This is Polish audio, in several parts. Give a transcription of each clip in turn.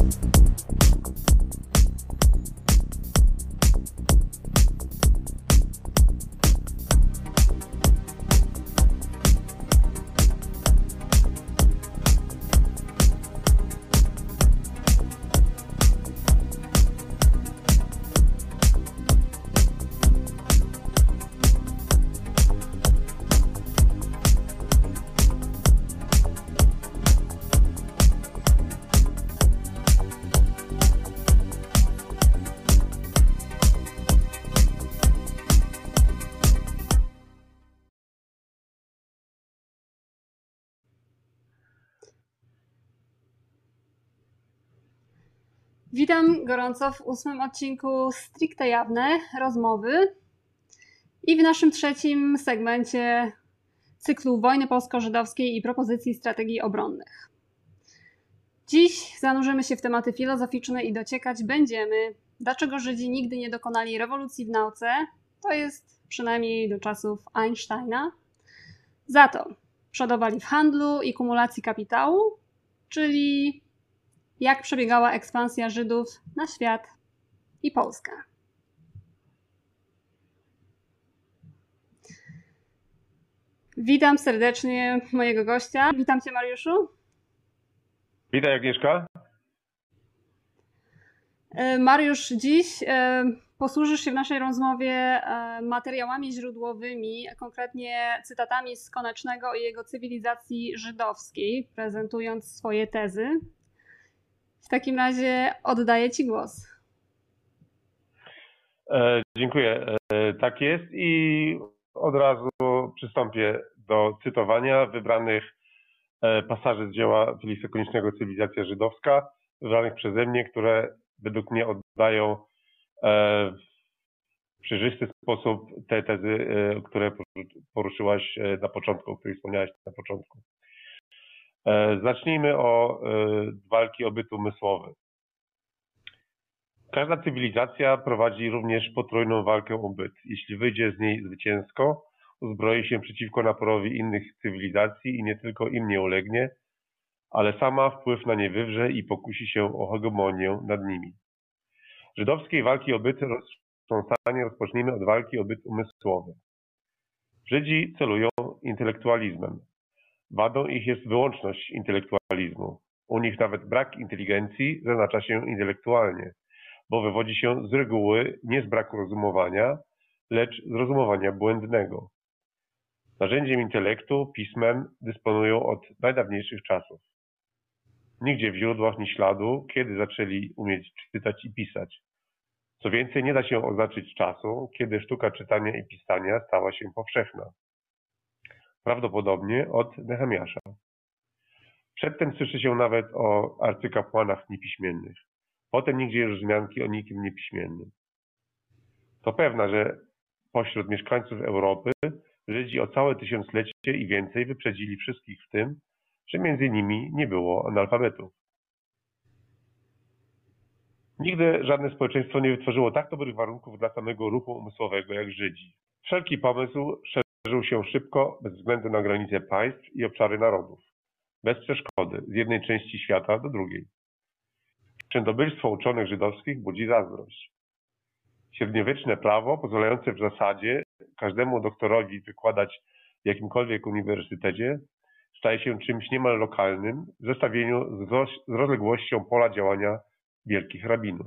Witam gorąco w 8. odcinku Stricte Jawne Rozmowy i w naszym trzecim segmencie cyklu Wojny polsko-żydowskiej i propozycji strategii obronnych. Dziś zanurzymy się w tematy filozoficzne i dociekać będziemy, dlaczego Żydzi nigdy nie dokonali rewolucji w nauce, to jest przynajmniej do czasów Einsteina. Za to przodowali w handlu i kumulacji kapitału, czyli jak przebiegała ekspansja Żydów na świat i Polskę. Witam serdecznie mojego gościa. Witam Cię, Mariuszu. Witaj, Agnieszka. Mariusz, dziś posłużysz się w naszej rozmowie materiałami źródłowymi, konkretnie cytatami z Konecznego i jego cywilizacji żydowskiej, prezentując swoje tezy. W takim razie oddaję Ci głos. Dziękuję. Tak jest i od razu przystąpię do cytowania wybranych pasaży z dzieła Feliksa Koniecznego Cywilizacja Żydowska, wybranych przeze mnie, które według mnie oddają w przejrzysty sposób te tezy, które poruszyłaś na początku, o których wspomniałaś na początku. Zacznijmy od walki o byt umysłowy. Każda cywilizacja prowadzi również potrójną walkę o byt. Jeśli wyjdzie z niej zwycięsko, uzbroi się przeciwko naporowi innych cywilizacji i nie tylko im nie ulegnie, ale sama wpływ na nie wywrze i pokusi się o hegemonię nad nimi. Żydowskiej walki o byt roztrząsanie rozpocznijmy od walki o byt umysłowy. Żydzi celują intelektualizmem. Wadą ich jest wyłączność intelektualizmu. U nich nawet brak inteligencji zaznacza się intelektualnie, bo wywodzi się z reguły nie z braku rozumowania, lecz z rozumowania błędnego. Narzędziem intelektu, pismem, dysponują od najdawniejszych czasów. Nigdzie w źródłach ni śladu, kiedy zaczęli umieć czytać i pisać. Co więcej, nie da się oznaczyć czasu, kiedy sztuka czytania i pisania stała się powszechna. Prawdopodobnie od Nehemiasza. Przedtem słyszy się nawet o arcykapłanach niepiśmiennych. Potem nigdzie już wzmianki o nikim niepiśmiennym. To pewne, że pośród mieszkańców Europy Żydzi o całe tysiąclecie i więcej wyprzedzili wszystkich w tym, że między nimi nie było analfabetów. Nigdy żadne społeczeństwo nie wytworzyło tak dobrych warunków dla samego ruchu umysłowego jak Żydzi. Wszelki pomysł szerzył się szybko, bez względu na granice państw i obszary narodów. Bez przeszkody, z jednej części świata do drugiej. Świętobylstwo uczonych żydowskich budzi zazdrość. Średniowieczne prawo, pozwalające w zasadzie każdemu doktorowi wykładać w jakimkolwiek uniwersytecie, staje się czymś niemal lokalnym w zestawieniu z rozległością pola działania wielkich rabinów.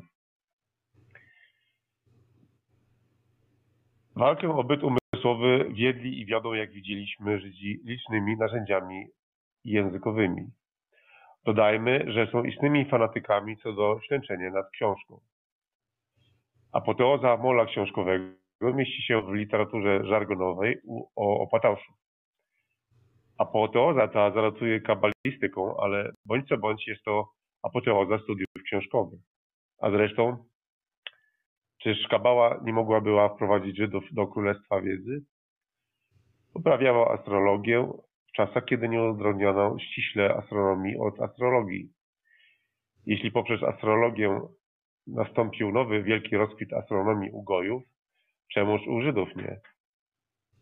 Walkę o byt umysłowy wiedli i wiodą, jak widzieliśmy, Żydzi licznymi narzędziami językowymi. Dodajmy, że są istnymi fanatykami co do ślęczenia nad książką. Apoteoza mola książkowego mieści się w literaturze żargonowej o opatauszu. Apoteoza ta zalatuje kabalistyką, ale bądź co bądź jest to apoteoza studiów książkowych. A zresztą, czyż kabała nie mogła była wprowadzić Żydów do królestwa wiedzy? Uprawiała astrologię w czasach, kiedy nie odróżniono ściśle astronomii od astrologii. Jeśli poprzez astrologię nastąpił nowy wielki rozkwit astronomii u Gojów, czemuż u Żydów nie?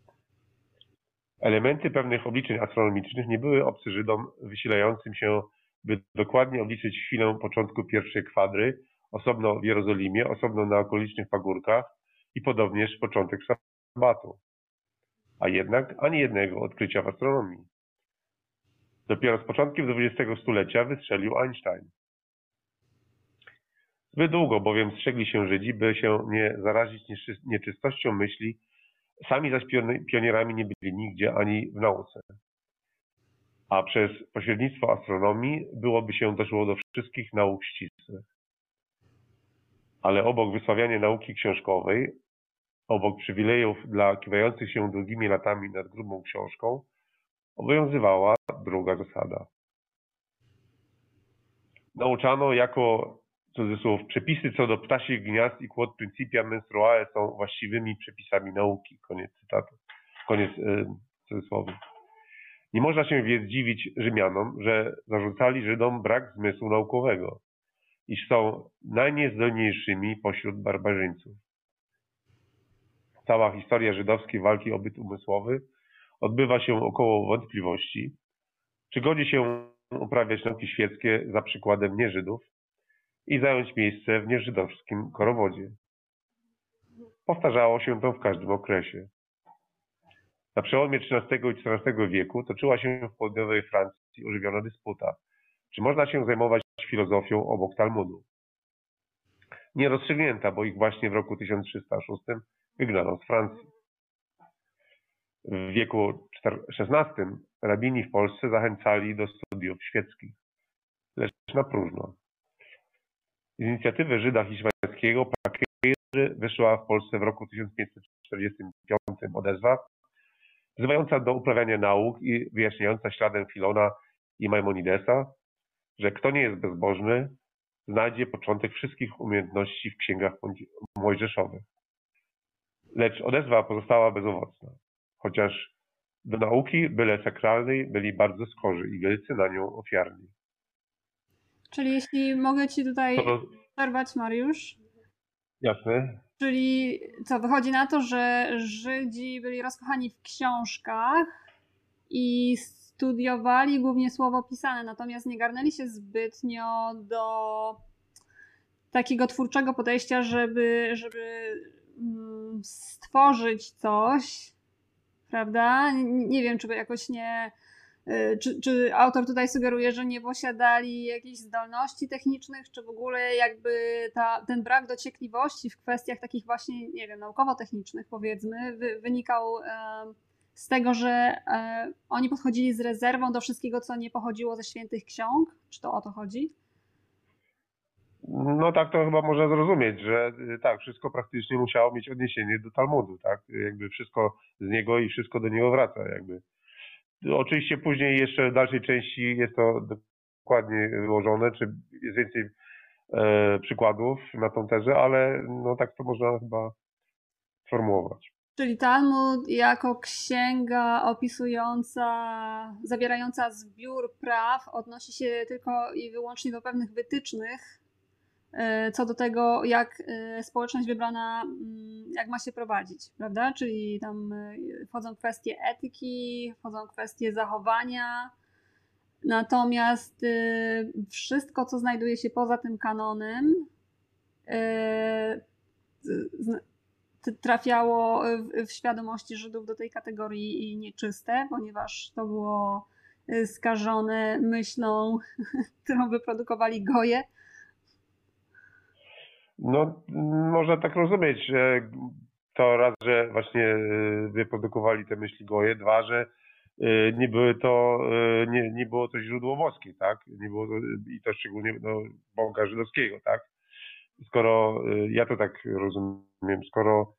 Elementy pewnych obliczeń astronomicznych nie były obce Żydom wysilającym się by dokładnie obliczyć chwilę początku pierwszej kwadry, osobno w Jerozolimie, osobno na okolicznych pagórkach i podobnież początek sabbatu. A jednak ani jednego odkrycia w astronomii. Dopiero z początkiem XX stulecia wystrzelił Einstein. Zbyt długo bowiem strzegli się Żydzi, by się nie zarazić nieczystością myśli, sami zaś pionierami nie byli nigdzie ani w nauce. A przez pośrednictwo astronomii byłoby się doszło do wszystkich nauk ścisłych. Ale obok wysławiania nauki książkowej, obok przywilejów dla kiwających się długimi latami nad grubą książką, obowiązywała druga zasada. Nauczano jako, cudzysłów, przepisy co do ptasich gniazd i quod principia menstruae są właściwymi przepisami nauki. Koniec cytatu. Koniec cudzysłowy. Nie można się więc dziwić Rzymianom, że zarzucali Żydom brak zmysłu naukowego, iż są najniezdolniejszymi pośród barbarzyńców. Cała historia żydowskiej walki o byt umysłowy odbywa się około wątpliwości, czy godzi się uprawiać nauki świeckie za przykładem nieżydów i zająć miejsce w nieżydowskim korowodzie. Powtarzało się to w każdym okresie. Na przełomie XIII i XIV wieku toczyła się w południowej Francji ożywiona dysputa, czy można się zajmować filozofią obok Talmudu. Nierozstrzygnięta, bo ich właśnie w roku 1306 wygnano z Francji. W wieku XVI rabini w Polsce zachęcali do studiów świeckich, lecz na próżno. Z inicjatywy Żyda Hiszpańskiego Paquery wyszła w Polsce w roku 1545 odezwa, wzywająca do uprawiania nauk i wyjaśniająca śladem Filona i Maimonidesa, że kto nie jest bezbożny, znajdzie początek wszystkich umiejętności w księgach mojżeszowych. Lecz odezwa pozostała bezowocna, chociaż do nauki, byle sakralnej, byli bardzo skorzy i wielcy na nią ofiarni. Czyli jeśli mogę Ci tutaj przerwać, Mariusz. Jasne. Czyli co, wychodzi na to, że Żydzi byli rozkochani w książkach i studiowali głównie słowo pisane, natomiast nie garnęli się zbytnio do takiego twórczego podejścia, żeby stworzyć coś, prawda? Nie wiem, czy jakoś nie... Czy autor tutaj sugeruje, że nie posiadali jakichś zdolności technicznych, czy w ogóle jakby ten brak dociekliwości w kwestiach takich właśnie, nie wiem, naukowo-technicznych powiedzmy, wynikał z tego, że oni podchodzili z rezerwą do wszystkiego, co nie pochodziło ze świętych ksiąg? Czy to o to chodzi? No tak to chyba można zrozumieć, że tak, wszystko praktycznie musiało mieć odniesienie do Talmudu, tak? Jakby wszystko z niego i wszystko do niego wraca, jakby. Oczywiście później jeszcze w dalszej części jest to dokładnie wyłożone, czy jest więcej przykładów na tą tezę, ale no tak to można chyba sformułować. Czyli Talmud jako księga zawierająca zbiór praw odnosi się tylko i wyłącznie do pewnych wytycznych co do tego, jak społeczność wybrana, jak ma się prowadzić, prawda? Czyli tam wchodzą kwestie etyki, wchodzą kwestie zachowania, natomiast wszystko, co znajduje się poza tym kanonem, trafiało w świadomości Żydów do tej kategorii nieczyste, ponieważ to było skażone myślą, którą wyprodukowali Goje. No, można tak rozumieć, że to raz, że właśnie wyprodukowali te myśli Goje, dwa, że nie było to źródło boskie, tak? Nie było to, i to szczególnie Boga żydowskiego, tak? Skoro, ja to tak rozumiem, skoro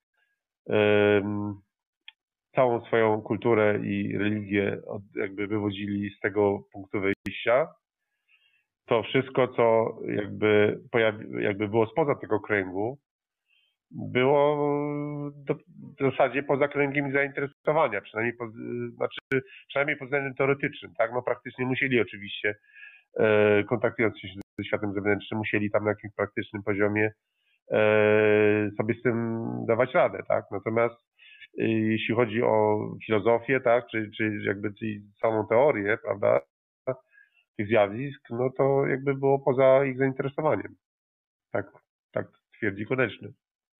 całą swoją kulturę i religię jakby wywodzili z tego punktu wyjścia, to wszystko, co jakby było spoza tego kręgu, było w zasadzie poza kręgiem zainteresowania, przynajmniej pod względem teoretycznym, tak? No praktycznie musieli oczywiście, kontaktując się ze światem zewnętrznym, musieli tam na jakimś praktycznym poziomie sobie z tym dawać radę, tak? Natomiast jeśli chodzi o filozofię, tak? Czy jakby samą teorię, prawda? tych zjawisk, no to jakby było poza ich zainteresowaniem. Tak twierdzi Koneczny.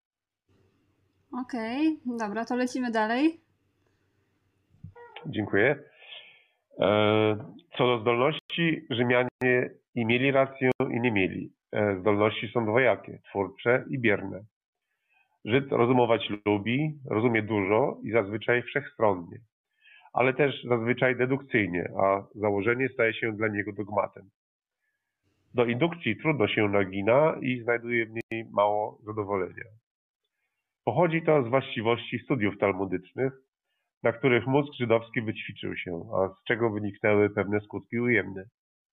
Okej, dobra, to lecimy dalej. Dziękuję. Co do zdolności, Rzymianie i mieli rację, i nie mieli. Zdolności są dwojakie, twórcze i bierne. Żyd rozumować lubi, rozumie dużo i zazwyczaj wszechstronnie, ale też zazwyczaj dedukcyjnie, a założenie staje się dla niego dogmatem. Do indukcji trudno się nagina i znajduje w niej mało zadowolenia. Pochodzi to z właściwości studiów talmudycznych, na których mózg żydowski wyćwiczył się, a z czego wyniknęły pewne skutki ujemne.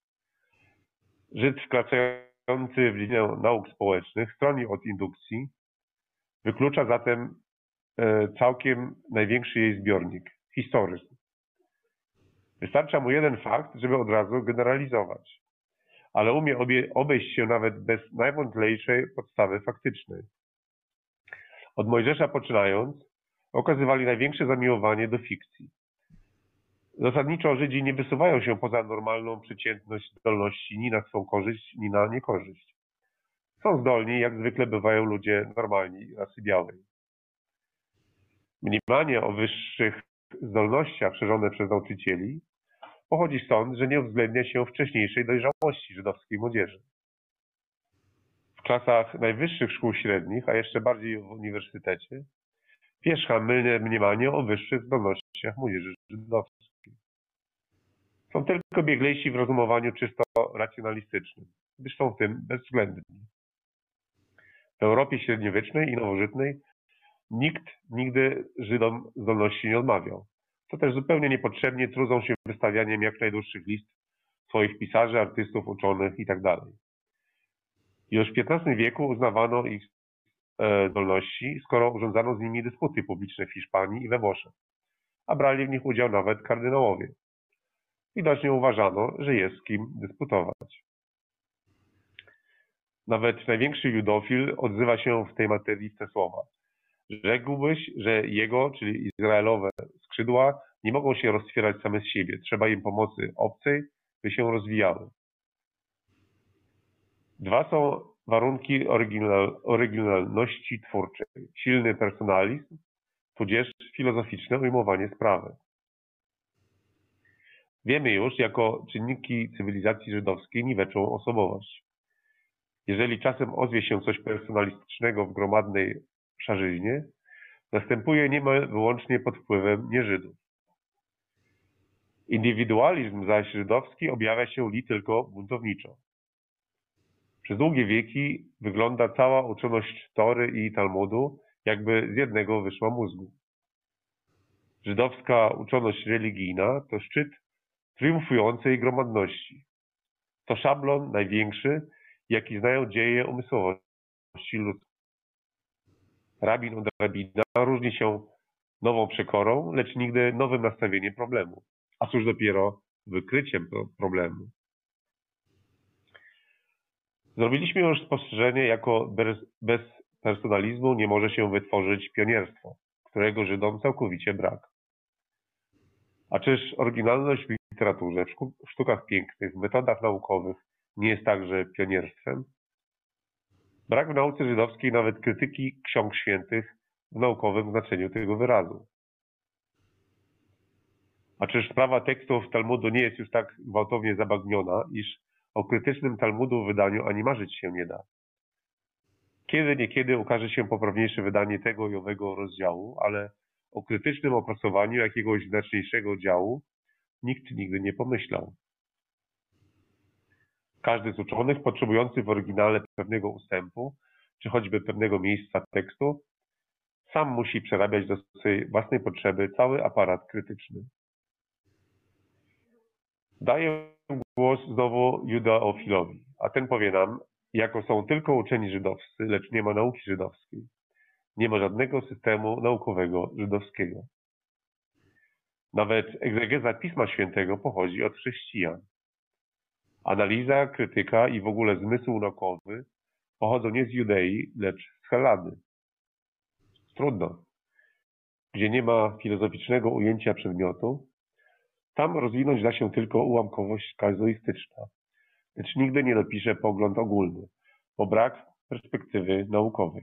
Żyd wkraczający w dziedzinę nauk społecznych stroni od indukcji, wyklucza zatem całkiem największy jej zbiornik – historyzm. Wystarcza mu jeden fakt, żeby od razu generalizować, ale umie obejść się nawet bez najwątlejszej podstawy faktycznej. Od Mojżesza poczynając, okazywali największe zamiłowanie do fikcji. Zasadniczo Żydzi nie wysuwają się poza normalną przeciętność zdolności ni na swą korzyść, ni na niekorzyść. Są zdolni, jak zwykle bywają ludzie normalni, rasy białej. Mniemanie o wyższych zdolnościach szerzone przez nauczycieli pochodzi stąd, że nie uwzględnia się wcześniejszej dojrzałości żydowskiej młodzieży. W klasach najwyższych szkół średnich, a jeszcze bardziej w uniwersytecie, pierzcha mylne mniemanie o wyższych zdolnościach młodzieży żydowskiej. Są tylko bieglejsi w rozumowaniu czysto racjonalistycznym, gdyż są w tym bezwzględni. W Europie średniowiecznej i nowożytnej nikt nigdy Żydom zdolności nie odmawiał. To też zupełnie niepotrzebnie trudzą się wystawianiem jak najdłuższych list swoich pisarzy, artystów, uczonych itd. Już w XV wieku uznawano ich zdolności, skoro urządzano z nimi dysputy publiczne w Hiszpanii i we Włoszech, a brali w nich udział nawet kardynałowie. Widocznie uważano, że jest z kim dysputować. Nawet największy judofil odzywa się w tej materii w te słowa. Rzekłbyś, że jego, czyli Izraelowe skrzydła nie mogą się roztwierać same z siebie. Trzeba im pomocy obcej, by się rozwijały. Dwa są warunki oryginalności twórczej. Silny personalizm, tudzież filozoficzne ujmowanie sprawy. Wiemy już, jako czynniki cywilizacji żydowskiej niweczą osobowość. Jeżeli czasem ozwie się coś personalistycznego w gromadnej szarzyźnie, następuje niemal wyłącznie pod wpływem nieżydów. Indywidualizm zaś żydowski objawia się li tylko buntowniczo. Przez długie wieki wygląda cała uczoność Tory i Talmudu, jakby z jednego wyszła mózgu. Żydowska uczoność religijna to szczyt triumfującej gromadności. To szablon największy, jaki znają dzieje umysłowości ludzkiej. Rabin od rabina różni się nową przekorą, lecz nigdy nowym nastawieniem problemu, a cóż dopiero wykryciem problemu. Zrobiliśmy już spostrzeżenie, jako bez personalizmu nie może się wytworzyć pionierstwo, którego Żydom całkowicie brak. A czyż oryginalność w literaturze, w sztukach pięknych, w metodach naukowych nie jest także pionierstwem? Brak w nauce żydowskiej nawet krytyki ksiąg świętych w naukowym znaczeniu tego wyrazu. A czyż sprawa tekstów Talmudu nie jest już tak gwałtownie zabagniona, iż o krytycznym Talmudu w wydaniu ani marzyć się nie da. Kiedy niekiedy ukaże się poprawniejsze wydanie tego i owego rozdziału, ale o krytycznym opracowaniu jakiegoś znaczniejszego działu nikt nigdy nie pomyślał. Każdy z uczonych potrzebujący w oryginale pewnego ustępu, czy choćby pewnego miejsca tekstu, sam musi przerabiać do swojej własnej potrzeby cały aparat krytyczny. Daję głos znowu judaofilowi, a ten powie nam, jako są tylko uczeni żydowscy, lecz nie ma nauki żydowskiej. Nie ma żadnego systemu naukowego żydowskiego. Nawet egzegeza Pisma Świętego pochodzi od chrześcijan. Analiza, krytyka i w ogóle zmysł naukowy pochodzą nie z Judei, lecz z Hellady. Trudno. Gdzie nie ma filozoficznego ujęcia przedmiotu, Tam rozwinąć da się tylko ułamkowość kazuistyczna, lecz nigdy nie dopisze pogląd ogólny, bo brak perspektywy naukowej.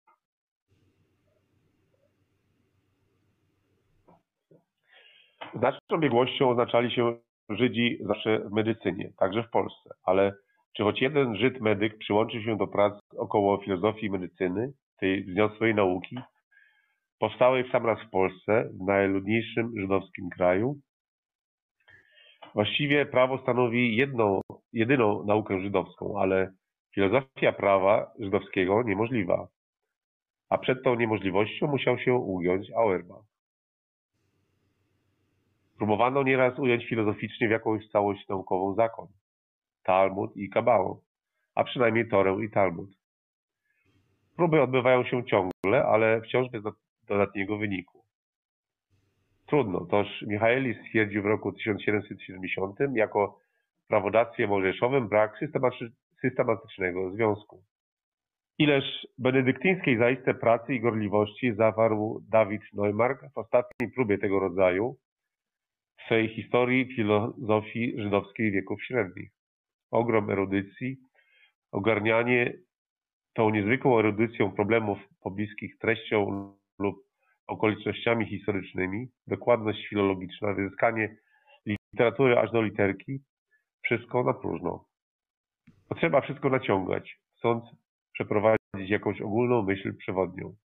Znaczną biegłością oznaczali się Żydzi zawsze w medycynie, także w Polsce, ale czy choć jeden Żyd medyk przyłączył się do prac około filozofii i medycyny, tej wzniosłej nauki, powstałej w sam raz w Polsce, w najludniejszym żydowskim kraju? Właściwie prawo stanowi jedyną naukę żydowską, ale filozofia prawa żydowskiego niemożliwa. A przed tą niemożliwością musiał się ugiąć Auerbach. Próbowano nieraz ująć filozoficznie w jakąś całość naukową zakon, Talmud i Kabałę, a przynajmniej Torę i Talmud. Próby odbywają się ciągle, ale wciąż bez dodatniego wyniku. Trudno, toż Michaelis stwierdził w roku 1770 jako w prawodawstwie mojżeszowym brak systematycznego związku. Ileż benedyktyńskiej zaiste pracy i gorliwości zawarł Dawid Neumark w ostatniej próbie tego rodzaju w swej historii filozofii żydowskiej wieków średnich. Ogrom erudycji, ogarnianie tą niezwykłą erudycją problemów pobliskich treścią lub okolicznościami historycznymi, dokładność filologiczna, wyzyskanie literatury aż do literki, wszystko na próżno. Potrzeba wszystko naciągać, chcąc przeprowadzić jakąś ogólną myśl przewodnią.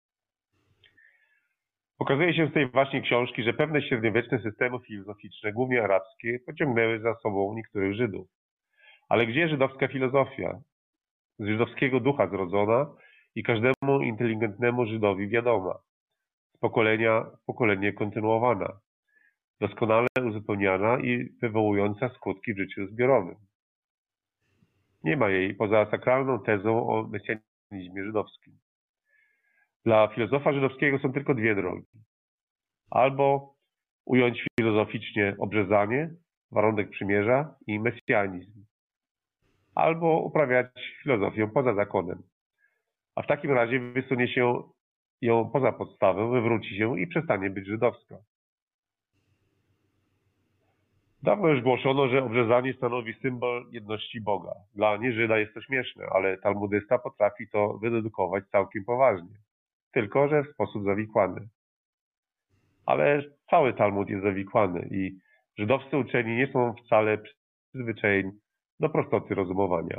Okazuje się z tej właśnie książki, że pewne średniowieczne systemy filozoficzne, głównie arabskie, pociągnęły za sobą niektórych Żydów. Ale gdzie żydowska filozofia? Z żydowskiego ducha zrodzona i każdemu inteligentnemu Żydowi wiadoma, z pokolenia w pokolenie kontynuowana, doskonale uzupełniana i wywołująca skutki w życiu zbiorowym. Nie ma jej poza sakralną tezą o mesjanizmie żydowskim. Dla filozofa żydowskiego są tylko dwie drogi. Albo ująć filozoficznie obrzezanie, warunek przymierza i mesjanizm. Albo uprawiać filozofię poza zakonem. A w takim razie wysunie się ją poza podstawę, wywróci się i przestanie być żydowska. Dawno już głoszono, że obrzezanie stanowi symbol jedności Boga. Dla nieżyda jest to śmieszne, ale talmudysta potrafi to wydedukować całkiem poważnie. Tylko że w sposób zawikłany. Ale cały Talmud jest zawikłany i żydowscy uczeni nie są wcale przyzwyczajeni do prostoty rozumowania.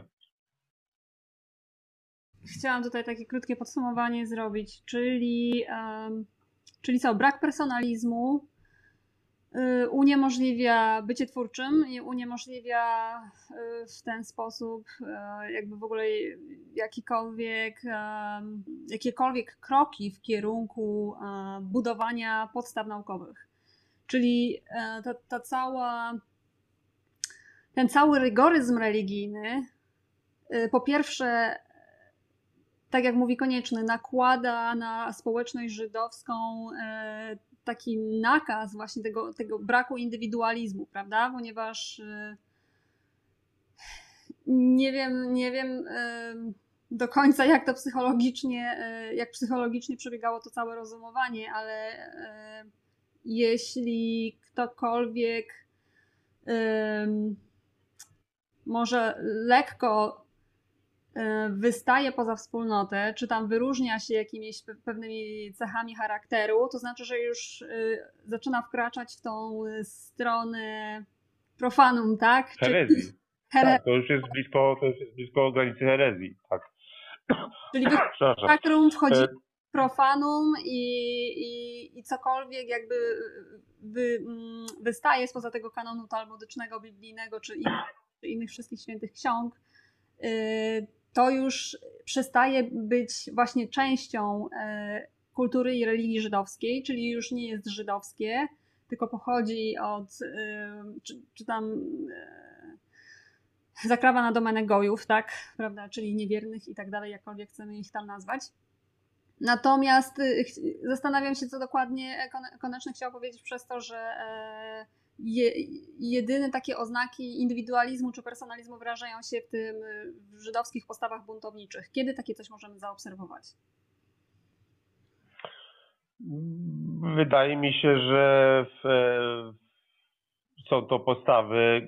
Chciałam tutaj takie krótkie podsumowanie zrobić, czyli co, brak personalizmu uniemożliwia bycie twórczym i uniemożliwia w ten sposób jakby w ogóle jakiekolwiek kroki w kierunku budowania podstaw naukowych. Czyli ten cały rygoryzm religijny po pierwsze, tak jak mówi Konieczny, nakłada na społeczność żydowską taki nakaz właśnie tego braku indywidualizmu, prawda? Ponieważ nie wiem do końca jak to psychologicznie przebiegało to całe rozumowanie, ale jeśli ktokolwiek może lekko wystaje poza wspólnotę, czy tam wyróżnia się jakimiś pewnymi cechami charakteru, to znaczy, że już zaczyna wkraczać w tą stronę profanum, tak? Herezji. Tak, to już jest blisko granicy herezji. Tak. Czyli sakrum wchodzi profanum i cokolwiek jakby wystaje spoza tego kanonu talmudycznego, biblijnego, czy innych wszystkich świętych ksiąg, to już przestaje być właśnie częścią kultury i religii żydowskiej, czyli już nie jest żydowskie, tylko pochodzi od, czy tam zakrawa na domenę gojów, tak, prawda, czyli niewiernych i tak dalej, jakkolwiek chcemy ich tam nazwać. Natomiast zastanawiam się, co dokładnie Koneczny chciał powiedzieć przez to, że jedyne takie oznaki indywidualizmu czy personalizmu wyrażają się w żydowskich postawach buntowniczych. Kiedy takie coś możemy zaobserwować? Wydaje mi się, że są to postawy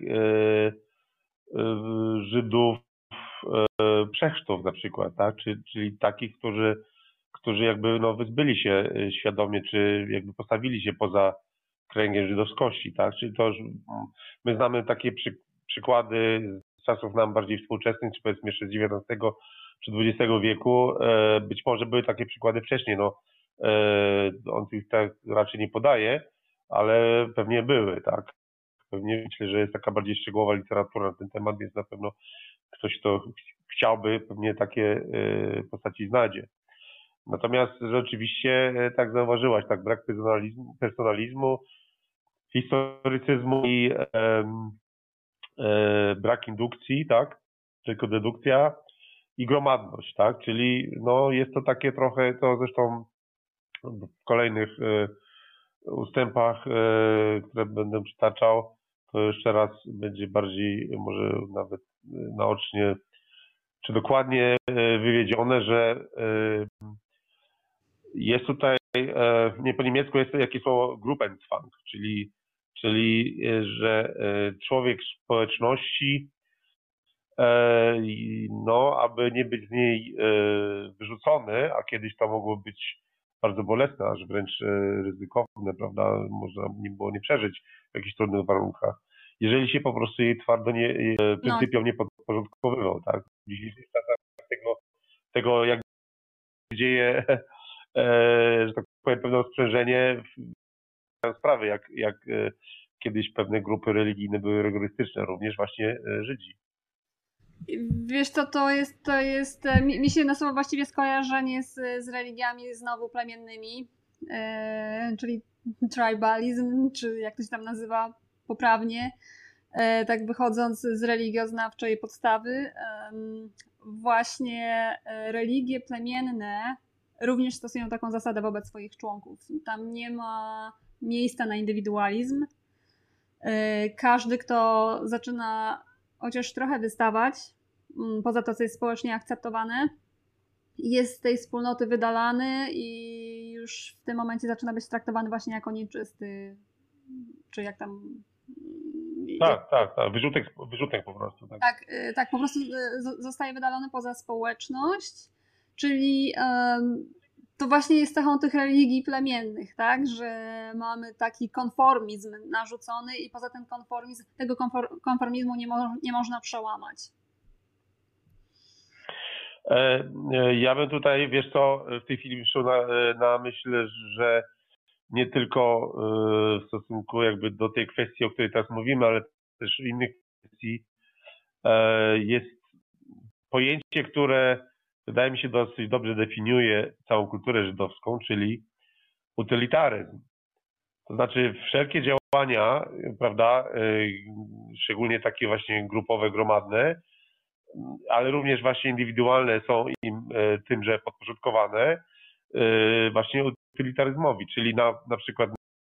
Żydów przechrztów na przykład, tak? Czyli takich, którzy jakby wyzbyli się świadomie, czy jakby postawili się poza kręgiem żydowskości, tak? Czyli to już, my znamy takie przykłady z czasów nam bardziej współczesnych, czy powiedzmy jeszcze z XIX czy XX wieku. Być może były takie przykłady wcześniej, on ich tak raczej nie podaje, ale pewnie były, tak? Pewnie myślę, że jest taka bardziej szczegółowa literatura na ten temat, więc na pewno ktoś, kto chciałby, pewnie takie postaci znajdzie. Natomiast rzeczywiście, tak zauważyłaś, tak, brak personalizmu, historycyzmu i brak indukcji, tak, tylko dedukcja i gromadność, tak, czyli jest to takie trochę, to zresztą w kolejnych ustępach, które będę przytaczał, to jeszcze raz będzie bardziej może nawet naocznie czy dokładnie wywiedzione, że jest tutaj, nie po niemiecku jest to jakieś słowo Gruppenzwang, czyli że człowiek społeczności, aby nie być z niej wyrzucony, a kiedyś to mogło być bardzo bolesne, aż wręcz ryzykowne, prawda, można nie było nie przeżyć w jakichś trudnych warunkach. Jeżeli się po prostu jej twardo pryncypiom nie podporządkowywał, tak. W dzisiejszych czasach tego jak dzieje, że tak powiem, pewne sprzężenie w sprawy, jak kiedyś pewne grupy religijne były rygorystyczne, również właśnie Żydzi. Wiesz co, to jest mi się nasuwa właściwie skojarzenie z religiami znowu plemiennymi, czyli tribalizm, czy jak to się tam nazywa poprawnie, tak wychodząc z religioznawczej podstawy. Właśnie religie plemienne również stosują taką zasadę wobec swoich członków. Tam nie ma miejsca na indywidualizm. Każdy, kto zaczyna chociaż trochę wystawać poza to, co jest społecznie akceptowane, jest z tej wspólnoty wydalany i już w tym momencie zaczyna być traktowany właśnie jako nieczysty, czy jak tam... Tak, wyrzutek po prostu. Tak, po prostu zostaje wydalony poza społeczność, czyli to właśnie jest cechą tych religii plemiennych, tak, że mamy taki konformizm narzucony i poza ten konformizm, tego konformizmu nie można przełamać. Ja bym tutaj, wiesz co, w tej chwili wyszło na myśl, że nie tylko w stosunku jakby do tej kwestii, o której teraz mówimy, ale też innych kwestii, jest pojęcie, które wydaje mi się dosyć dobrze definiuje całą kulturę żydowską, czyli utylitaryzm. To znaczy wszelkie działania, prawda, szczególnie takie właśnie grupowe, gromadne, ale również właśnie indywidualne są im tymże podporządkowane właśnie utylitaryzmowi, czyli na przykład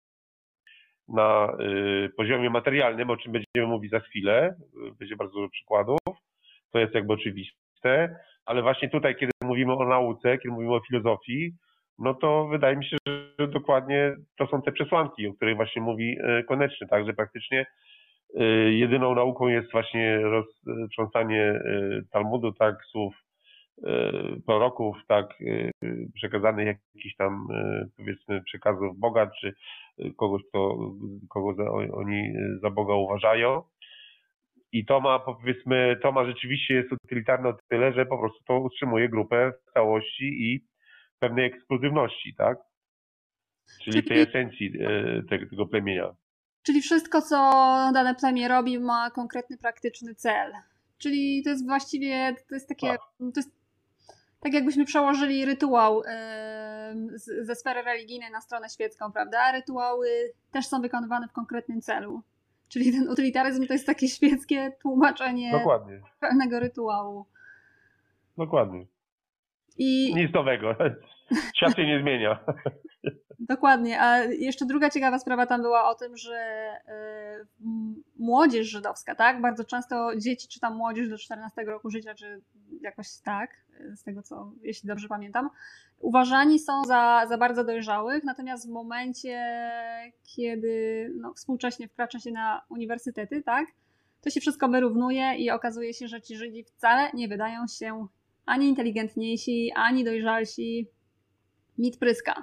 na poziomie materialnym, o czym będziemy mówić za chwilę, będzie bardzo dużo przykładów, to jest jakby oczywiste, ale właśnie tutaj, kiedy mówimy o nauce, kiedy mówimy o filozofii, no to wydaje mi się, że dokładnie to są te przesłanki, o których właśnie mówi Koneczny, tak, że praktycznie jedyną nauką jest właśnie roztrząsanie Talmudu, tak, słów proroków, tak, przekazanych jakichś tam, powiedzmy, przekazów Boga, czy kogoś, kogo oni za Boga uważają. I to ma, powiedzmy, rzeczywiście jest utylitarne o tyle, że po prostu to utrzymuje grupę w całości i pewnej ekskluzywności, tak? Czyli tej esencji tego plemienia. Czyli wszystko, co dane plemię robi, ma konkretny, praktyczny cel. Czyli to jest właściwie, to jest takie, to jest tak jakbyśmy przełożyli rytuał ze sfery religijnej na stronę świecką, prawda? Rytuały też są wykonywane w konkretnym celu. Czyli ten utylitaryzm to jest takie świeckie tłumaczenie pewnego rytuału. Dokładnie. I Nic nowego. Świat się nie zmienia. dokładnie, a jeszcze druga ciekawa sprawa tam była o tym, że młodzież żydowska, tak, bardzo często dzieci czy tam młodzież do 14 roku życia, czy jakoś tak, z tego co, jeśli dobrze pamiętam, uważani są za bardzo dojrzałych, natomiast w momencie, kiedy no, współcześnie wkracza się na uniwersytety, tak, to się wszystko wyrównuje i okazuje się, że ci Żydzi wcale nie wydają się ani inteligentniejsi, ani dojrzalsi. Mit pryska.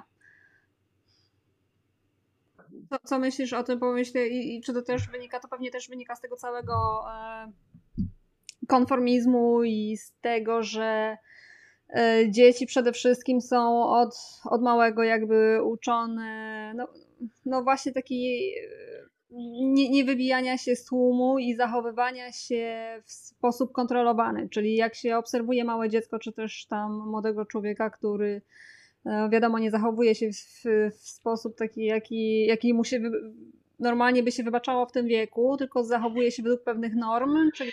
Co myślisz o tym pomyśle i czy to też wynika, to pewnie też wynika z tego całego konformizmu i z tego, że dzieci przede wszystkim są od małego jakby uczone, no właśnie taki nie wybijania się z tłumu i zachowywania się w sposób kontrolowany, czyli jak się obserwuje małe dziecko, czy też tam młodego człowieka, który wiadomo, nie zachowuje się w sposób taki, jaki mu się normalnie by się wybaczało w tym wieku, tylko zachowuje się według pewnych norm, czyli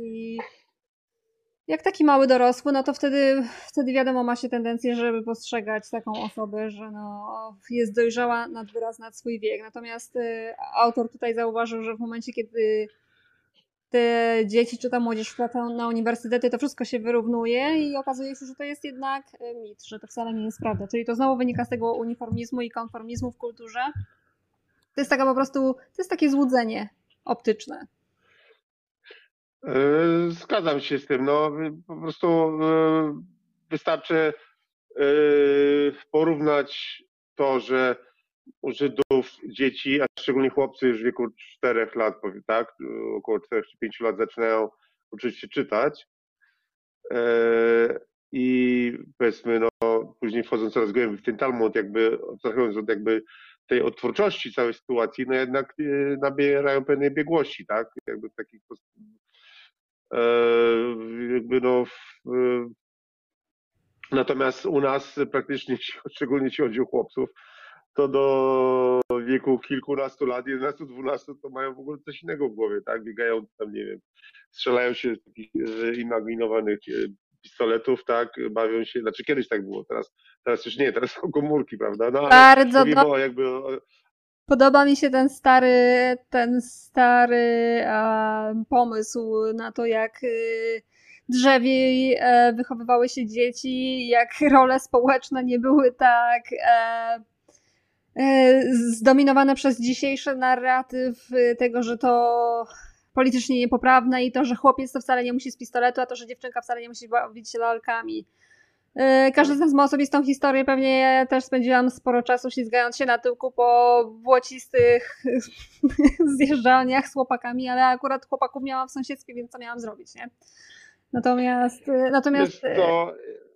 jak taki mały dorosły, no to wtedy wiadomo, ma się tendencję, żeby postrzegać taką osobę, że no, jest dojrzała nad wyraz nad swój wiek. Natomiast autor tutaj zauważył, że w momencie, kiedy te dzieci czy ta młodzież wkraczają na uniwersytety, to wszystko się wyrównuje i okazuje się, że to jest jednak mit, że to wcale nie jest prawda. Czyli to znowu wynika z tego uniformizmu i konformizmu w kulturze. To jest taka po prostu, to jest takie złudzenie optyczne. Zgadzam się z tym. No, po prostu wystarczy porównać to, że u Żydów dzieci, a szczególnie chłopcy już w wieku 4 lat, tak, około 4 czy 5 lat zaczynają uczyć się czytać. I powiedzmy, no, później wchodząc coraz głębiej w ten Talmud, jakby abstrahując od jakby tej odtwórczości całej sytuacji, no jednak nabierają pewnej biegłości, tak? Jakby w takich jakby no natomiast u nas praktycznie, szczególnie jeśli chodzi o chłopców, to do wieku kilkunastu lat, 11, 12, to mają w ogóle coś innego w głowie, tak? Biegają tam, nie wiem, strzelają się z takich imaginowanych pistoletów, tak? Bawią się, znaczy kiedyś tak było, teraz już nie, teraz są komórki, prawda? No ale Bardzo mówimy o jakby... Podoba mi się ten stary pomysł na to, jak drzewiej wychowywały się dzieci, jak role społeczne nie były tak zdominowane przez dzisiejszy narratyw tego, że to politycznie niepoprawne i to, że chłopiec to wcale nie musi z pistoletu, a to, że dziewczynka wcale nie musi bawić się lalkami. Każdy z nas ma osobistą historię, pewnie ja też spędziłam sporo czasu ślizgając się na tyłku po błocistych zjeżdżalniach z chłopakami, ale akurat chłopaków miałam w sąsiedztwie, więc co miałam zrobić, nie? Natomiast Wiesz co,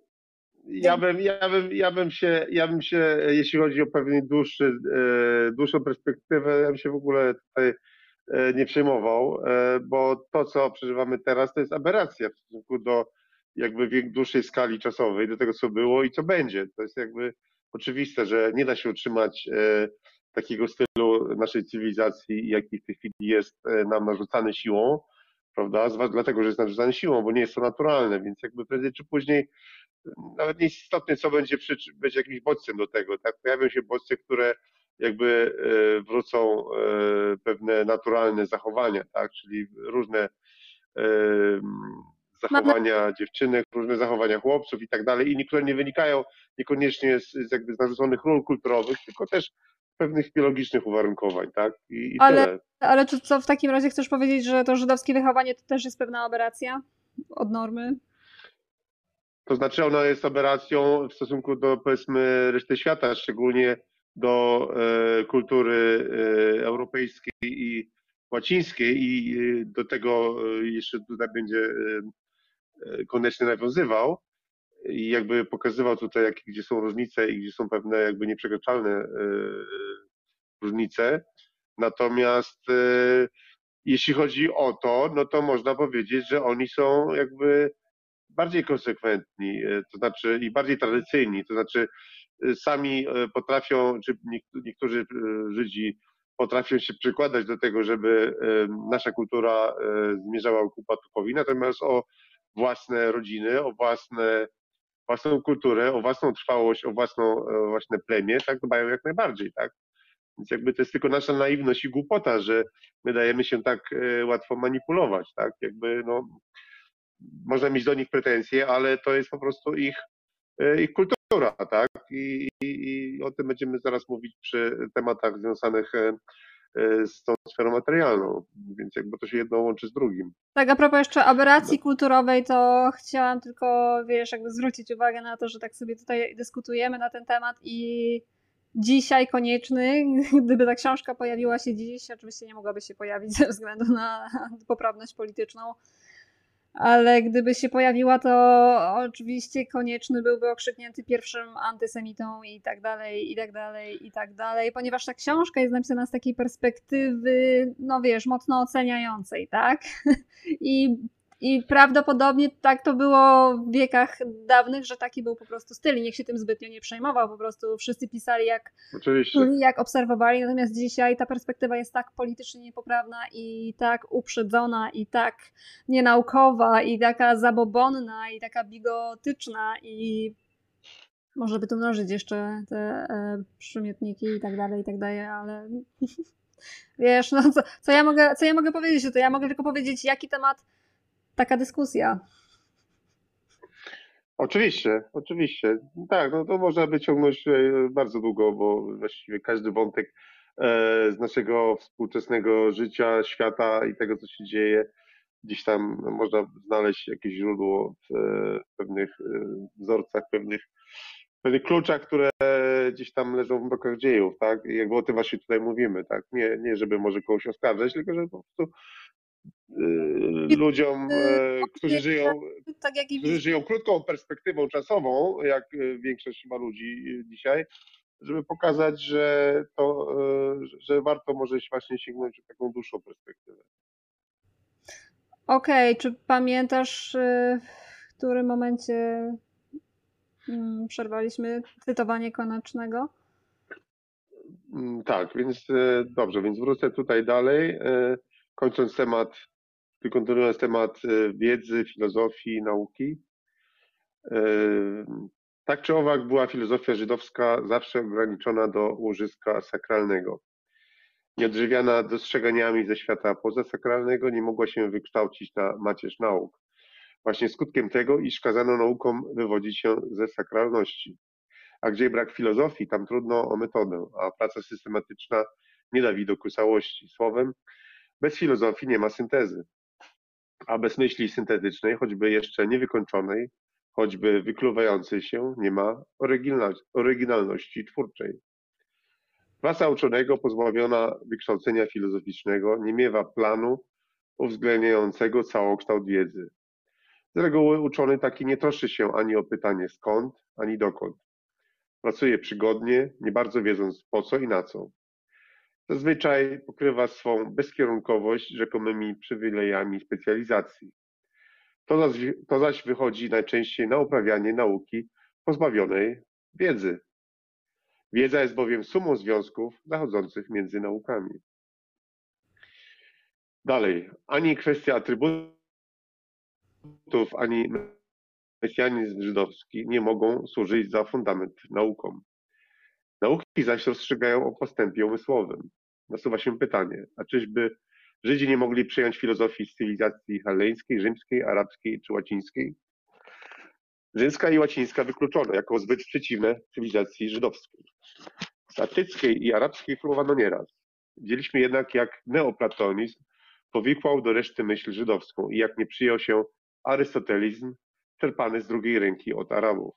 ja bym się, jeśli chodzi o pewnie dłuższą perspektywę, ja bym się w ogóle tutaj nie przejmował, bo to, co przeżywamy teraz, to jest aberracja w stosunku do jakby dłuższej skali czasowej, do tego, co było i co będzie. To jest jakby oczywiste, że nie da się utrzymać takiego stylu naszej cywilizacji, jaki w tej chwili jest nam narzucany siłą, prawda? Dlatego, że jest narzucany siłą, bo nie jest to naturalne, więc jakby prędzej czy później nawet nie jest istotne, co będzie jakimś bodźcem do tego, tak? Pojawią się bodźce, które jakby wrócą pewne naturalne zachowania, tak? Czyli różne zachowania dziewczynek, różne zachowania chłopców i tak dalej, i niektóre nie wynikają niekoniecznie jakby z narzuconych ról kulturowych, tylko też pewnych biologicznych uwarunkowań, tak? I tyle. Ale czy co w takim razie chcesz powiedzieć, że to żydowskie wychowanie to też jest pewna aberracja od normy? To znaczy ona jest aberracją w stosunku do, powiedzmy, reszty świata, szczególnie do kultury europejskiej i łacińskiej, i do tego jeszcze tutaj będzie koniecznie nawiązywał i jakby pokazywał tutaj, gdzie są różnice i gdzie są pewne jakby nieprzekraczalne różnice. Natomiast jeśli chodzi o to, no to można powiedzieć, że oni są jakby bardziej konsekwentni, to znaczy i bardziej tradycyjni, to znaczy sami potrafią, czy niektórzy Żydzi potrafią się przykładać do tego, żeby nasza kultura zmierzała ku upadkowi, natomiast o własne rodziny, o własne własną kulturę, o własną trwałość, o własną właśnie plemię, tak dbają jak najbardziej, tak? Więc jakby to jest tylko nasza naiwność i głupota, że my dajemy się tak łatwo manipulować, tak? Jakby no, można mieć do nich pretensje, ale to jest po prostu ich kultura, tak? I o tym będziemy zaraz mówić przy tematach związanych z tą sferą materialną, więc jakby to się jedno łączy z drugim. Tak, a propos jeszcze aberracji kulturowej, to chciałam tylko, wiesz, jakby zwrócić uwagę na to, że tak sobie tutaj dyskutujemy na ten temat i dzisiaj konieczny, gdyby ta książka pojawiła się dziś, oczywiście nie mogłaby się pojawić ze względu na poprawność polityczną, ale gdyby się pojawiła, to oczywiście konieczny byłby okrzyknięty pierwszym antysemitą i tak dalej, i tak dalej, i tak dalej, ponieważ ta książka jest napisana z takiej perspektywy, no wiesz, mocno oceniającej, tak? I prawdopodobnie tak to było w wiekach dawnych, że taki był po prostu styl i nikt się tym zbytnio nie przejmował, po prostu wszyscy pisali jak obserwowali, natomiast dzisiaj ta perspektywa jest tak politycznie niepoprawna i tak uprzedzona i tak nienaukowa i taka zabobonna i taka bigotyczna i może by tu mnożyć jeszcze te przymiotniki i tak dalej, ale wiesz, no co ja mogę powiedzieć, to ja mogę tylko powiedzieć, jaki temat taka dyskusja. Oczywiście. Tak, no to można by ciągnąć bardzo długo, bo właściwie każdy wątek z naszego współczesnego życia, świata i tego, co się dzieje, gdzieś tam można znaleźć jakieś źródło w pewnych wzorcach, pewnych kluczach, które gdzieś tam leżą w mrokach dziejów, tak? I jakby o tym właśnie tutaj mówimy, tak? Nie żeby może kogoś oskarżać, tylko żeby po prostu ludziom, Tak jak którzy żyją krótką perspektywą czasową, jak większość chyba ludzi dzisiaj, żeby pokazać, że warto może właśnie sięgnąć w taką dłuższą perspektywę. Okej, czy pamiętasz, w którym momencie przerwaliśmy cytowanie Konecznego? Tak, więc dobrze, więc wrócę tutaj dalej, kończąc temat, kontynuując temat wiedzy, filozofii, nauki. Tak czy owak była filozofia żydowska zawsze ograniczona do łożyska sakralnego. Nieodżywiana dostrzeganiami ze świata pozasakralnego, nie mogła się wykształcić na macierz nauk. Właśnie skutkiem tego, iż kazano naukom wywodzić się ze sakralności. A gdzie brak filozofii, tam trudno o metodę, a praca systematyczna nie da widoku całości. Słowem, bez filozofii nie ma syntezy. A bez myśli syntetycznej, choćby jeszcze niewykończonej, choćby wykluwającej się, nie ma oryginalności twórczej. Praca uczonego pozbawiona wykształcenia filozoficznego nie miewa planu uwzględniającego całokształt wiedzy. Z reguły uczony taki nie troszczy się ani o pytanie skąd, ani dokąd. Pracuje przygodnie, nie bardzo wiedząc po co i na co. Zazwyczaj pokrywa swą bezkierunkowość rzekomymi przywilejami specjalizacji. To zaś wychodzi najczęściej na uprawianie nauki pozbawionej wiedzy. Wiedza jest bowiem sumą związków zachodzących między naukami. Dalej, ani kwestia atrybutów, ani mesjanizm żydowski nie mogą służyć za fundament naukom. Nauki zaś rozstrzygają o postępie umysłowym. Nasuwa się pytanie, a czyżby Żydzi nie mogli przyjąć filozofii z cywilizacji helleńskiej, rzymskiej, arabskiej czy łacińskiej? Rzymska i łacińska wykluczone jako zbyt przeciwne cywilizacji żydowskiej. Z atyckiej i arabskiej próbowano nieraz. Widzieliśmy jednak, jak neoplatonizm powikłał do reszty myśl żydowską i jak nie przyjął się arystotelizm czerpany z drugiej ręki od Arabów.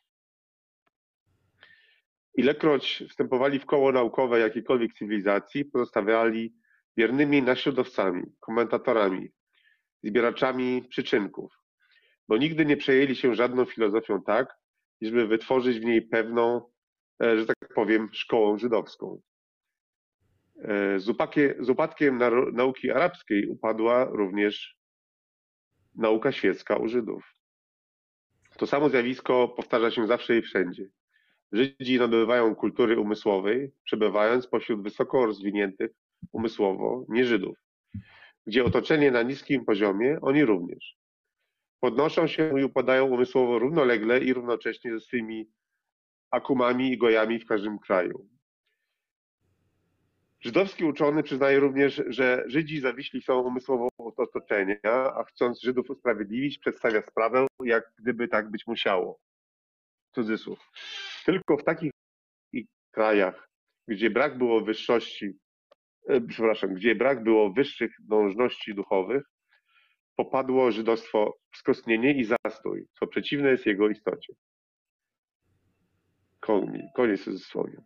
Ilekroć wstępowali w koło naukowe jakiejkolwiek cywilizacji, pozostawiali wiernymi naśladowcami, komentatorami, zbieraczami przyczynków, bo nigdy nie przejęli się żadną filozofią tak, żeby wytworzyć w niej pewną, że tak powiem, szkołą żydowską. Z upadkiem nauki arabskiej upadła również nauka świecka u Żydów. To samo zjawisko powtarza się zawsze i wszędzie. Żydzi nabywają kultury umysłowej, przebywając pośród wysoko rozwiniętych umysłowo nie Żydów, gdzie otoczenie na niskim poziomie oni również. Podnoszą się i upadają umysłowo równolegle i równocześnie ze swymi akumami i gojami w każdym kraju. Żydowski uczony przyznaje również, że Żydzi zawiśli są umysłowo od otoczenia, a chcąc Żydów usprawiedliwić, przedstawia sprawę, jak gdyby tak być musiało. Cudzysłów. Tylko w takich krajach, gdzie brak było gdzie brak było wyższych dążności duchowych, popadło żydostwo w skostnienie i zastój, co przeciwne jest jego istocie. Koniec cudzysłowie.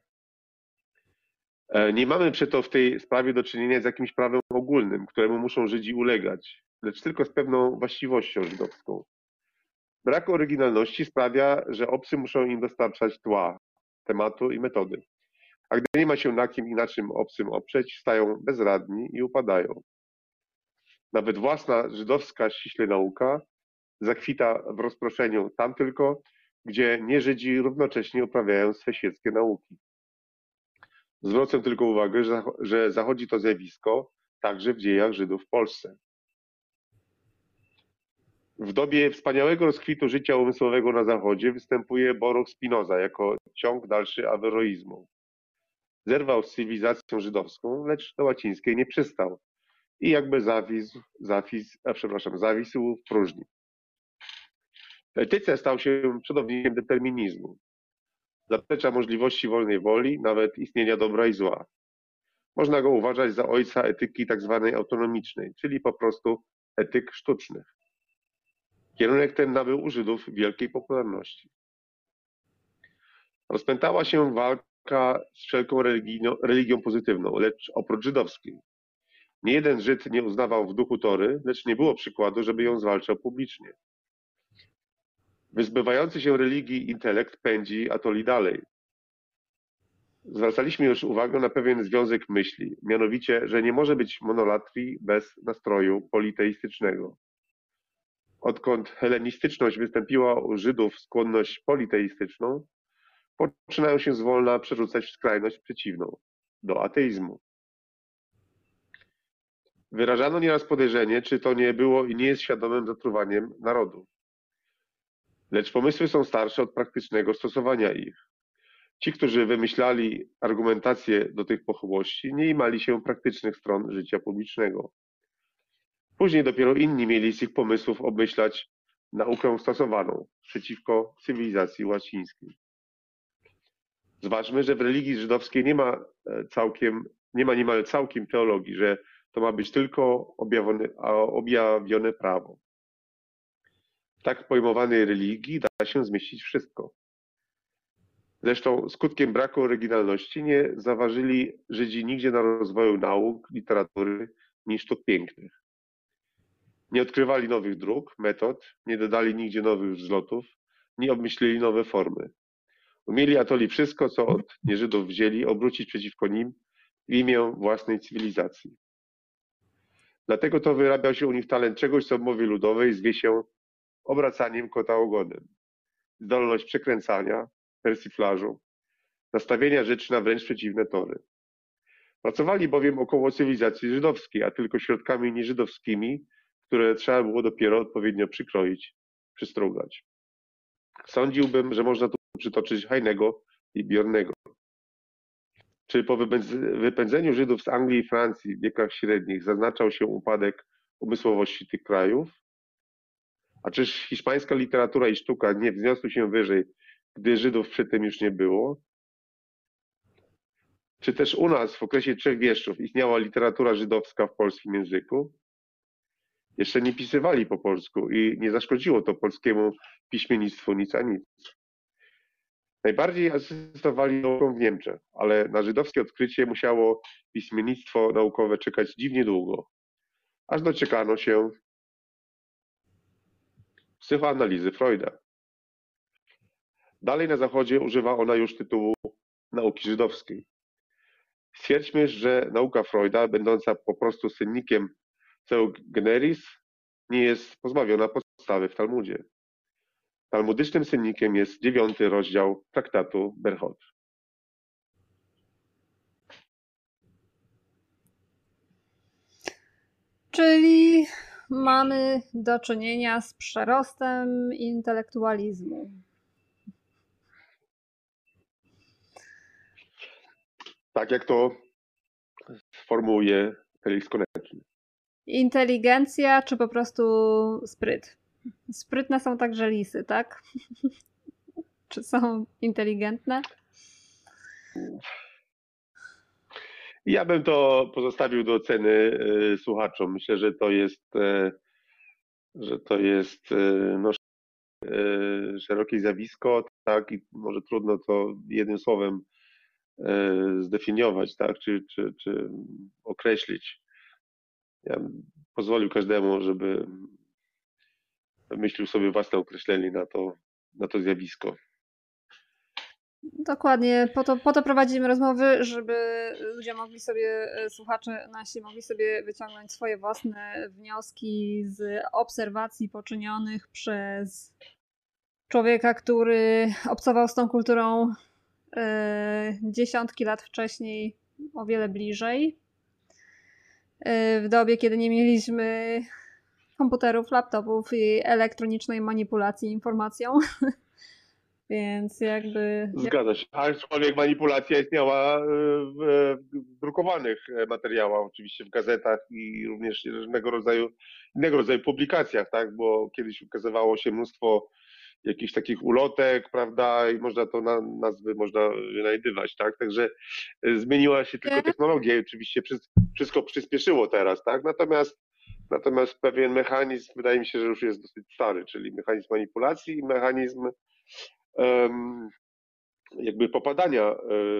Nie mamy przeto w tej sprawie do czynienia z jakimś prawem ogólnym, któremu muszą Żydzi ulegać, lecz tylko z pewną właściwością żydowską. Brak oryginalności sprawia, że obcy muszą im dostarczać tła, tematu i metody. A gdy nie ma się na kim i na czym obcym oprzeć, stają bezradni i upadają. Nawet własna żydowska ściśle nauka zakwita w rozproszeniu tam tylko, gdzie nie Żydzi równocześnie uprawiają swe świeckie nauki. Zwrócę tylko uwagę, że zachodzi to zjawisko także w dziejach Żydów w Polsce. W dobie wspaniałego rozkwitu życia umysłowego na Zachodzie występuje Baruch Spinoza jako ciąg dalszy aweroizmu. Zerwał z cywilizacją żydowską, lecz do łacińskiej nie przystał i jakby zawisł w próżni. W etyce stał się przodownikiem determinizmu. Zaprzecza możliwości wolnej woli, nawet istnienia dobra i zła. Można go uważać za ojca etyki tzw. autonomicznej, czyli po prostu etyk sztucznych. Kierunek ten nabył u Żydów wielkiej popularności. Rozpętała się walka z wszelką religią pozytywną, lecz oprócz żydowskiej. Nie jeden Żyd nie uznawał w duchu Tory, lecz nie było przykładu, żeby ją zwalczał publicznie. Wyzbywający się religii intelekt pędzi atoli dalej. Zwracaliśmy już uwagę na pewien związek myśli, mianowicie, że nie może być monolatrii bez nastroju politeistycznego. Odkąd helenistyczność wystąpiła u Żydów skłonność politeistyczną, poczynają się zwolna przerzucać w skrajność przeciwną, do ateizmu. Wyrażano nieraz podejrzenie, czy to nie było i nie jest świadomym zatruwaniem narodu. Lecz pomysły są starsze od praktycznego stosowania ich. Ci, którzy wymyślali argumentację do tych pochyłości, nie imali się praktycznych stron życia publicznego. Później dopiero inni mieli z ich pomysłów obmyślać naukę stosowaną przeciwko cywilizacji łacińskiej. Zważmy, że w religii żydowskiej nie ma niemal całkiem teologii, że to ma być tylko objawione prawo. W tak pojmowanej religii da się zmieścić wszystko. Zresztą skutkiem braku oryginalności nie zaważyli Żydzi nigdzie na rozwoju nauk, literatury, ni sztuk pięknych. Nie odkrywali nowych dróg, metod, nie dodali nigdzie nowych wzlotów, nie obmyślili nowe formy. Umieli atoli wszystko, co od nieżydów wzięli, obrócić przeciwko nim w imię własnej cywilizacji. Dlatego to wyrabiał się u nich talent czegoś, co w mowie ludowej zwie się obracaniem kota ogonem. Zdolność przekręcania, persiflażu, nastawienia rzeczy na wręcz przeciwne tory. Pracowali bowiem około cywilizacji żydowskiej, a tylko środkami nieżydowskimi, które trzeba było dopiero odpowiednio przykroić, przystrugać. Sądziłbym, że można tu przytoczyć Heinego i Bjornego. Czy po wypędzeniu Żydów z Anglii i Francji w wiekach średnich zaznaczał się upadek umysłowości tych krajów? A czyż hiszpańska literatura i sztuka nie wzniosły się wyżej, gdy Żydów przy tym już nie było? Czy też u nas w okresie trzech wieszczów istniała literatura żydowska w polskim języku? Jeszcze nie pisywali po polsku i nie zaszkodziło to polskiemu piśmiennictwu nic a nic. Najbardziej asystowali nauką w Niemczech, ale na żydowskie odkrycie musiało piśmiennictwo naukowe czekać dziwnie długo, aż doczekano się psychoanalizy Freuda. Dalej na Zachodzie używa ona już tytułu nauki żydowskiej. Stwierdźmy, że nauka Freuda, będąca po prostu synnikiem seu generis, nie jest pozbawiona podstawy w Talmudzie. Talmudycznym synnikiem jest 9 rozdział traktatu Berchot. Czyli mamy do czynienia z przerostem intelektualizmu. Tak jak to sformułuje Felix Koneczny. Inteligencja czy po prostu spryt? Sprytne są także lisy, tak? Czy są inteligentne? Ja bym to pozostawił do oceny słuchaczom. Myślę, że to jest no, szerokie zjawisko, tak, i może trudno to jednym słowem zdefiniować, tak, czy określić. Ja bym pozwolił każdemu, żeby wymyślił sobie własne określenie na to zjawisko. Dokładnie, po to prowadzimy rozmowy, żeby ludzie mogli sobie, słuchacze nasi mogli sobie wyciągnąć swoje własne wnioski z obserwacji poczynionych przez człowieka, który obcował z tą kulturą dziesiątki lat wcześniej, o wiele bliżej. W dobie, kiedy nie mieliśmy komputerów, laptopów i elektronicznej manipulacji informacją. Więc jakby... Zgadza się. Aczkolwiek manipulacja istniała w drukowanych materiałach, oczywiście w gazetach i również innego rodzaju publikacjach, tak? Bo kiedyś ukazywało się mnóstwo jakichś takich ulotek, prawda? I można to nazwy można wynajdywać, tak? Także zmieniła się tylko technologia i oczywiście wszystko przyspieszyło teraz, tak? Natomiast pewien mechanizm wydaje mi się, że już jest dosyć stary, czyli mechanizm manipulacji i mechanizm jakby popadania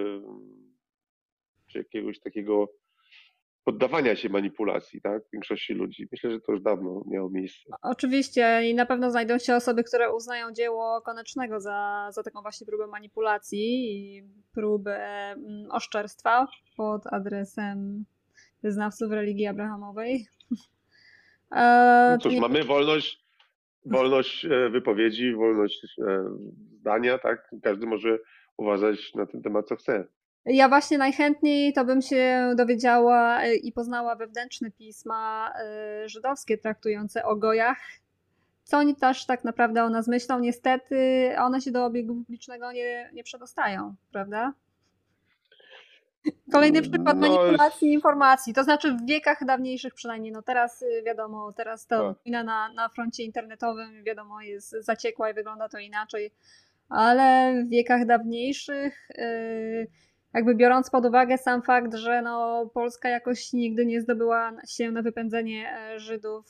czy jakiegoś takiego poddawania się manipulacji, tak, większości ludzi. Myślę, że to już dawno miało miejsce. Oczywiście i na pewno znajdą się osoby, które uznają dzieło Konecznego za taką właśnie próbę manipulacji i próbę oszczerstwa pod adresem wyznawców religii abrahamowej. No cóż, mamy wolność wypowiedzi, wolność zdania, tak? Każdy może uważać na ten temat, co chce. Ja właśnie najchętniej to bym się dowiedziała i poznała wewnętrzne pisma żydowskie traktujące o gojach. Co oni też tak naprawdę o nas myślą? Niestety one się do obiegu publicznego nie przedostają, prawda? Kolejny przykład manipulacji informacji, to znaczy w wiekach dawniejszych przynajmniej, no teraz wiadomo, teraz to wojna na froncie internetowym wiadomo jest zaciekła i wygląda to inaczej, ale w wiekach dawniejszych jakby biorąc pod uwagę sam fakt, że no Polska jakoś nigdy nie zdobyła się na wypędzenie Żydów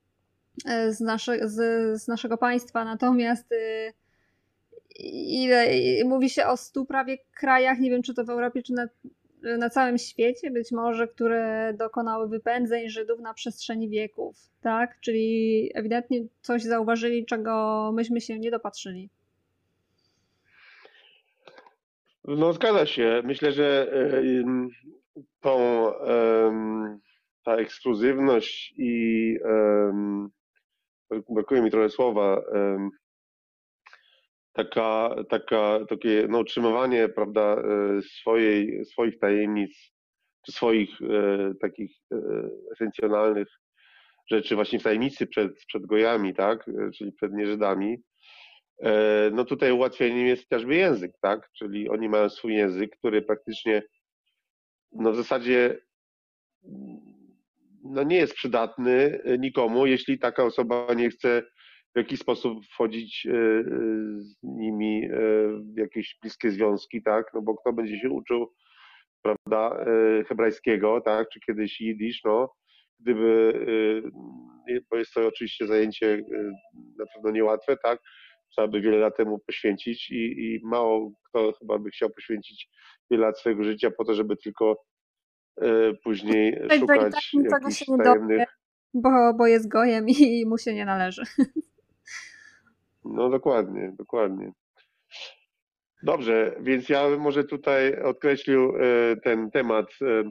z naszego państwa, natomiast mówi się o 100 prawie krajach, nie wiem czy to w Europie, czy na całym świecie być może, które dokonały wypędzeń Żydów na przestrzeni wieków, tak? Czyli ewidentnie coś zauważyli, czego myśmy się nie dopatrzyli. No zgadza się. Myślę, że ta ekskluzywność i brakuje mi trochę słowa, takie no, utrzymywanie, prawda, swoich tajemnic, czy swoich takich esencjonalnych rzeczy właśnie w tajemnicy przed gojami, tak, czyli przed nieżydami. No tutaj ułatwieniem jest chociażby język, tak, czyli oni mają swój język, który praktycznie no w zasadzie no nie jest przydatny nikomu, jeśli taka osoba nie chce w jakiś sposób wchodzić z nimi w jakieś bliskie związki, tak, no bo kto będzie się uczył, prawda, hebrajskiego, tak, czy kiedyś jidysz, no, gdyby, bo jest to oczywiście zajęcie na pewno niełatwe, tak, trzeba by wiele lat temu poświęcić i mało kto chyba by chciał poświęcić wiele lat swojego życia po to, żeby tylko później szukać jakichś tajemnych... Bo jest gojem i mu się nie należy. No dokładnie, dokładnie. Dobrze, więc ja bym może tutaj odkreślił ten temat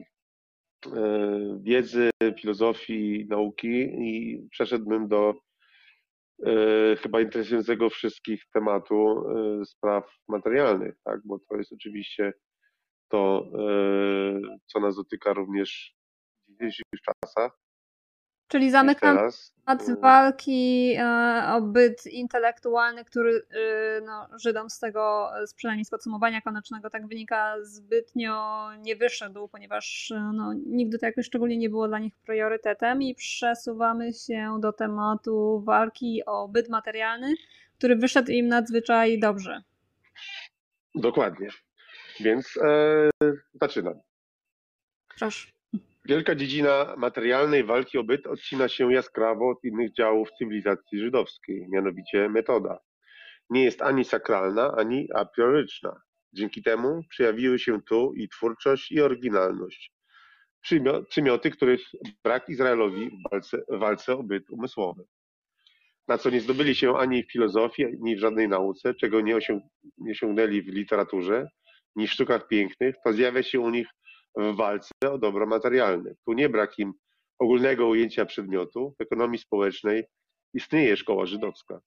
wiedzy, filozofii, nauki i przeszedłbym do chyba interesującego wszystkich tematu spraw materialnych, tak? Bo to jest oczywiście to, co nas dotyka również w dzisiejszych czasach. Czyli Więc zamykam teraz temat walki o byt intelektualny, który no, Żydom z tego, przynajmniej z podsumowania koniecznego, tak wynika, zbytnio nie wyszedł, ponieważ no, nigdy to jakoś szczególnie nie było dla nich priorytetem i przesuwamy się do tematu walki o byt materialny, który wyszedł im nadzwyczaj dobrze. dokładnie. Więc zaczynam. Proszę. Wielka dziedzina materialnej walki o byt odcina się jaskrawo od innych działów cywilizacji żydowskiej, mianowicie metoda. Nie jest ani sakralna, ani aprioryczna. Dzięki temu przejawiły się tu i twórczość, i oryginalność. Przymioty, których brak Izraelowi w walce o byt umysłowy. Na co nie zdobyli się ani w filozofii, ani w żadnej nauce, czego nie osiągnęli w literaturze, ni w sztukach pięknych, to zjawia się u nich w walce o dobro materialne. Tu nie brak im ogólnego ujęcia przedmiotu. W ekonomii społecznej istnieje szkoła żydowska.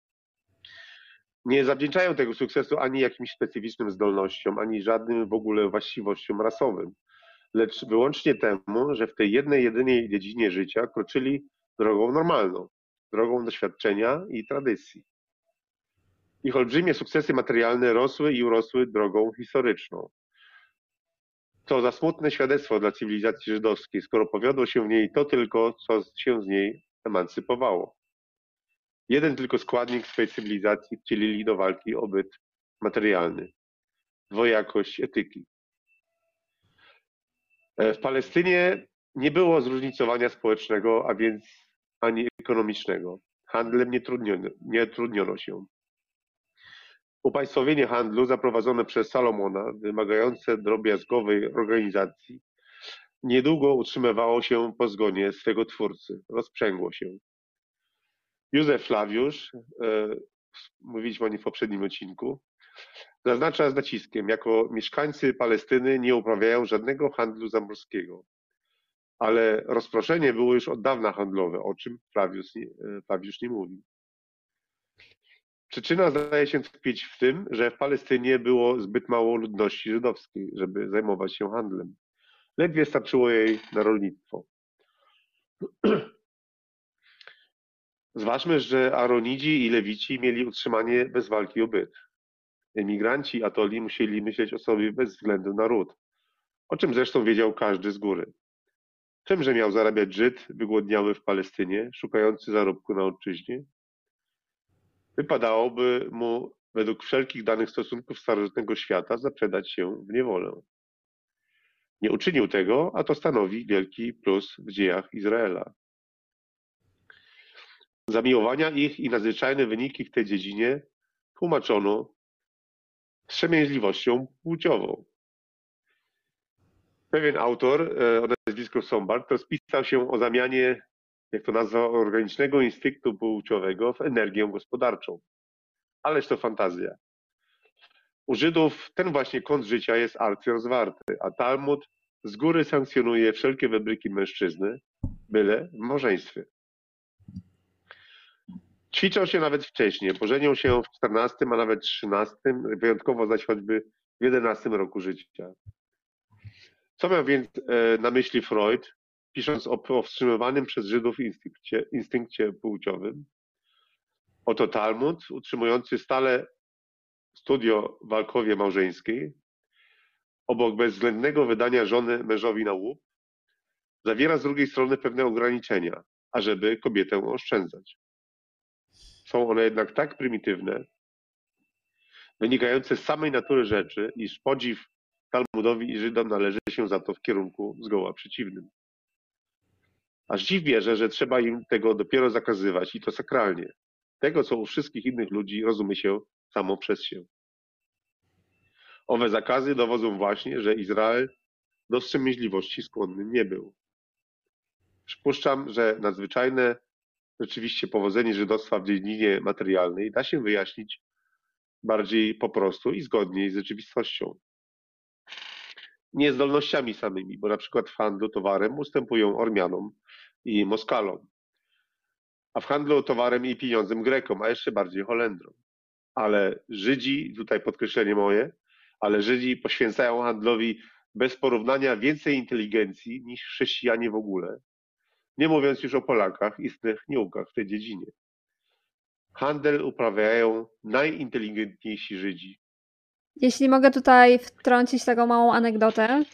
Nie zawdzięczają tego sukcesu ani jakimś specyficznym zdolnościom, ani żadnym w ogóle właściwościom rasowym, lecz wyłącznie temu, że w tej jednej, jedynej dziedzinie życia kroczyli drogą normalną, drogą doświadczenia i tradycji. Ich olbrzymie sukcesy materialne rosły i urosły drogą historyczną. Co za smutne świadectwo dla cywilizacji żydowskiej, skoro powiodło się w niej to tylko, co się z niej emancypowało. Jeden tylko składnik swej cywilizacji wcielili do walki o byt materialny. Dwojakość etyki. W Palestynie nie było zróżnicowania społecznego, a więc ani ekonomicznego. Handlem nie trudniono się. Upaństwowienie handlu zaprowadzone przez Salomona, wymagające drobiazgowej organizacji, niedługo utrzymywało się po zgonie swego twórcy. Rozprzęgło się. Józef Flawiusz, mówiliśmy o nim w poprzednim odcinku, zaznacza z naciskiem, jako mieszkańcy Palestyny nie uprawiają żadnego handlu zamorskiego. Ale rozproszenie było już od dawna handlowe, o czym Flawiusz nie mówi. Przyczyna zdaje się tkwić w tym, że w Palestynie było zbyt mało ludności żydowskiej, żeby zajmować się handlem. Ledwie starczyło jej na rolnictwo. Zważmy, że Aaronidzi i Lewici mieli utrzymanie bez walki o byt. Emigranci Atoli musieli myśleć o sobie bez względu na ród, o czym zresztą wiedział każdy z góry. Czymże miał zarabiać Żyd wygłodniały w Palestynie, szukający zarobku na ojczyźnie? Wypadałoby mu według wszelkich danych stosunków starożytnego świata zaprzedać się w niewolę. Nie uczynił tego, a to stanowi wielki plus w dziejach Izraela. Zamiłowania ich i nadzwyczajne wyniki w tej dziedzinie tłumaczono wstrzemięźliwością płciową. Pewien autor o nazwisku Sombart rozpisał się o zamianie, jak to nazwał, organicznego instynktu płciowego w energię gospodarczą. Ależ to fantazja. U Żydów ten właśnie kąt życia jest arcyrozwarty, a Talmud z góry sankcjonuje wszelkie wybryki mężczyzny, byle w małżeństwie. Ćwiczą się nawet wcześniej, pożenią się w 14, a nawet 13, wyjątkowo zaś choćby w 11 roku życia. Co miał więc na myśli Freud, pisząc o powstrzymywanym przez Żydów instynkcie płciowym? Oto Talmud, utrzymujący stale studio w alkowie małżeńskiej, obok bezwzględnego wydania żony mężowi na łup, zawiera z drugiej strony pewne ograniczenia, ażeby kobietę oszczędzać. Są one jednak tak prymitywne, wynikające z samej natury rzeczy, iż podziw Talmudowi i Żydom należy się za to w kierunku zgoła przeciwnym. Aż dziw bierze, że trzeba im tego dopiero zakazywać i to sakralnie. Tego, co u wszystkich innych ludzi rozumie się samo przez się. Owe zakazy dowodzą właśnie, że Izrael do wstrzemięźliwości skłonny nie był. Przypuszczam, że nadzwyczajne rzeczywiście powodzenie żydostwa w dziedzinie materialnej da się wyjaśnić bardziej po prostu i zgodniej z rzeczywistością. Nie zdolnościami samymi, bo na przykład w handlu towarem ustępują Ormianom i Moskalom, a w handlu towarem i pieniądzem Grekom, a jeszcze bardziej Holendrom. Ale Żydzi, tutaj podkreślenie moje, ale Żydzi poświęcają handlowi bez porównania więcej inteligencji niż chrześcijanie w ogóle. Nie mówiąc już o Polakach, istnych nieukach w tej dziedzinie. Handel uprawiają najinteligentniejsi Żydzi. Jeśli mogę tutaj wtrącić taką małą anegdotę,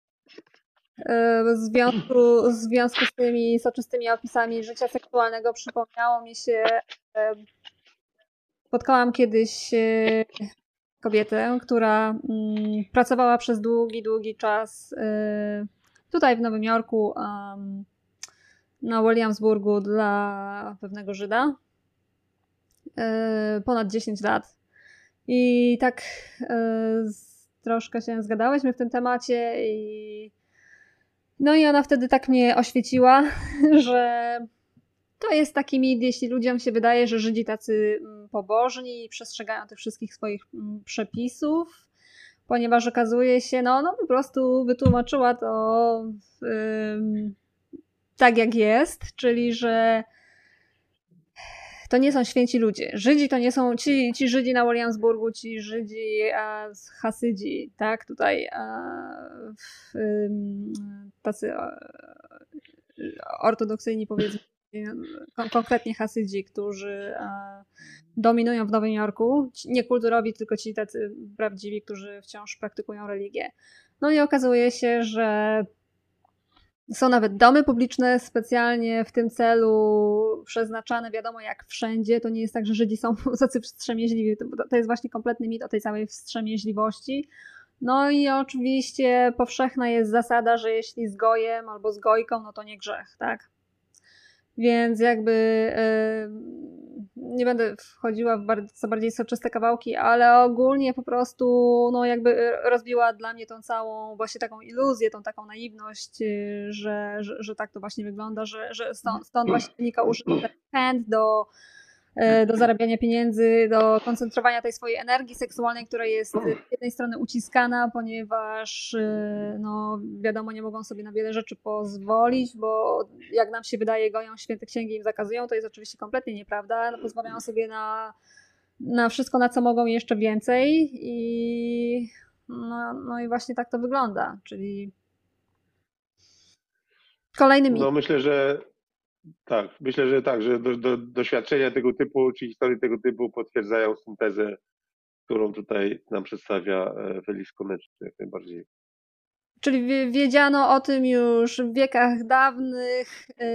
w związku z tymi soczystymi opisami życia seksualnego przypomniało mi się, spotkałam kiedyś kobietę, która pracowała przez długi czas tutaj w Nowym Jorku na Williamsburgu dla pewnego Żyda. Ponad 10 lat. I tak troszkę się zgadałyśmy w tym temacie no i ona wtedy tak mnie oświeciła, że to jest taki mit, jeśli ludziom się wydaje, że Żydzi tacy pobożni i przestrzegają tych wszystkich swoich przepisów, ponieważ okazuje się, no po prostu wytłumaczyła to tak jak jest, czyli że to nie są święci ludzie. Żydzi to nie są ci Żydzi na Williamsburgu, ci Żydzi Hasydzi, tak? Tutaj tacy ortodoksyjni, powiedzmy, konkretnie Hasydzi, którzy dominują w Nowym Jorku. Nie kulturowi, tylko ci tacy prawdziwi, którzy wciąż praktykują religię. No i okazuje się, że są nawet domy publiczne specjalnie w tym celu przeznaczane, wiadomo jak wszędzie. To nie jest tak, że Żydzi są tacy wstrzemięźliwi. To jest właśnie kompletny mit o tej całej wstrzemięźliwości. No i oczywiście powszechna jest zasada, że jeśli z gojem albo z gojką, no to nie grzech, tak? Więc jakby nie będę wchodziła w co bardziej soczyste kawałki, ale ogólnie po prostu no jakby rozbiła dla mnie tą całą właśnie taką iluzję, tą taką naiwność, że tak to właśnie wygląda, że stąd właśnie wynika użytek chęt do zarabiania pieniędzy, do koncentrowania tej swojej energii seksualnej, która jest z jednej strony uciskana, ponieważ no wiadomo, nie mogą sobie na wiele rzeczy pozwolić, bo jak nam się wydaje, goją święte księgi im zakazują, to jest oczywiście kompletnie nieprawda. No, pozwalają sobie na wszystko, na co mogą jeszcze więcej no i właśnie tak to wygląda, czyli kolejny mit. No myślę, że tak, że doświadczenia tego typu, czy historie tego typu potwierdzają syntezę, którą tutaj nam przedstawia Feliks Koneczny, jak najbardziej. Czyli wiedziano o tym już w wiekach dawnych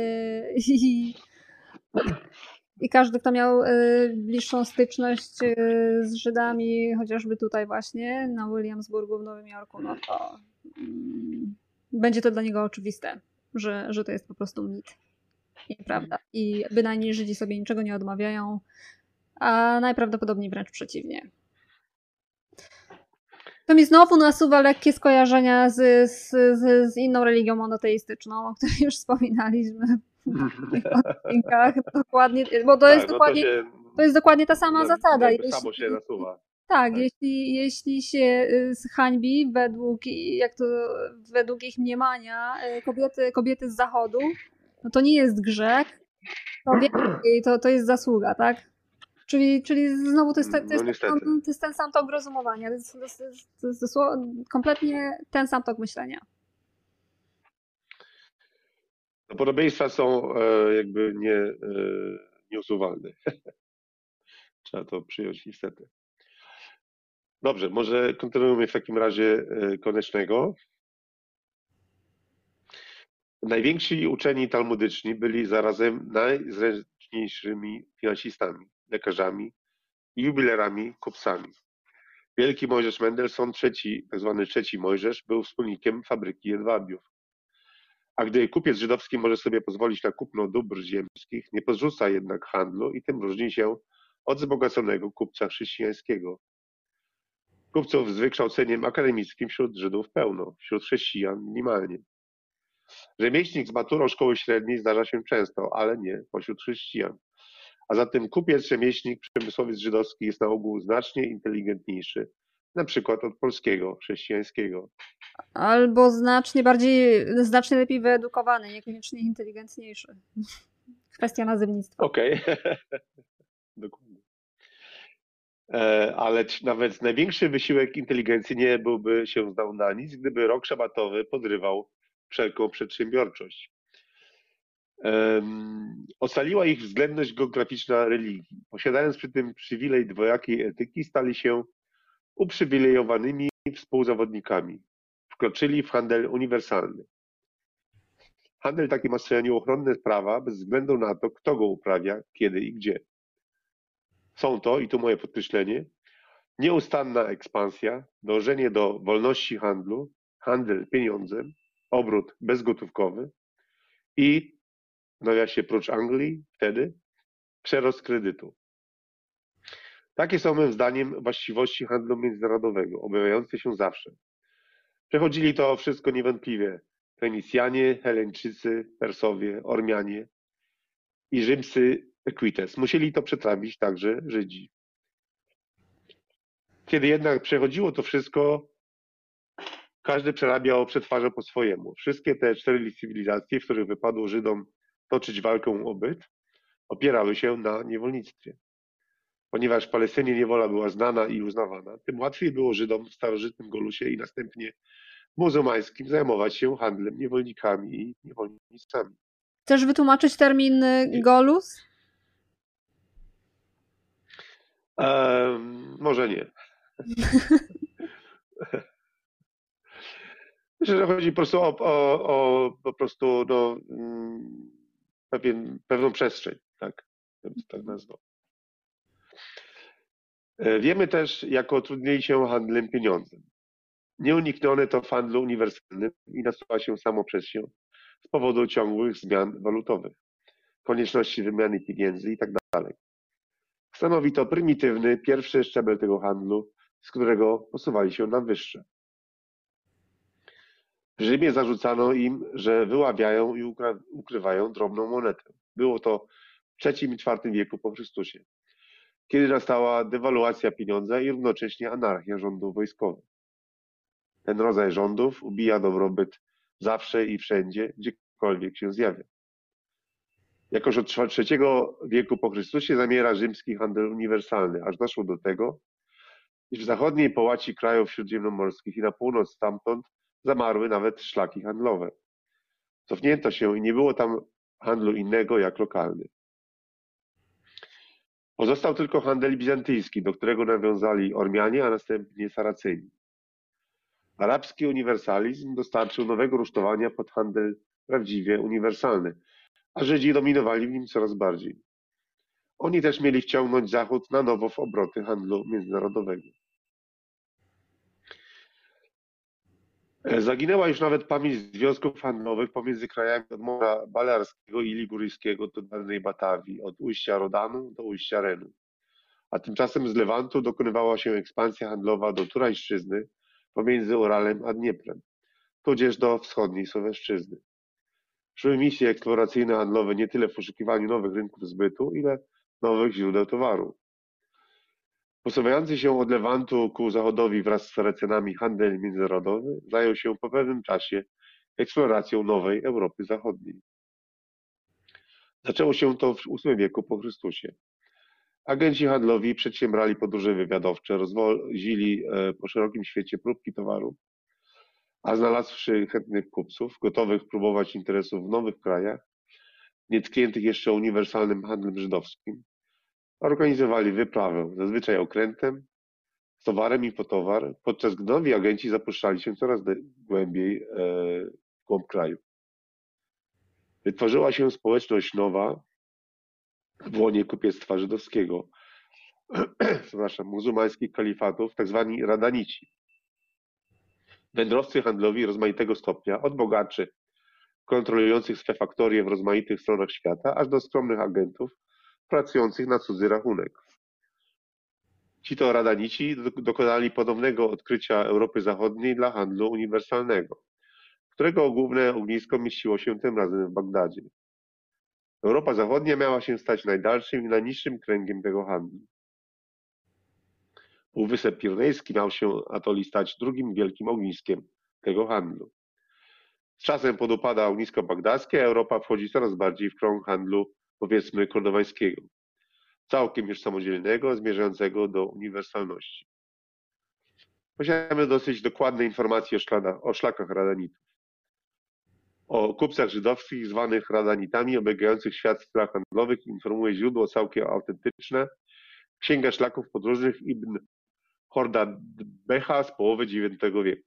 i każdy, kto miał bliższą styczność z Żydami, chociażby tutaj właśnie na Williamsburgu w Nowym Jorku, no to będzie to dla niego oczywiste, że to jest po prostu mit. Nieprawda. I bynajmniej Żydzi sobie niczego nie odmawiają, a najprawdopodobniej wręcz przeciwnie. To mi znowu nasuwa lekkie skojarzenia z inną religią monoteistyczną, o której już wspominaliśmy w odcinkach. Dokładnie, bo to jest dokładnie, to jest dokładnie ta sama zasada. Samo się nasuwa. Tak, jeśli się hańbi według ich mniemania kobiety z zachodu, no to nie jest grzech, to jest zasługa, tak? Czyli znowu to jest ten sam tok rozumowania, to jest kompletnie ten sam tok myślenia. No, podobieństwa są jakby nieusuwalne. Trzeba to przyjąć niestety. Dobrze, może kontynuujemy w takim razie Konecznego. Najwięksi uczeni talmudyczni byli zarazem najzręczniejszymi finansistami, lekarzami, jubilerami, kupcami. Wielki Mojżesz Mendelssohn, tak zwany trzeci Mojżesz, był wspólnikiem fabryki jedwabiów. A gdy kupiec żydowski może sobie pozwolić na kupno dóbr ziemskich, nie porzuca jednak handlu i tym różni się od wzbogaconego kupca chrześcijańskiego. Kupców z wykształceniem akademickim wśród Żydów pełno, wśród chrześcijan minimalnie. Rzemieślnik z maturą szkoły średniej zdarza się często, ale nie pośród chrześcijan. A zatem kupiec, rzemieślnik, przemysłowiec żydowski jest na ogół znacznie inteligentniejszy, na przykład od polskiego, chrześcijańskiego. Albo znacznie lepiej wyedukowany, niekoniecznie inteligentniejszy. Kwestia nazewnictwa. Okej. Dokładnie. Ale nawet największy wysiłek inteligencji nie byłby się zdał na nic, gdyby rok szabatowy podrywał wszelką przedsiębiorczość. Ocaliła ich względność geograficzna religii. Posiadając przy tym przywilej dwojakiej etyki, stali się uprzywilejowanymi współzawodnikami. Wkroczyli w handel uniwersalny. Handel taki ma swoje nieuchronne prawa bez względu na to, kto go uprawia, kiedy i gdzie. Są to, i tu moje podkreślenie, nieustanna ekspansja, dążenie do wolności handlu, handel pieniądzem, obrót bezgotówkowy i, w nawiasie prócz Anglii, wtedy przerost kredytu. Takie są moim zdaniem właściwości handlu międzynarodowego, objawiające się zawsze. Przechodzili to wszystko niewątpliwie Fenicjanie, Heleńczycy, Persowie, Ormianie i rzymscy Equites. Musieli to przetrawić także Żydzi. Kiedy jednak przechodziło to wszystko, każdy przerabiał, przetwarzał po swojemu. Wszystkie te 4 cywilizacje, w których wypadło Żydom toczyć walkę o byt, opierały się na niewolnictwie. Ponieważ w Palestynie niewola była znana i uznawana, tym łatwiej było Żydom w starożytnym Golusie i następnie muzułmańskim zajmować się handlem niewolnikami i niewolnicami. Chcesz wytłumaczyć termin golus? Może nie. Myślę, że chodzi po prostu o po prostu pewną przestrzeń, tak? Tak nazwał. Wiemy też, jak utrudnili się handlem pieniądzem. Nieuniknione to w handlu uniwersalnym i nasuwa się samo przez się z powodu ciągłych zmian walutowych, konieczności wymiany pieniędzy itd. Stanowi to prymitywny, pierwszy szczebel tego handlu, z którego posuwali się na wyższe. W Rzymie zarzucano im, że wyławiają i ukrywają drobną monetę. Było to w III i IV wieku po Chrystusie, kiedy nastała dewaluacja pieniądza i równocześnie anarchia rządów wojskowych. Ten rodzaj rządów ubija dobrobyt zawsze i wszędzie, gdziekolwiek się zjawia. Jakoż od III wieku po Chrystusie zamiera rzymski handel uniwersalny, aż doszło do tego, iż w zachodniej połaci krajów śródziemnomorskich i na północ stamtąd zamarły nawet szlaki handlowe. Cofnięto się i nie było tam handlu innego jak lokalny. Pozostał tylko handel bizantyjski, do którego nawiązali Ormianie, a następnie Saraceni. Arabski uniwersalizm dostarczył nowego rusztowania pod handel prawdziwie uniwersalny, a Żydzi dominowali w nim coraz bardziej. Oni też mieli wciągnąć Zachód na nowo w obroty handlu międzynarodowego. Zaginęła już nawet pamięć związków handlowych pomiędzy krajami od Morza Balearskiego i Liguryjskiego do dawnej Batawii, od ujścia Rodanu do ujścia Renu. A tymczasem z Lewantu dokonywała się ekspansja handlowa do Turajszczyzny pomiędzy Uralem a Dnieprem, tudzież do wschodniej Słoweszczyzny. Szły misje eksploracyjne handlowe nie tyle w poszukiwaniu nowych rynków zbytu, ile nowych źródeł towaru. Posuwający się od Lewantu ku zachodowi wraz z Saracenami handel międzynarodowy zajął się po pewnym czasie eksploracją nowej Europy Zachodniej. Zaczęło się to w VIII wieku po Chrystusie. Agenci handlowi przedsiębrali podróże wywiadowcze, rozwozili po szerokim świecie próbki towaru, a znalazłszy chętnych kupców, gotowych próbować interesów w nowych krajach, nietkniętych jeszcze uniwersalnym handlem żydowskim, organizowali wyprawę, zazwyczaj okrętem, z towarem i po towar, podczas gdy nowi agenci zapuszczali się coraz głębiej w głąb kraju. Wytworzyła się społeczność nowa w łonie kupiectwa żydowskiego, muzułmańskich kalifatów, tak zwani radanici. Wędrowcy handlowi rozmaitego stopnia, od bogaczy kontrolujących swe faktorie w rozmaitych stronach świata, aż do skromnych agentów pracujących na cudzy rachunek. Ci to radanici dokonali ponownego odkrycia Europy Zachodniej dla handlu uniwersalnego, którego główne ognisko mieściło się tym razem w Bagdadzie. Europa Zachodnia miała się stać najdalszym i najniższym kręgiem tego handlu. Półwysep Pirenejski miał się atoli stać drugim wielkim ogniskiem tego handlu. Z czasem podupada ognisko bagdaskie, a Europa wchodzi coraz bardziej w krąg handlu, powiedzmy, kordowańskiego, całkiem już samodzielnego, zmierzającego do uniwersalności. Posiadamy dosyć dokładne informacje o szlakach radanitów. O kupcach żydowskich zwanych radanitami obiegających świat w sprawach handlowych informuje źródło całkiem autentyczne. Księga Szlaków Podróżnych Ibn Horda-Becha z połowy IX wieku.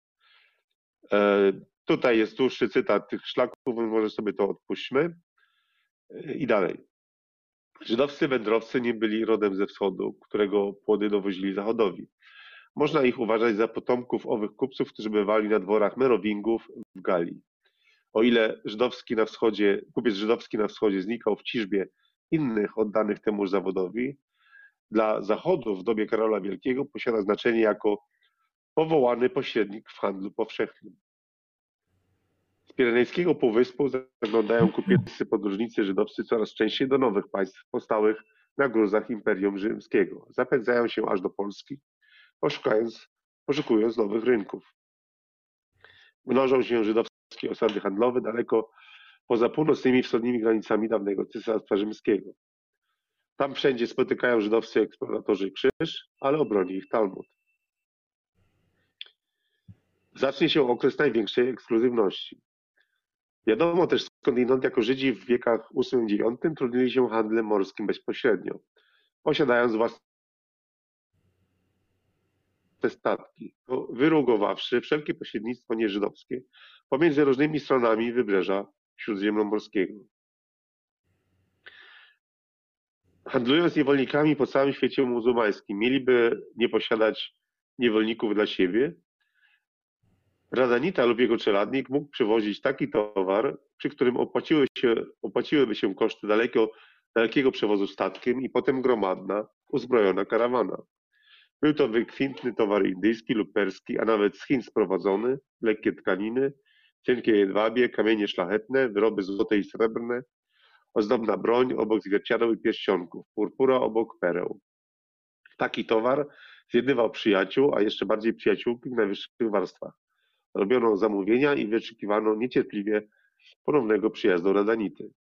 Tutaj jest dłuższy cytat tych szlaków, może sobie to odpuśćmy. I dalej. Żydowscy wędrowcy nie byli rodem ze wschodu, którego płody dowozili zachodowi. Można ich uważać za potomków owych kupców, którzy bywali na dworach Merowingów w Galii. O ile kupiec żydowski na wschodzie znikał w ciżbie innych oddanych temuż zawodowi, dla Zachodu w dobie Karola Wielkiego posiada znaczenie jako powołany pośrednik w handlu powszechnym. Z Pirenejskiego Półwyspu zaglądają kupieccy podróżnicy żydowscy coraz częściej do nowych państw powstałych na gruzach Imperium Rzymskiego. Zapędzają się aż do Polski, poszukując nowych rynków. Mnożą się żydowskie osady handlowe daleko poza północnymi i wschodnimi granicami dawnego Cesarstwa Rzymskiego. Tam wszędzie spotykają żydowscy eksploratorzy krzyż, ale obroni ich Talmud. Zacznie się okres największej ekskluzywności. Wiadomo też skądinąd, jako Żydzi w wiekach VIII-IX trudnili się handlem morskim bezpośrednio, posiadając własne statki, wyrugowawszy wszelkie pośrednictwo nieżydowskie pomiędzy różnymi stronami wybrzeża śródziemnomorskiego. Handlując niewolnikami po całym świecie muzułmańskim, mieliby nie posiadać niewolników dla siebie? Radanita lub jego czeladnik mógł przywozić taki towar, przy którym opłaciłyby się koszty dalekiego przewozu statkiem i potem gromadna, uzbrojona karawana. Był to wykwintny towar indyjski lub perski, a nawet z Chin sprowadzony, lekkie tkaniny, cienkie jedwabie, kamienie szlachetne, wyroby złote i srebrne, ozdobna broń obok zwierciadeł i pierścionków, purpura obok pereł. Taki towar zjednywał przyjaciół, a jeszcze bardziej przyjaciółki w najwyższych warstwach. Robiono zamówienia i wyczekiwano niecierpliwie ponownego przyjazdu Radanity.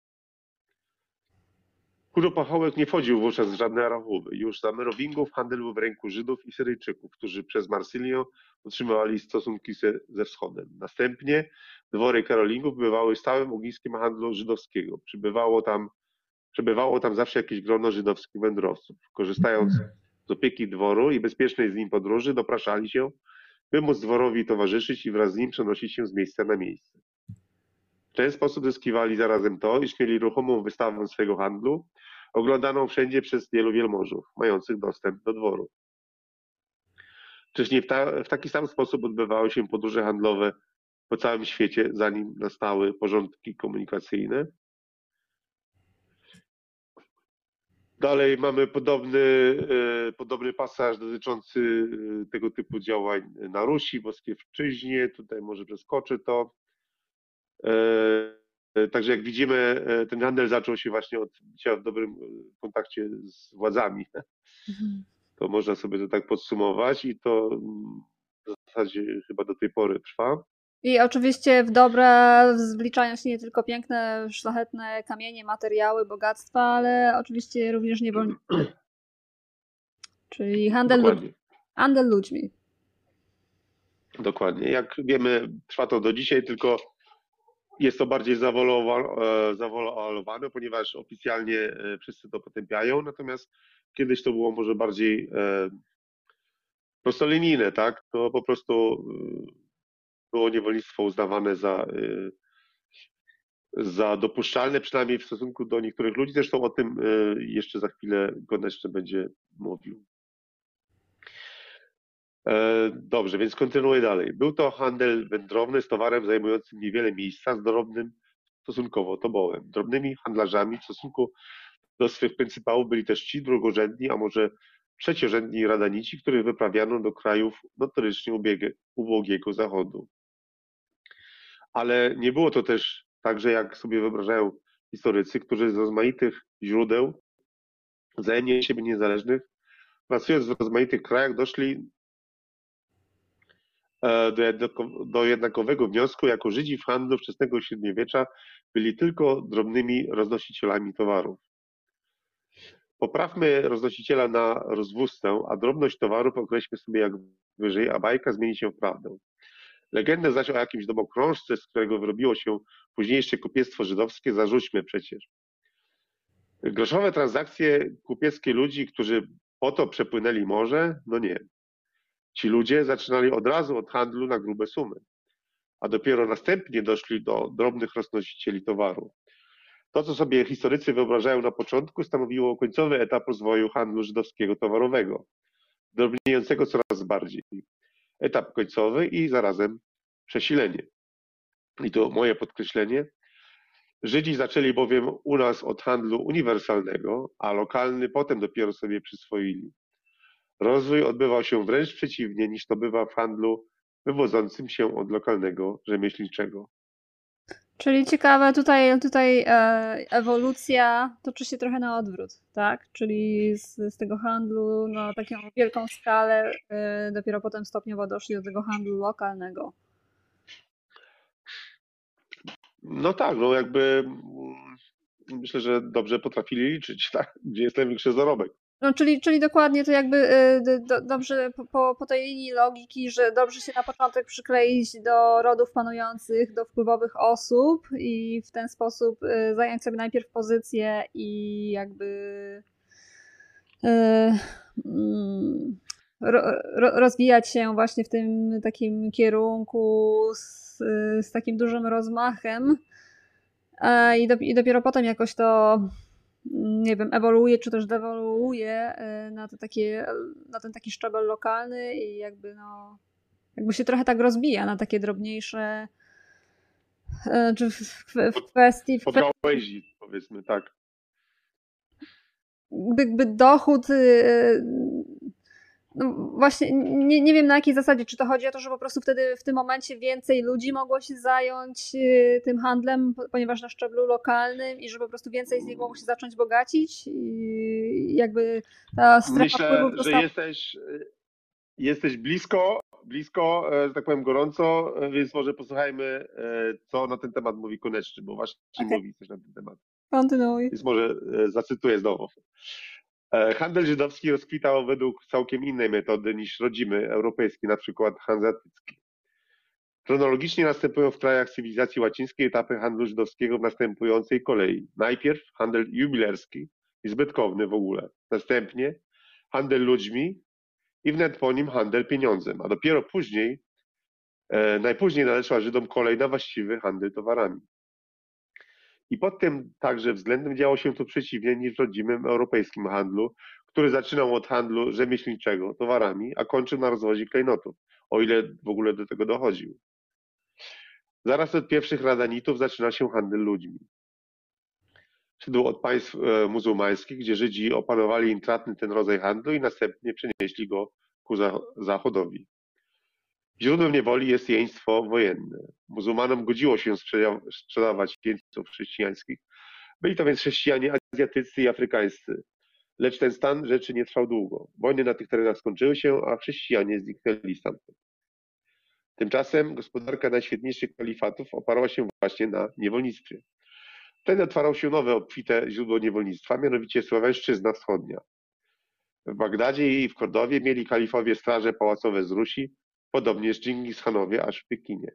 Kuropachołek nie wchodził wówczas w żadne rachuby. Już za Merowingów handel był w ręku Żydów i Syryjczyków, którzy przez Marsylię utrzymywali stosunki ze wschodem. Następnie dwory Karolingów bywały stałym ogniskiem handlu żydowskiego. Przebywało tam zawsze jakieś grono żydowskich wędrowców. Korzystając z opieki dworu i bezpiecznej z nim podróży, dopraszali się, by móc dworowi towarzyszyć i wraz z nim przenosić się z miejsca na miejsce. W ten sposób zyskiwali zarazem to, iż mieli ruchomą wystawę swego handlu, oglądaną wszędzie przez wielu wielmożów, mających dostęp do dworu. Wcześniej w taki sam sposób odbywały się podróże handlowe po całym świecie, zanim nastały porządki komunikacyjne. Dalej mamy podobny pasaż dotyczący tego typu działań na Rusi, Moskiewszczyźnie. Tutaj może przeskoczę to. Także jak widzimy, ten handel zaczął się właśnie od bycia w dobrym kontakcie z władzami. To można sobie to tak podsumować i to w zasadzie chyba do tej pory trwa. I oczywiście w dobre wliczają się nie tylko piękne, szlachetne kamienie, materiały, bogactwa, ale oczywiście również niewolnicy. Czyli handel ludźmi. Dokładnie. Jak wiemy, trwa to do dzisiaj, tylko jest to bardziej zawolowane, ponieważ oficjalnie wszyscy to potępiają, natomiast kiedyś to było może bardziej prostolinijne, tak? To po prostu było niewolnictwo uznawane za dopuszczalne, przynajmniej w stosunku do niektórych ludzi. Zresztą o tym jeszcze za chwilę Koneczny będzie mówił. Dobrze, więc kontynuuję dalej. Był to handel wędrowny z towarem zajmującym niewiele miejsca, z drobnym stosunkowo tobołem. Drobnymi handlarzami w stosunku do swych pryncypałów byli też ci drugorzędni, a może trzeciorzędni radanici, których wyprawiano do krajów notorycznie ubogiego Zachodu. Ale nie było to też tak, że jak sobie wyobrażają historycy, którzy z rozmaitych źródeł, wzajemnie siebie niezależnych, pracując w rozmaitych krajach, doszli do jednakowego wniosku, jako Żydzi w handlu wczesnego średniowiecza byli tylko drobnymi roznosicielami towarów. Poprawmy roznosiciela na rozwózcę, a drobność towarów określmy sobie jak wyżej, a bajka zmieni się w prawdę. Legendę zaś o jakimś domokrążce, z którego wyrobiło się późniejsze kupiectwo żydowskie, zarzućmy przecież. Groszowe transakcje kupieckie ludzi, którzy po to przepłynęli morze, no nie. Ci ludzie zaczynali od razu od handlu na grube sumy, a dopiero następnie doszli do drobnych roznosicieli towaru. To, co sobie historycy wyobrażają na początku, stanowiło końcowy etap rozwoju handlu żydowskiego towarowego, drobniejącego coraz bardziej. Etap końcowy i zarazem przesilenie. I to moje podkreślenie. Żydzi zaczęli bowiem u nas od handlu uniwersalnego, a lokalny potem dopiero sobie przyswoili. Rozwój odbywał się wręcz przeciwnie niż to bywa w handlu wywodzącym się od lokalnego rzemieślniczego. Czyli ciekawe, tutaj ewolucja toczy się trochę na odwrót, tak? Czyli z tego handlu na taką wielką skalę dopiero potem stopniowo doszli do tego handlu lokalnego. No tak, no jakby myślę, że dobrze potrafili liczyć, tak? Gdzie jest największy zarobek. No, czyli dokładnie to jakby dobrze po tej linii logiki, że dobrze się na początek przykleić do rodów panujących, do wpływowych osób i w ten sposób zająć sobie najpierw pozycję i jakby rozwijać się właśnie w tym takim kierunku z takim dużym rozmachem i dopiero potem jakoś to nie wiem, ewoluuje czy też dewoluuje na ten taki szczebel lokalny i jakby się trochę tak rozbija na takie drobniejsze czy w kwestii Pod gałęzi, powiedzmy, tak. jakby dochód no właśnie nie wiem na jakiej zasadzie, czy to chodzi o to, że po prostu wtedy w tym momencie więcej ludzi mogło się zająć tym handlem, ponieważ na szczeblu lokalnym i że po prostu więcej z nich mogło się zacząć bogacić i jakby ta strefa wpływów Myślę, że jesteś blisko, że tak powiem gorąco, więc może posłuchajmy, co na ten temat mówi Koneczny, bo właśnie mówi coś na ten temat. Kontynuuj. Więc może zacytuję znowu. Handel żydowski rozkwitał według całkiem innej metody niż rodzimy europejski, na przykład hanzeatycki. Chronologicznie następują w krajach cywilizacji łacińskiej etapy handlu żydowskiego w następującej kolei. Najpierw handel jubilerski i zbytkowny w ogóle. Następnie handel ludźmi i wnet po nim handel pieniądzem, a dopiero później, najpóźniej naleciała Żydom kolej na właściwy handel towarami. I pod tym także względem działo się to przeciwnie niż w rodzimym europejskim handlu, który zaczynał od handlu rzemieślniczego towarami, a kończył na rozwozie klejnotów, o ile w ogóle do tego dochodził. Zaraz od pierwszych Radanitów zaczyna się handel ludźmi. Szedł od państw muzułmańskich, gdzie Żydzi opanowali intratny ten rodzaj handlu i następnie przenieśli go ku zachodowi. Źródłem niewoli jest jeństwo wojenne. Muzułmanom godziło się sprzedawać jeńców chrześcijańskich. Byli to więc chrześcijanie azjatyccy i afrykańscy. Lecz ten stan rzeczy nie trwał długo. Wojny na tych terenach skończyły się, a chrześcijanie zniknęli stamtąd. Tymczasem gospodarka najświetniejszych kalifatów oparła się właśnie na niewolnictwie. Wtedy otwarło się nowe, obfite źródło niewolnictwa, mianowicie Sławęszczyzna Wschodnia. W Bagdadzie i w Kordowie mieli kalifowie straże pałacowe z Rusi, podobnież Dżingis Hanowie aż w Pekinie.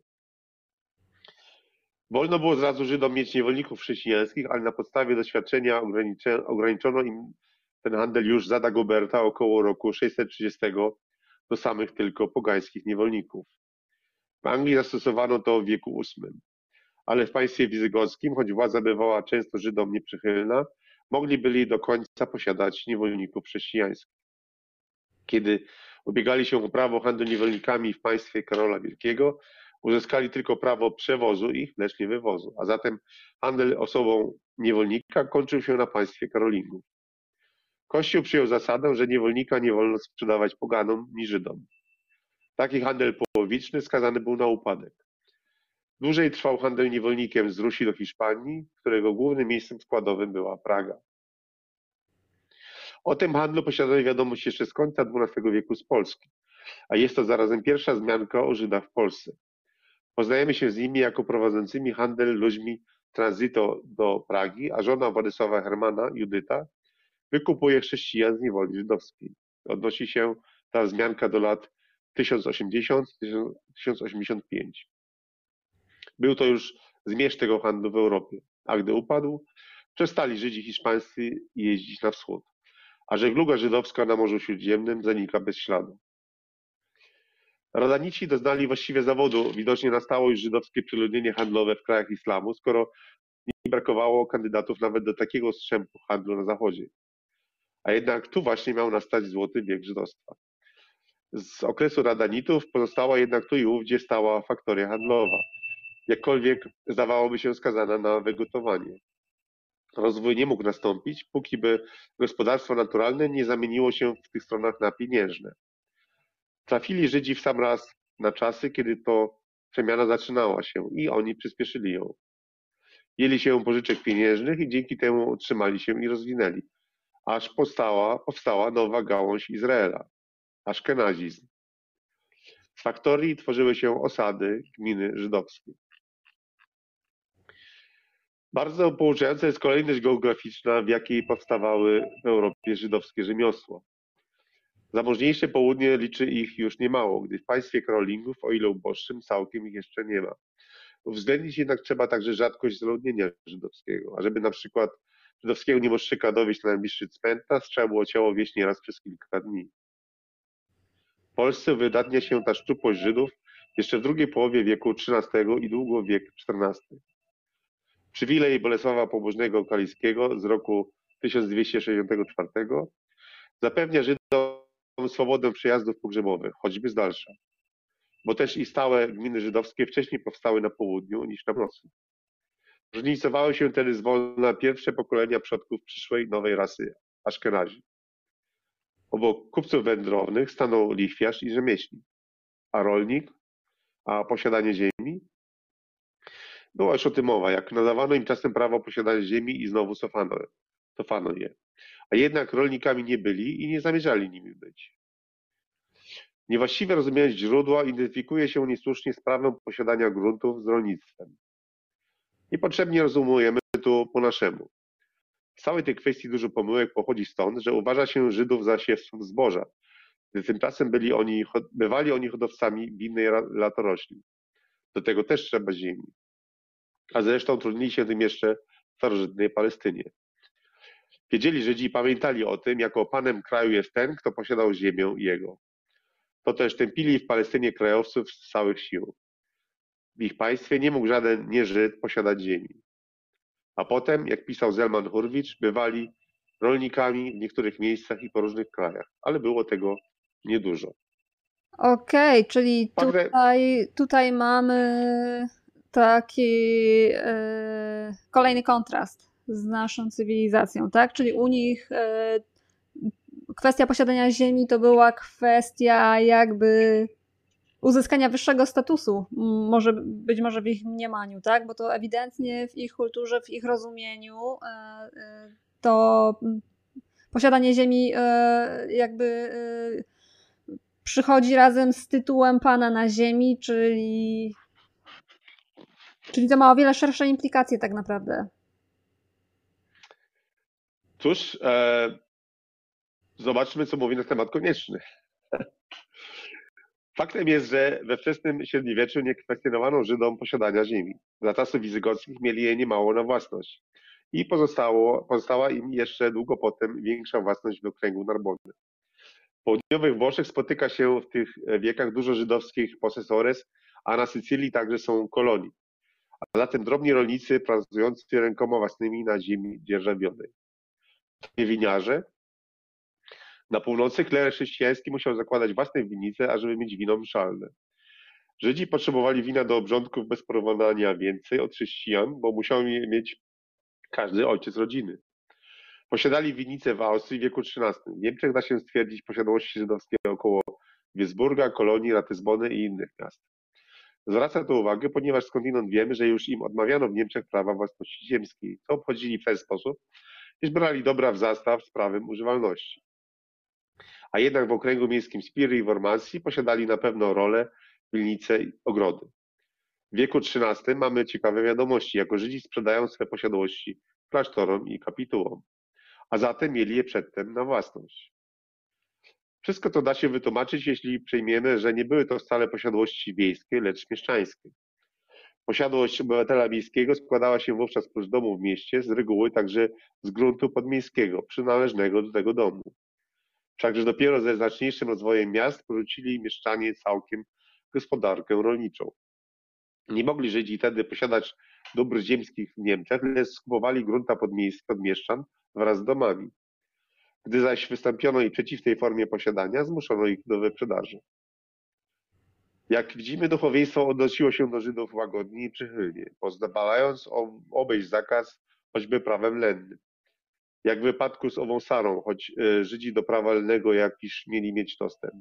Wolno było zrazu Żydom mieć niewolników chrześcijańskich, ale na podstawie doświadczenia ograniczono im ten handel już za Dagoberta około roku 630 do samych tylko pogańskich niewolników. W Anglii zastosowano to w wieku VIII, ale w państwie wizygotskim, choć władza bywała często Żydom nieprzychylna, mogli byli do końca posiadać niewolników chrześcijańskich. Kiedy ubiegali się o prawo handlu niewolnikami w państwie Karola Wielkiego, uzyskali tylko prawo przewozu ich, lecz nie wywozu, a zatem handel osobą niewolnika kończył się na państwie Karolingów. Kościół przyjął zasadę, że niewolnika nie wolno sprzedawać poganom ni Żydom. Taki handel połowiczny skazany był na upadek. Dłużej trwał handel niewolnikiem z Rusi do Hiszpanii, którego głównym miejscem składowym była Praga. O tym handlu posiadano wiadomość jeszcze z końca XII wieku z Polski, a jest to zarazem pierwsza wzmianka o Żydach w Polsce. Poznajemy się z nimi jako prowadzącymi handel ludźmi tranzyto do Pragi, a żona Władysława Hermana, Judyta, wykupuje chrześcijan z niewoli żydowskiej. Odnosi się ta wzmianka do lat 1080-1085. Był to już zmierzch tego handlu w Europie, a gdy upadł, przestali Żydzi hiszpańscy jeździć na wschód, a żegluga żydowska na Morzu Śródziemnym zanika bez śladu. Radanici doznali właściwie zawodu, widocznie nastało już żydowskie przeludnienie handlowe w krajach islamu, skoro nie brakowało kandydatów nawet do takiego strzępu handlu na zachodzie. A jednak tu właśnie miał nastać złoty wiek żydostwa. Z okresu Radanitów pozostała jednak tu i ówdzie stała faktoria handlowa, jakkolwiek zdawałoby się skazana na wygórowanie. Rozwój nie mógł nastąpić, póki by gospodarstwo naturalne nie zamieniło się w tych stronach na pieniężne. Trafili Żydzi w sam raz na czasy, kiedy to przemiana zaczynała się i oni przyspieszyli ją. Jęli się pożyczek pieniężnych i dzięki temu utrzymali się i rozwinęli, aż powstała nowa gałąź Izraela, aszkenazizm. Z faktorii tworzyły się osady, gminy żydowskie. Bardzo pouczająca jest kolejność geograficzna, w jakiej powstawały w Europie żydowskie rzemiosła. Zamożniejsze południe liczy ich już niemało, gdy w państwie Karolingów, o ile uboższym, całkiem ich jeszcze nie ma. Uwzględnić jednak trzeba także rzadkość zaludnienia żydowskiego, a żeby na przykład żydowskiego nieboszczyka dowieść na najbliższy cmentarz, trzeba było ciało wieść nieraz przez kilka dni. W Polsce uwydatnia się ta szczupłość Żydów jeszcze w drugiej połowie wieku XIII i długo wiek XIV. Przywilej Bolesława Pobożnego Kaliskiego z roku 1264 zapewnia Żydom swobodę przejazdów pogrzebowych, choćby z dalsza, bo też i stałe gminy żydowskie wcześniej powstały na południu niż na północy. Różnicowały się wtedy zwolna pierwsze pokolenia przodków przyszłej nowej rasy Aszkenazi. Obok kupców wędrownych stanął lichwiarz i rzemieślnik, a rolnik, a posiadanie ziemi. Była już o tym mowa, jak nadawano im czasem prawo posiadania ziemi i znowu cofano je. A jednak rolnikami nie byli i nie zamierzali nimi być. Niewłaściwe rozumienie źródła identyfikuje się niesłusznie z prawem posiadania gruntów z rolnictwem. Niepotrzebnie rozumujemy tu po naszemu. W całej tej kwestii dużo pomyłek pochodzi stąd, że uważa się Żydów za siewców zboża, gdy tymczasem bywali oni hodowcami winnej latorośli. Do tego też trzeba ziemi. A zresztą trudnili się tym jeszcze w starożytnej Palestynie. Wiedzieli Żydzi i pamiętali o tym, jako panem kraju jest ten, kto posiadał ziemię jego. To też tępili w Palestynie krajowców z całych sił. W ich państwie nie mógł żaden nie-Żyd posiadać ziemi. A potem, jak pisał Zelman Hurwicz, bywali rolnikami w niektórych miejscach i po różnych krajach, ale było tego niedużo. Okej, czyli tutaj mamy taki kolejny kontrast z naszą cywilizacją, tak? Czyli u nich kwestia posiadania ziemi to była kwestia jakby uzyskania wyższego statusu, być może w ich mniemaniu, tak? Bo to ewidentnie w ich kulturze, w ich rozumieniu to posiadanie ziemi jakby przychodzi razem z tytułem pana na ziemi, czyli to ma o wiele szersze implikacje tak naprawdę. Cóż, zobaczmy, co mówi na temat konieczny. Faktem jest, że we wczesnym średniowieczu nie kwestionowano Żydom posiadania ziemi. Za czasów wizygockich mieli je niemało na własność i pozostała im jeszcze długo potem większa własność w okręgu Narbony. W południowych Włoszech spotyka się w tych wiekach dużo żydowskich possesores, a na Sycylii także są kolonie, a zatem drobni rolnicy pracujący rękoma własnymi na ziemi dzierżawionej. Winiarze. Na północy kler chrześcijański musiał zakładać własne winnice, ażeby mieć wino mszalne. Żydzi potrzebowali wina do obrządków bez porównania więcej od chrześcijan, bo musiał je mieć każdy ojciec rodziny. Posiadali winnice w Austrii w wieku XIII. W Niemczech da się stwierdzić posiadłości żydowskie około Wiesburga, Kolonii, Ratyzbony i innych miast. Zwraca to uwagę, ponieważ skądinąd wiemy, że już im odmawiano w Niemczech prawa własności ziemskiej, co obchodzili w ten sposób, iż brali dobra w zastaw z prawem używalności. A jednak w okręgu miejskim Spiry i Wormacji posiadali na pewno rolę, winnice i ogrody. W wieku XIII mamy ciekawe wiadomości, jako Żydzi sprzedają swe posiadłości klasztorom i kapitułom, a zatem mieli je przedtem na własność. Wszystko to da się wytłumaczyć, jeśli przyjmiemy, że nie były to wcale posiadłości wiejskie, lecz mieszczańskie. Posiadłość obywatela miejskiego składała się wówczas oprócz domu w mieście z reguły także z gruntu podmiejskiego, przynależnego do tego domu. Wszakże dopiero ze znaczniejszym rozwojem miast porzucili mieszczanie całkiem gospodarkę rolniczą. Nie mogli Żydzi wtedy posiadać dóbr ziemskich w Niemczech, lecz skupowali grunta podmiejskie od mieszczan wraz z domami. Gdy zaś wystąpiono i przeciw tej formie posiadania, zmuszono ich do wyprzedaży. Jak widzimy, duchowieństwo odnosiło się do Żydów łagodnie i przychylnie, pozwalając obejść zakaz choćby prawem lennym. Jak w wypadku z ową Sarą, choć Żydzi do prawa lennego jakiś mieli mieć dostęp.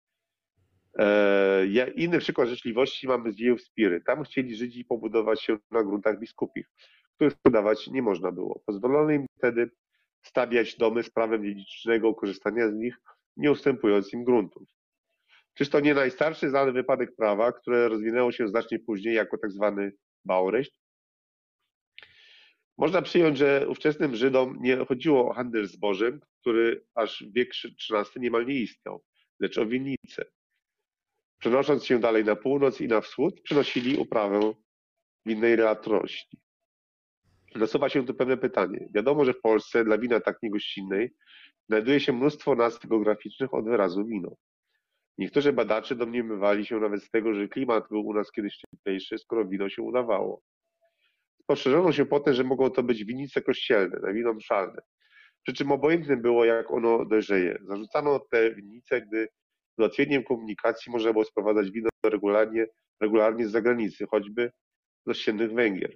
Inny przykład życzliwości mamy z dziejów Spiry. Tam chcieli Żydzi pobudować się na gruntach biskupich, których sprzedawać nie można było. Pozwolono im wtedy stawiać domy z prawem dziedzicznego korzystania z nich, nie ustępując im gruntów. Czyż to nie najstarszy znany wypadek prawa, które rozwinęło się znacznie później jako tak zwany Baurecht? Można przyjąć, że ówczesnym Żydom nie chodziło o handel zbożem, który aż w wiek XIII niemal nie istniał, lecz o winnicę. Przenosząc się dalej na północ i na wschód, przynosili uprawę winnej rośli. Nasuwa się tu pewne pytanie. Wiadomo, że w Polsce dla wina tak niegościnnej znajduje się mnóstwo nazw geograficznych od wyrazu wino. Niektórzy badacze domniemywali się nawet z tego, że klimat był u nas kiedyś cieplejszy, skoro wino się udawało. Spostrzeżono się potem, że mogą to być winnice kościelne, na wino mszalne. Przy czym obojętne było, jak ono dojrzeje. Zarzucano te winnice, gdy z ułatwieniem komunikacji można było sprowadzać wino regularnie z zagranicy, choćby z ościennych Węgier.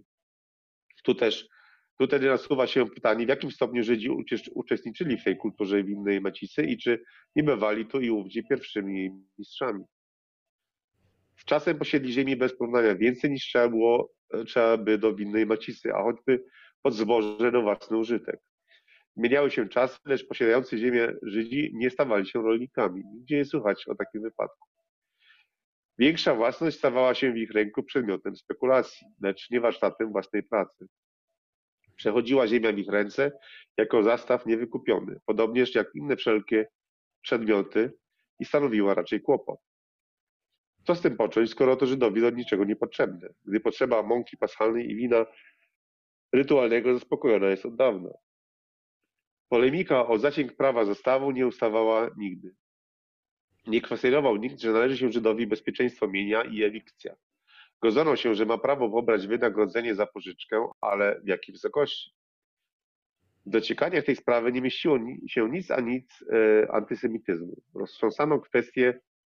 Tu tedy nasuwa się pytanie, w jakim stopniu Żydzi uczestniczyli w tej kulturze winnej macicy i czy nie bywali tu i ówdzie pierwszymi jej mistrzami. Czasem posiedli ziemi bez porównania więcej niż trzeba by do winnej macicy, a choćby pod zboże na własny użytek. Zmieniały się czasy, lecz posiadający ziemię Żydzi nie stawali się rolnikami. Nigdzie nie słychać o takim wypadku. Większa własność stawała się w ich ręku przedmiotem spekulacji, lecz nie warsztatem własnej pracy. Przechodziła ziemia w ich ręce jako zastaw niewykupiony, podobnież jak inne wszelkie przedmioty i stanowiła raczej kłopot. Co z tym począć, skoro to Żydowi do niczego nie potrzebne, gdy potrzeba mąki paschalnej i wina rytualnego zaspokojona jest od dawna. Polemika o zasięg prawa zastawu nie ustawała nigdy. Nie kwestionował nikt, że należy się Żydowi bezpieczeństwo mienia i ewikcja. Godzono się, że ma prawo pobrać wynagrodzenie za pożyczkę, ale w jakiej wysokości? W dociekaniach tej sprawy nie mieściło się nic a nic antysemityzmu. Roztrząsano kwestię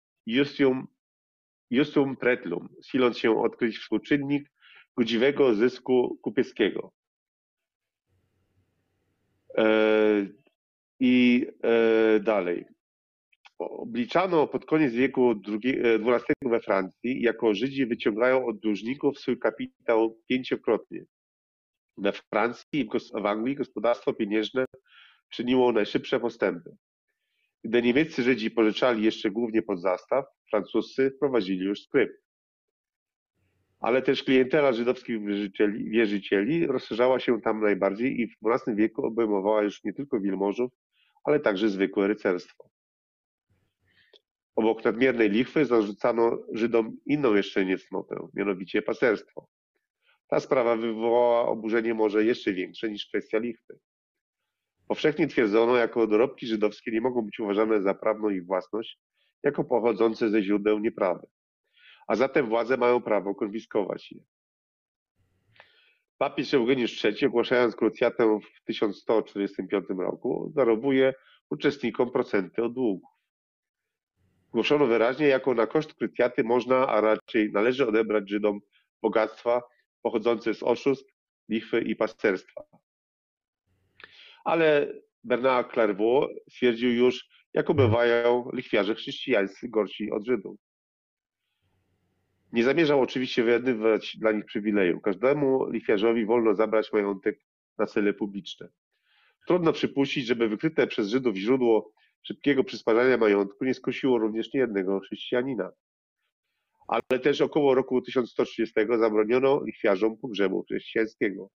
Justum pretlum, siląc się odkryć współczynnik godziwego zysku kupieckiego. Dalej. Obliczano pod koniec wieku XII we Francji, jako Żydzi wyciągają od dłużników swój kapitał 5-krotnie. We Francji i w Anglii gospodarstwo pieniężne czyniło najszybsze postępy. Gdy niemieccy Żydzi pożyczali jeszcze głównie pod zastaw, francuscy wprowadzili już skrypt. Ale też klientela żydowskich wierzycieli rozszerzała się tam najbardziej i w XII wieku obejmowała już nie tylko wielmożów, ale także zwykłe rycerstwo. Obok nadmiernej lichwy zarzucano Żydom inną jeszcze niecnotę, mianowicie paserstwo. Ta sprawa wywołała oburzenie może jeszcze większe niż kwestia lichwy. Powszechnie twierdzono, jako dorobki żydowskie nie mogą być uważane za prawną ich własność, jako pochodzące ze źródeł nieprawych, a zatem władze mają prawo konfiskować je. Papież Eugeniusz III, ogłaszając krucjatę w 1145 roku, darowuje uczestnikom procenty od długów. Głoszono wyraźnie, jako na koszt krucjaty można, a raczej należy odebrać Żydom bogactwa pochodzące z oszustw, lichwy i pasterstwa. Ale Bernard Clairvaux stwierdził już, jak bywają lichwiarze chrześcijańscy gorsi od Żydów. Nie zamierzał oczywiście wyjadnywać dla nich przywileju. Każdemu lichwiarzowi wolno zabrać majątek na cele publiczne. Trudno przypuścić, żeby wykryte przez Żydów źródło szybkiego przysparzania majątku nie skusiło również niejednego chrześcijanina. Ale też około roku 1130 zabroniono lichwiarzom pogrzebu chrześcijańskiego.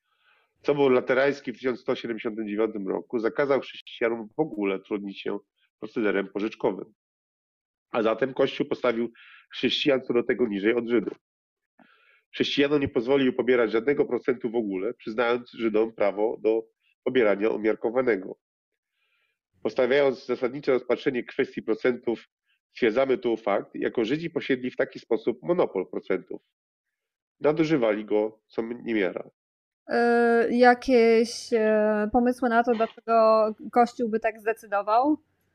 Sobór Laterański w 1179 roku zakazał chrześcijanom w ogóle trudnić się procederem pożyczkowym. A zatem Kościół postawił chrześcijan co do tego niżej od Żydów. Chrześcijanom nie pozwolił pobierać żadnego procentu w ogóle, przyznając Żydom prawo do pobierania umiarkowanego. Postawiając zasadnicze rozpatrzenie kwestii procentów, stwierdzamy tu fakt, jako Żydzi posiedli w taki sposób monopol procentów. Nadużywali go co niemiara. Jakieś pomysły na to, dlaczego Kościół by tak zdecydował?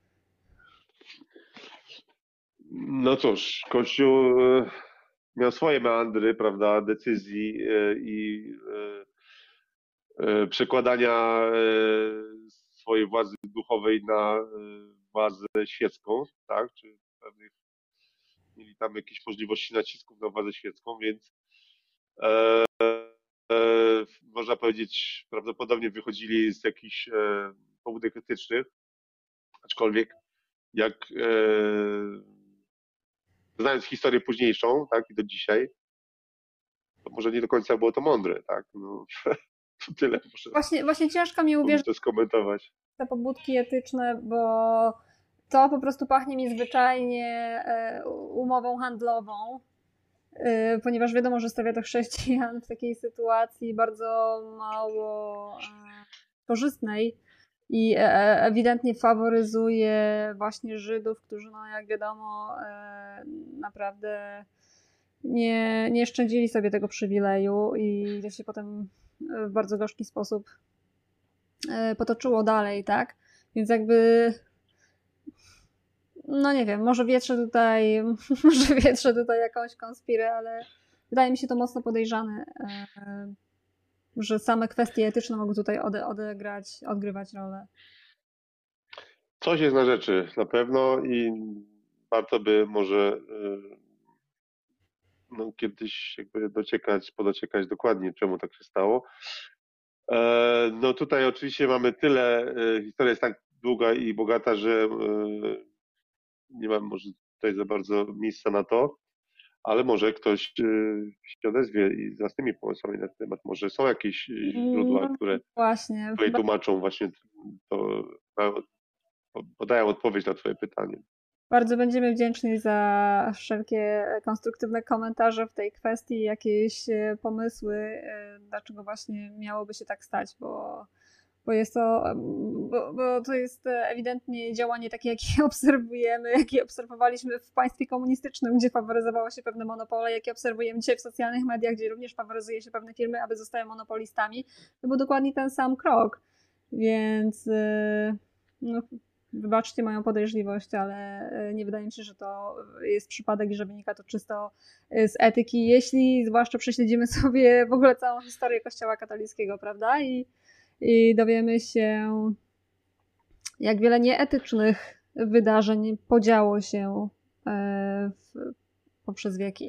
No cóż, Kościół miał swoje meandry, prawda, decyzji i przekładania swojej władzy duchowej na władzę świecką, tak, czy pewnych mieli tam jakieś możliwości nacisków na władzę świecką, więc można powiedzieć, prawdopodobnie wychodzili z jakichś pobudek etycznych, aczkolwiek jak znając historię późniejszą, tak, i do dzisiaj, to może nie do końca było to mądre, tak, no, to tyle Właśnie ciężko mi uwierzyć to skomentować. te pobudki etyczne, bo to po prostu pachnie mi zwyczajnie umową handlową, ponieważ wiadomo, że stawia to chrześcijan w takiej sytuacji bardzo mało korzystnej i ewidentnie faworyzuje właśnie Żydów, którzy, no jak wiadomo, naprawdę nie szczędzili sobie tego przywileju i to się potem w bardzo gorzki sposób potoczyło dalej, tak? Więc jakby no nie wiem, może wietrzę tutaj jakąś konspirę, ale wydaje mi się to mocno podejrzane, że same kwestie etyczne mogą tutaj odgrywać rolę. Coś jest na rzeczy na pewno i warto by może no, kiedyś jakby podociekać dokładnie, czemu tak się stało. No tutaj oczywiście mamy tyle, historia jest tak długa i bogata, że nie mam może tutaj za bardzo miejsca na to, ale może ktoś się odezwie i z własnymi pomysłami na ten temat. Może są jakieś źródła, które tłumaczą właśnie to, podają odpowiedź na twoje pytanie. Bardzo będziemy wdzięczni za wszelkie konstruktywne komentarze w tej kwestii, jakieś pomysły, dlaczego właśnie miałoby się tak stać, bo to jest ewidentnie działanie takie, jakie obserwowaliśmy w państwie komunistycznym, gdzie faworyzowało się pewne monopole, jakie obserwujemy dzisiaj w socjalnych mediach, gdzie również faworyzuje się pewne firmy, aby zostały monopolistami. To był dokładnie ten sam krok. Więc no, wybaczcie moją podejrzliwość, ale nie wydaje mi się, że to jest przypadek i że wynika to czysto z etyki, jeśli zwłaszcza prześledzimy sobie w ogóle całą historię Kościoła katolickiego, prawda? I dowiemy się, jak wiele nieetycznych wydarzeń podziało się poprzez wieki.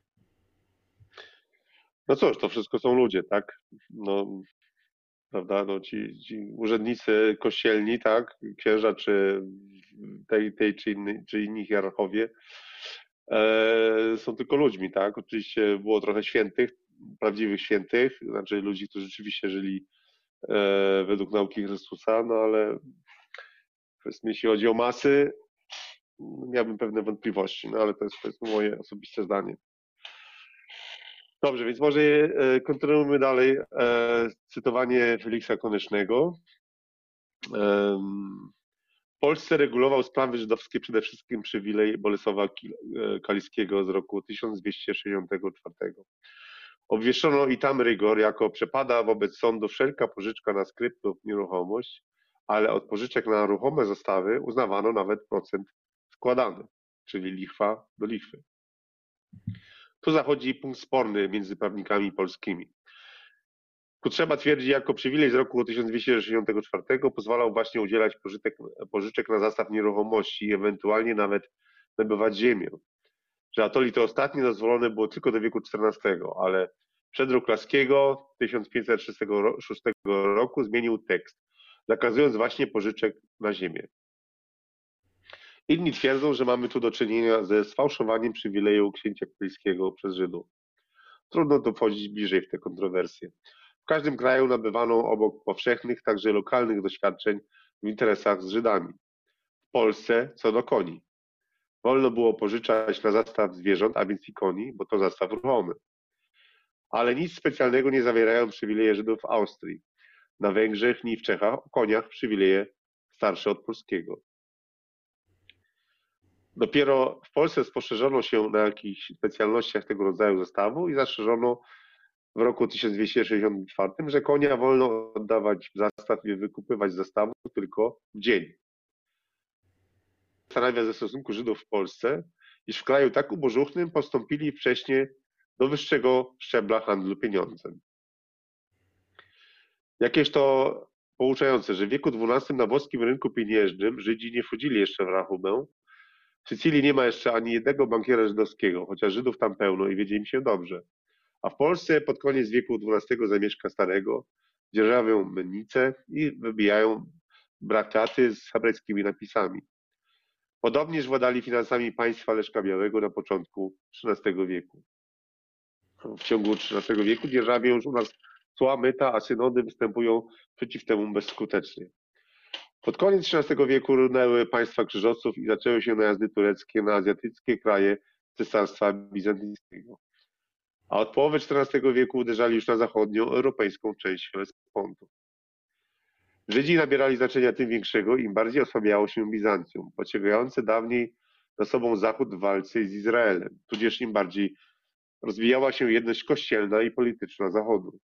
No cóż, to wszystko są ludzie, tak? No, prawda? No, ci urzędnicy kościelni, tak? Księża czy tej czy inni hierarchowie są tylko ludźmi, tak? Oczywiście było trochę świętych, prawdziwych świętych, znaczy ludzi, którzy rzeczywiście żyli według nauki Chrystusa, no ale jeśli chodzi o masy, miałbym pewne wątpliwości, no ale to jest moje osobiste zdanie. Dobrze, więc może kontynuujmy dalej cytowanie Feliksa Konecznego. W Polsce regulował sprawy żydowskie przede wszystkim przywilej Bolesława Kaliskiego z roku 1264. Obwieszono i tam rygor, jako przepada wobec sądu wszelka pożyczka na skrypt lub nieruchomość, ale od pożyczek na ruchome zastawy uznawano nawet procent składany, czyli lichwa do lichwy. Tu zachodzi punkt sporny między prawnikami polskimi. Trzeba twierdzi, jako przywilej z roku 1264 pozwalał właśnie udzielać pożyczek na zastaw nieruchomości i ewentualnie nawet nabywać ziemię. Że atoli to ostatnie dozwolone było tylko do wieku XIV, ale przedruk Laskiego 1536 roku zmienił tekst, zakazując właśnie pożyczek na ziemię. Inni twierdzą, że mamy tu do czynienia ze sfałszowaniem przywileju księcia katolickiego przez Żydów. Trudno tu wchodzić bliżej w te kontrowersje. W każdym kraju nabywano obok powszechnych, także lokalnych doświadczeń w interesach z Żydami. W Polsce co do koni. Wolno było pożyczać na zastaw zwierząt, a więc i koni, bo to zastaw ruchomy. Ale nic specjalnego nie zawierają przywileje Żydów w Austrii. Na Węgrzech ni w Czechach o koniach przywileje starsze od polskiego. Dopiero w Polsce spostrzeżono się na jakichś specjalnościach tego rodzaju zestawu i zastrzeżono w roku 1264, że konia wolno oddawać w zastaw i wykupywać z zestawu tylko w dzień. Zastanawia ze stosunku Żydów w Polsce, iż w kraju tak ubożuchnym postąpili wcześniej do wyższego szczebla handlu pieniądzem. Jakież to pouczające, że w wieku XII na włoskim rynku pieniężnym Żydzi nie wchodzili jeszcze w rachubę. W Sycylii nie ma jeszcze ani jednego bankiera żydowskiego, chociaż Żydów tam pełno i wiedzie im się dobrze. A w Polsce pod koniec wieku XII zamieszka starego, dzierżawią mennice i wybijają braczaty z hebrajskimi napisami. Podobnież władali finansami państwa Leszka Białego na początku XIII wieku. W ciągu XIII wieku dzierżawią już u nas cła, myta, a synody występują przeciw temu bezskutecznie. Pod koniec XIII wieku runęły państwa krzyżowców i zaczęły się najazdy tureckie na azjatyckie kraje Cesarstwa Bizantyjskiego. A od połowy XIV wieku uderzali już na zachodnią, europejską część Helespontu. Żydzi nabierali znaczenia tym większego, im bardziej osłabiało się Bizancjum, pociągające dawniej za sobą Zachód w walce z Izraelem, tudzież im bardziej rozwijała się jedność kościelna i polityczna Zachodu.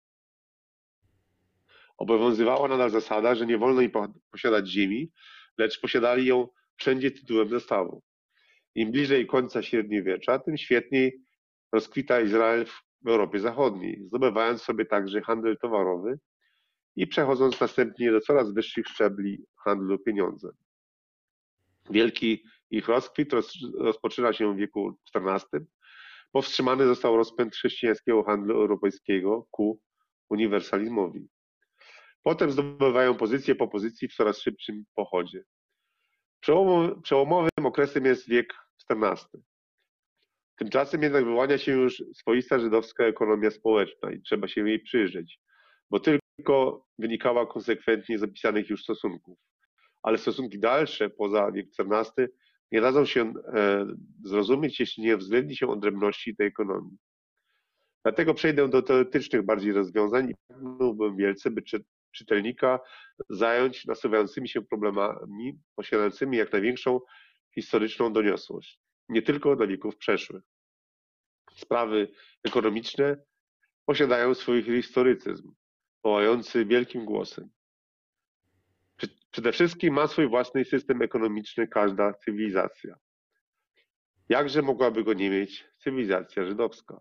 Obowiązywała nadal zasada, że nie wolno im posiadać ziemi, lecz posiadali ją wszędzie tytułem zastawu. Im bliżej końca średniowiecza, tym świetniej rozkwita Izrael w Europie Zachodniej, zdobywając sobie także handel towarowy i przechodząc następnie do coraz wyższych szczebli handlu pieniądzem. Wielki ich rozkwit rozpoczyna się w wieku XIV. Powstrzymany został rozpęd chrześcijańskiego handlu europejskiego ku uniwersalizmowi. Potem zdobywają pozycję po pozycji w coraz szybszym pochodzie. Przełomowym okresem jest wiek XIV. Tymczasem jednak wyłania się już swoista żydowska ekonomia społeczna i trzeba się jej przyjrzeć, bo tylko wynikała konsekwentnie z opisanych już stosunków. Ale stosunki dalsze, poza wiek XIV, nie dadzą się zrozumieć, jeśli nie uwzględni się odrębności tej ekonomii. Dlatego przejdę do teoretycznych bardziej rozwiązań i pragnąłbym wielce, by czytelnika zająć nasuwającymi się problemami, posiadającymi jak największą historyczną doniosłość, nie tylko do wieków przeszłych. Sprawy ekonomiczne posiadają swój historycyzm, wołający wielkim głosem. Przede wszystkim ma swój własny system ekonomiczny każda cywilizacja. Jakże mogłaby go nie mieć cywilizacja żydowska?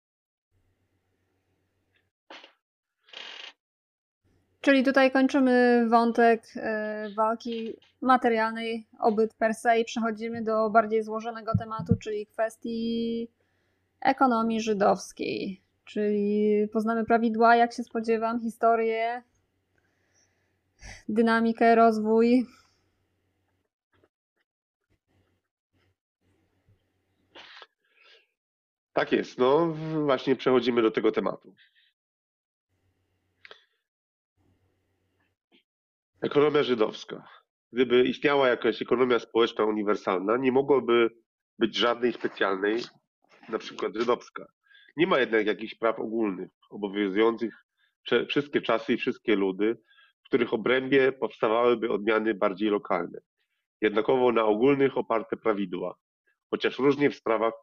Czyli tutaj kończymy wątek walki materialnej o byt per se i przechodzimy do bardziej złożonego tematu, czyli kwestii ekonomii żydowskiej. Czyli poznamy prawidła, jak się spodziewam, historię, dynamikę, rozwój. Tak jest, no właśnie przechodzimy do tego tematu. Ekonomia żydowska. Gdyby istniała jakaś ekonomia społeczna uniwersalna, nie mogłoby być żadnej specjalnej, na przykład żydowska. Nie ma jednak jakichś praw ogólnych, obowiązujących wszystkie czasy i wszystkie ludy, w których obrębie powstawałyby odmiany bardziej lokalne. Jednakowo na ogólnych oparte prawidła, chociaż różne w sprawach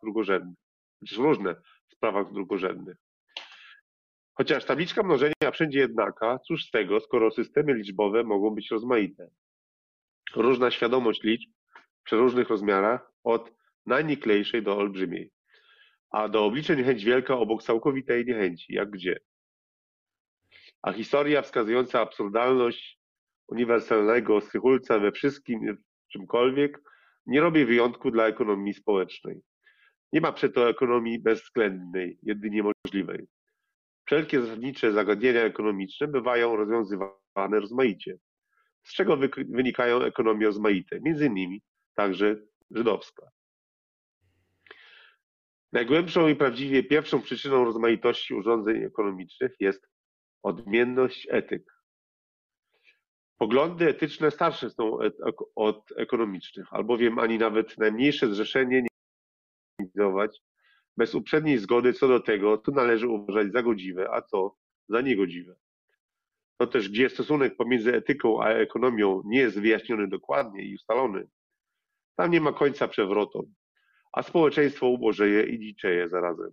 drugorzędnych. Chociaż tabliczka mnożenia wszędzie jednaka, cóż z tego, skoro systemy liczbowe mogą być rozmaite. Różna świadomość liczb w przeróżnych rozmiarach, od najniklejszej do olbrzymiej, a do obliczeń chęć wielka obok całkowitej niechęci, jak gdzie. A historia wskazująca absurdalność uniwersalnego schyłca we wszystkim, w czymkolwiek, nie robi wyjątku dla ekonomii społecznej. Nie ma przeto ekonomii bezwzględnej, jedynie możliwej. Wszelkie zasadnicze zagadnienia ekonomiczne bywają rozwiązywane rozmaicie, z czego wynikają ekonomie rozmaite, między innymi także żydowska. Najgłębszą i prawdziwie pierwszą przyczyną rozmaitości urządzeń ekonomicznych jest odmienność etyk. Poglądy etyczne starsze są od ekonomicznych, albowiem ani nawet najmniejsze zrzeszenie nie może realizować bez uprzedniej zgody co do tego, co należy uważać za godziwe, a co za niegodziwe. To też, gdzie stosunek pomiędzy etyką a ekonomią nie jest wyjaśniony dokładnie i ustalony, tam nie ma końca przewrotom, a społeczeństwo ubożeje i dziczeje zarazem.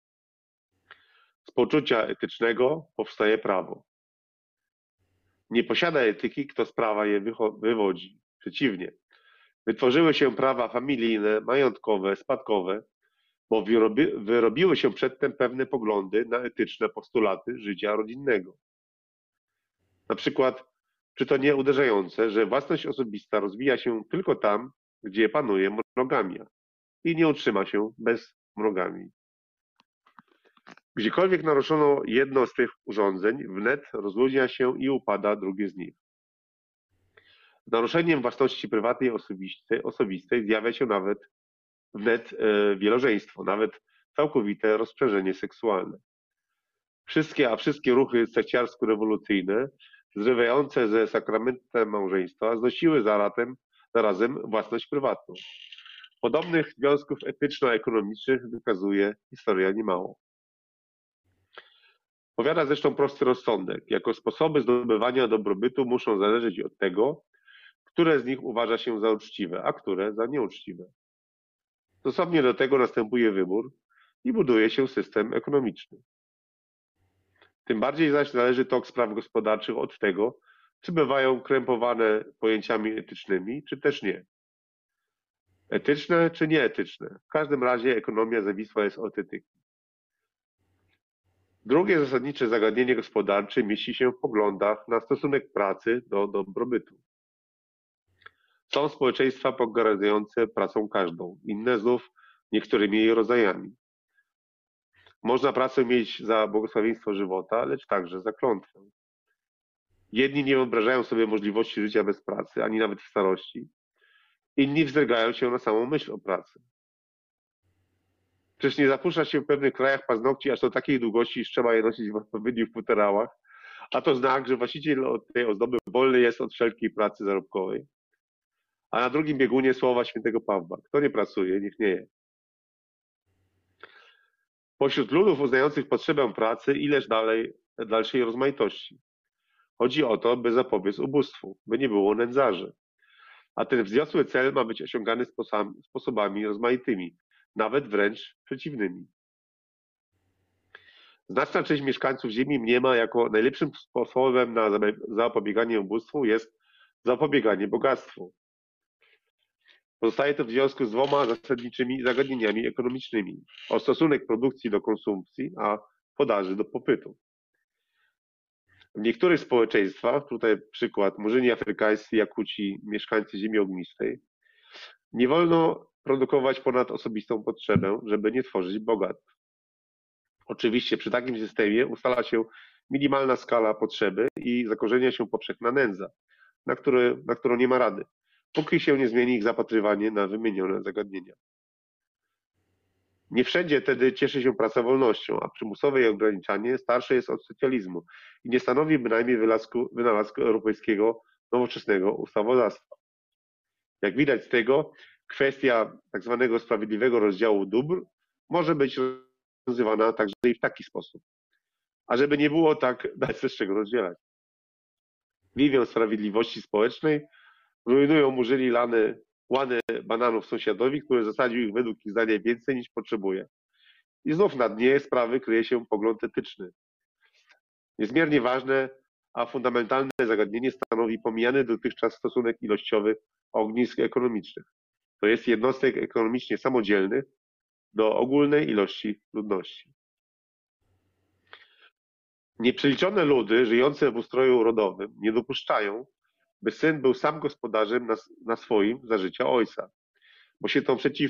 Z poczucia etycznego powstaje prawo. Nie posiada etyki, kto z prawa je wywodzi. Przeciwnie, wytworzyły się prawa familijne, majątkowe, spadkowe, bo wyrobiły się przedtem pewne poglądy na etyczne postulaty życia rodzinnego. Na przykład, czy to nie uderzające, że własność osobista rozwija się tylko tam, gdzie panuje monogamia i nie utrzyma się bez monogamii. Gdziekolwiek naruszono jedno z tych urządzeń, wnet rozluźnia się i upada drugie z nich. Z naruszeniem własności prywatnej osobistej zjawia się nawet wnet wielożeństwo, nawet całkowite rozprzężenie seksualne. Wszystkie ruchy sekciarsko-rewolucyjne, zrywające ze sakramentem małżeństwa, znosiły zarazem własność prywatną. Podobnych związków etyczno-ekonomicznych wykazuje historia niemało. Powiada zresztą prosty rozsądek. Jako sposoby zdobywania dobrobytu muszą zależeć od tego, które z nich uważa się za uczciwe, a które za nieuczciwe. Stosownie do tego następuje wybór i buduje się system ekonomiczny. Tym bardziej zaś zależy tok spraw gospodarczych od tego, czy bywają krępowane pojęciami etycznymi, czy też nie. Etyczne czy nieetyczne? W każdym razie ekonomia zawisła jest od etyki. Drugie zasadnicze zagadnienie gospodarcze mieści się w poglądach na stosunek pracy do dobrobytu. Są społeczeństwa pogardzające pracą każdą, inne znów niektórymi jej rodzajami. Można pracę mieć za błogosławieństwo żywota, lecz także za klątwę. Jedni nie wyobrażają sobie możliwości życia bez pracy, ani nawet w starości. Inni wzdrygają się na samą myśl o pracy. Przecież nie zapuszcza się w pewnych krajach paznokci aż do takiej długości, iż trzeba je nosić w odpowiednich futerałach, a to znak, że właściciel od tej ozdoby wolny jest od wszelkiej pracy zarobkowej. A na drugim biegunie słowa świętego Pawła: kto nie pracuje, niech nie je. Pośród ludów uznających potrzebę pracy ileż dalszej rozmaitości. Chodzi o to, by zapobiec ubóstwu, by nie było nędzarzy. A ten wzniosły cel ma być osiągany sposobami rozmaitymi, nawet wręcz przeciwnymi. Znaczna część mieszkańców Ziemi mniema, jako najlepszym sposobem na zapobieganie ubóstwu jest zapobieganie bogactwu. Pozostaje to w związku z dwoma zasadniczymi zagadnieniami ekonomicznymi: o stosunek produkcji do konsumpcji, a podaży do popytu. W niektórych społeczeństwach, tutaj przykład Murzyni afrykańscy, Jakuci, mieszkańcy ziemi ognistej, nie wolno produkować ponad osobistą potrzebę, żeby nie tworzyć bogactw. Oczywiście przy takim systemie ustala się minimalna skala potrzeby i zakorzenia się powszechna nędza, na którą nie ma rady, póki się nie zmieni ich zapatrywanie na wymienione zagadnienia. Nie wszędzie wtedy cieszy się praca wolnością, a przymusowe jej ograniczanie starsze jest od socjalizmu i nie stanowi bynajmniej wynalazku europejskiego nowoczesnego ustawodawstwa. Jak widać z tego, kwestia tak zwanego sprawiedliwego rozdziału dóbr może być rozwiązywana także i w taki sposób. A żeby nie było tak dalece z czego rozdzielać. Liwią sprawiedliwości społecznej rujnują Murzyni łany bananów sąsiadowi, który zasadził ich według ich zdania więcej niż potrzebuje. I znów na dnie sprawy kryje się pogląd etyczny. Niezmiernie ważne, a fundamentalne zagadnienie stanowi pomijany dotychczas stosunek ilościowy ognisk ekonomicznych, to jest jednostek ekonomicznie samodzielnych do ogólnej ilości ludności. Nieprzeliczone ludy żyjące w ustroju rodowym nie dopuszczają, by syn był sam gospodarzem na swoim za życia ojca, bo się to przeciwi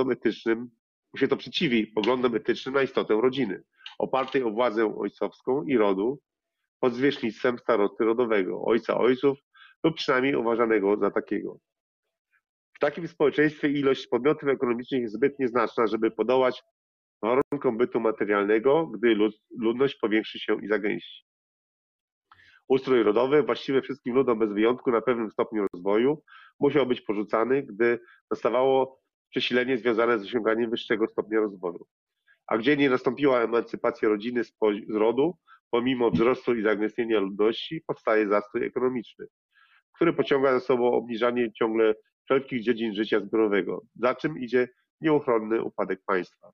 poglądom etycznym na istotę rodziny, opartej o władzę ojcowską i rodu pod zwierzchnictwem starosty rodowego, ojca ojców lub przynajmniej uważanego za takiego. W takim społeczeństwie ilość podmiotów ekonomicznych jest zbyt nieznaczna, żeby podołać warunkom bytu materialnego, gdy ludność powiększy się i zagęści. Ustrój rodowy, właściwie wszystkim ludom bez wyjątku na pewnym stopniu rozwoju, musiał być porzucany, gdy nastawało przesilenie związane z osiąganiem wyższego stopnia rozwoju. A gdzie nie nastąpiła emancypacja rodziny z rodu, pomimo wzrostu i zagęstnienia ludności, powstaje zastój ekonomiczny, który pociąga za sobą obniżanie ciągle wszelkich dziedzin życia zbiorowego, za czym idzie nieuchronny upadek państwa.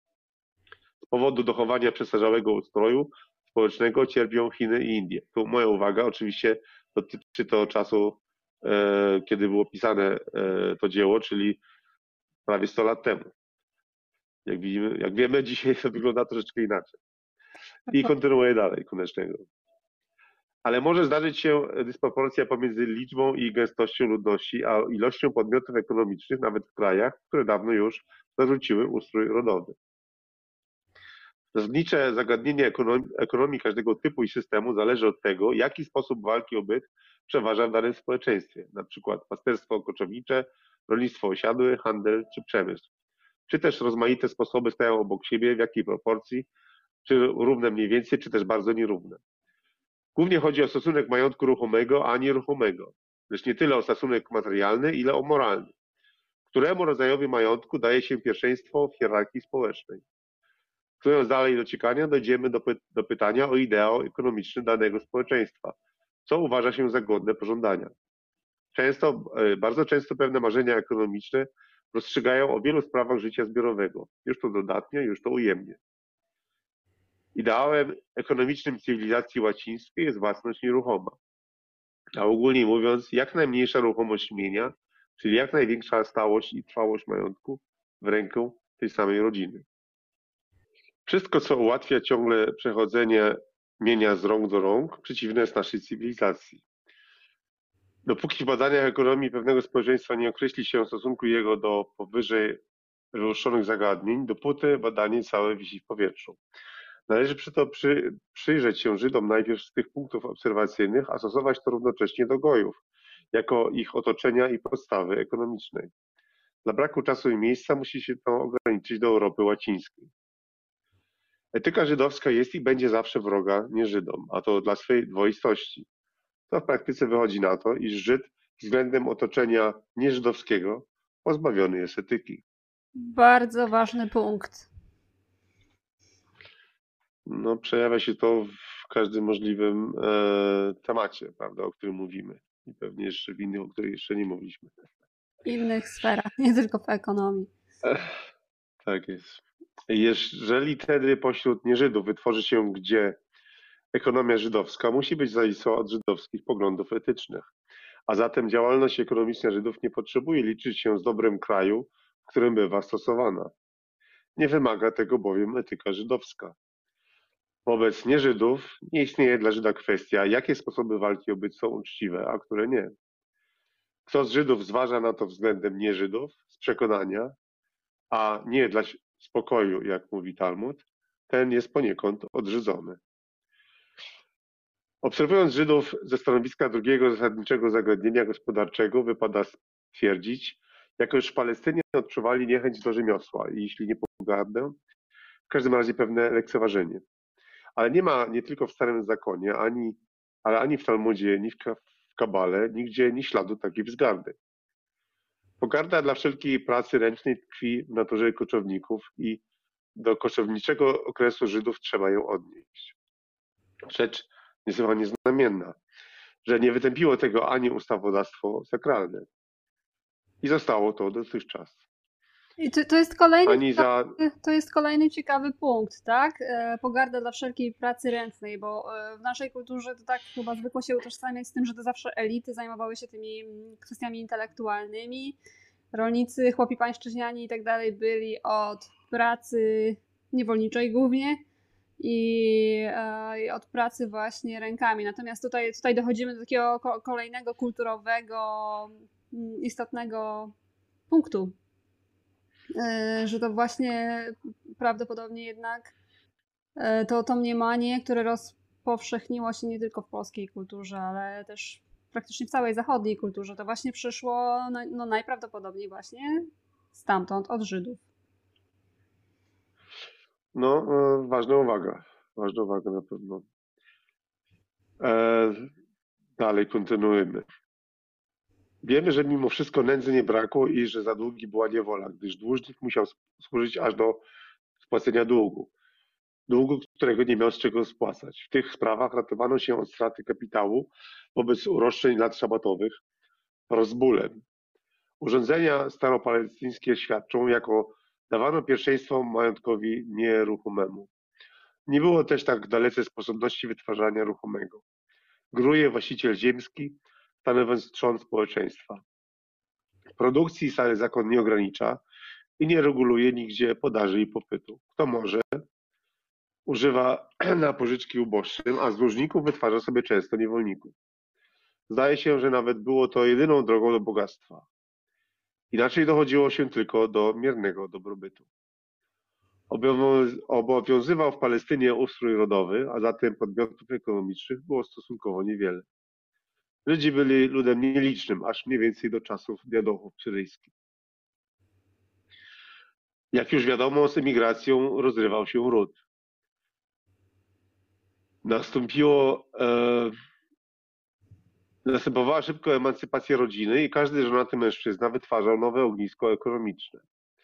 Z powodu dochowania przestarzałego ustroju społecznego cierpią Chiny i Indie. Tu moja uwaga, oczywiście dotyczy to czasu, kiedy było pisane to dzieło, czyli prawie 100 lat temu. Jak wiemy, dzisiaj to wygląda troszeczkę inaczej. I kontynuuję dalej, Konecznego. Ale może zdarzyć się dysproporcja pomiędzy liczbą i gęstością ludności, a ilością podmiotów ekonomicznych, nawet w krajach, które dawno już zarzuciły ustrój rodowy. Zasadnicze zagadnienie ekonomii każdego typu i systemu zależy od tego, jaki sposób walki o byt przeważa w danym społeczeństwie, na przykład pasterstwo koczownicze, rolnictwo osiadłe, handel czy przemysł. Czy też rozmaite sposoby stoją obok siebie, w jakiej proporcji, czy równe mniej więcej, czy też bardzo nierówne. Głównie chodzi o stosunek majątku ruchomego, a nieruchomego, lecz nie tyle o stosunek materialny, ile o moralny. Któremu rodzajowi majątku daje się pierwszeństwo w hierarchii społecznej? Idąc dalej do ciekania, dojdziemy do pytania o ideał ekonomiczny danego społeczeństwa. Co uważa się za godne pożądania? Bardzo często pewne marzenia ekonomiczne rozstrzygają o wielu sprawach życia zbiorowego. Już to dodatnie, już to ujemnie. Ideałem ekonomicznym cywilizacji łacińskiej jest własność nieruchoma. A ogólnie mówiąc, jak najmniejsza ruchomość mienia, czyli jak największa stałość i trwałość majątku w ręku tej samej rodziny. Wszystko, co ułatwia ciągle przechodzenie mienia z rąk do rąk, przeciwne jest naszej cywilizacji. Dopóki w badaniach ekonomii pewnego społeczeństwa nie określi się stosunku jego do powyżej wyłuszczonych zagadnień, dopóty badanie całe wisi w powietrzu. Należy przeto przyjrzeć się Żydom najpierw z tych punktów obserwacyjnych, a stosować to równocześnie do Gojów, jako ich otoczenia i podstawy ekonomicznej. Dla braku czasu i miejsca musi się to ograniczyć do Europy łacińskiej. Etyka żydowska jest i będzie zawsze wroga nie Żydom, a to dla swej dwoistości. To w praktyce wychodzi na to, iż Żyd względem otoczenia nieżydowskiego pozbawiony jest etyki. Bardzo ważny punkt. No, przejawia się to w każdym możliwym temacie, prawda, o którym mówimy. I pewnie jeszcze w innych, o których jeszcze nie mówiliśmy. W innych sferach, nie tylko w ekonomii. Tak jest. Jeżeli wtedy pośród nieżydów wytworzy się gdzie ekonomia żydowska, musi być zawisła od żydowskich poglądów etycznych. A zatem działalność ekonomiczna Żydów nie potrzebuje liczyć się z dobrem kraju, w którym bywa stosowana. Nie wymaga tego bowiem etyka żydowska. Wobec nieżydów nie istnieje dla Żyda kwestia, jakie sposoby walki o byt są uczciwe, a które nie. Kto z Żydów zważa na to względem nieżydów z przekonania, a nie dla spokoju, jak mówi Talmud, ten jest poniekąd odrzydzony. Obserwując Żydów ze stanowiska drugiego zasadniczego zagadnienia gospodarczego, wypada stwierdzić, jakoż w Palestynie odczuwali niechęć do rzemiosła i jeśli nie pogardę, w każdym razie pewne lekceważenie. Ale nie ma nie tylko w Starym Zakonie, ale ani w Talmudzie, ni w Kabale, nigdzie ni śladu takiej wzgardy. Pogarda dla wszelkiej pracy ręcznej tkwi w naturze koczowników i do koczowniczego okresu Żydów trzeba ją odnieść. Rzecz niesłychanie znamienna, że nie wytępiło tego ani ustawodawstwo sakralne. I zostało to dotychczas. I to jest kolejny ciekawy punkt, tak? Pogarda dla wszelkiej pracy ręcznej, bo w naszej kulturze to tak chyba zwykło się utożsamiać z tym, że to zawsze elity zajmowały się tymi kwestiami intelektualnymi. Rolnicy, chłopi pańszczyźniani i tak dalej byli od pracy niewolniczej głównie i od pracy właśnie rękami. Natomiast tutaj dochodzimy do takiego kolejnego kulturowego, istotnego punktu, że to właśnie prawdopodobnie jednak to mniemanie, które rozpowszechniło się nie tylko w polskiej kulturze, ale też praktycznie w całej zachodniej kulturze, to właśnie przyszło no najprawdopodobniej właśnie stamtąd, od Żydów. No, ważna uwaga na pewno. E, Dalej kontynuujemy. Wiemy, że mimo wszystko nędzy nie brakło i że za długi była niewola, gdyż dłużnik musiał służyć aż do spłacenia długu, którego nie miał z czego spłacać. W tych sprawach ratowano się od straty kapitału wobec uroszczeń lat szabatowych oraz bólem. Urządzenia staropalestyńskie świadczą, jako dawano pierwszeństwo majątkowi nieruchomemu. Nie było też tak dalece sposobności wytwarzania ruchomego. Gruje właściciel ziemski, stanowiąc trzon społeczeństwa. Produkcji stary zakon nie ogranicza i nie reguluje nigdzie podaży i popytu. Kto może, używa na pożyczki uboższym, a z dłużników wytwarza sobie często niewolników. Zdaje się, że nawet było to jedyną drogą do bogactwa. Inaczej dochodziło się tylko do miernego dobrobytu. Obowiązywał w Palestynie ustrój rodowy, a zatem podmiotów ekonomicznych było stosunkowo niewiele. Żydzi byli ludem nielicznym, aż mniej więcej do czasów diadochów syryjskich. Jak już wiadomo, z emigracją rozrywał się ród. Następowała szybko emancypacja rodziny i każdy żonaty mężczyzna wytwarzał nowe ognisko ekonomiczne.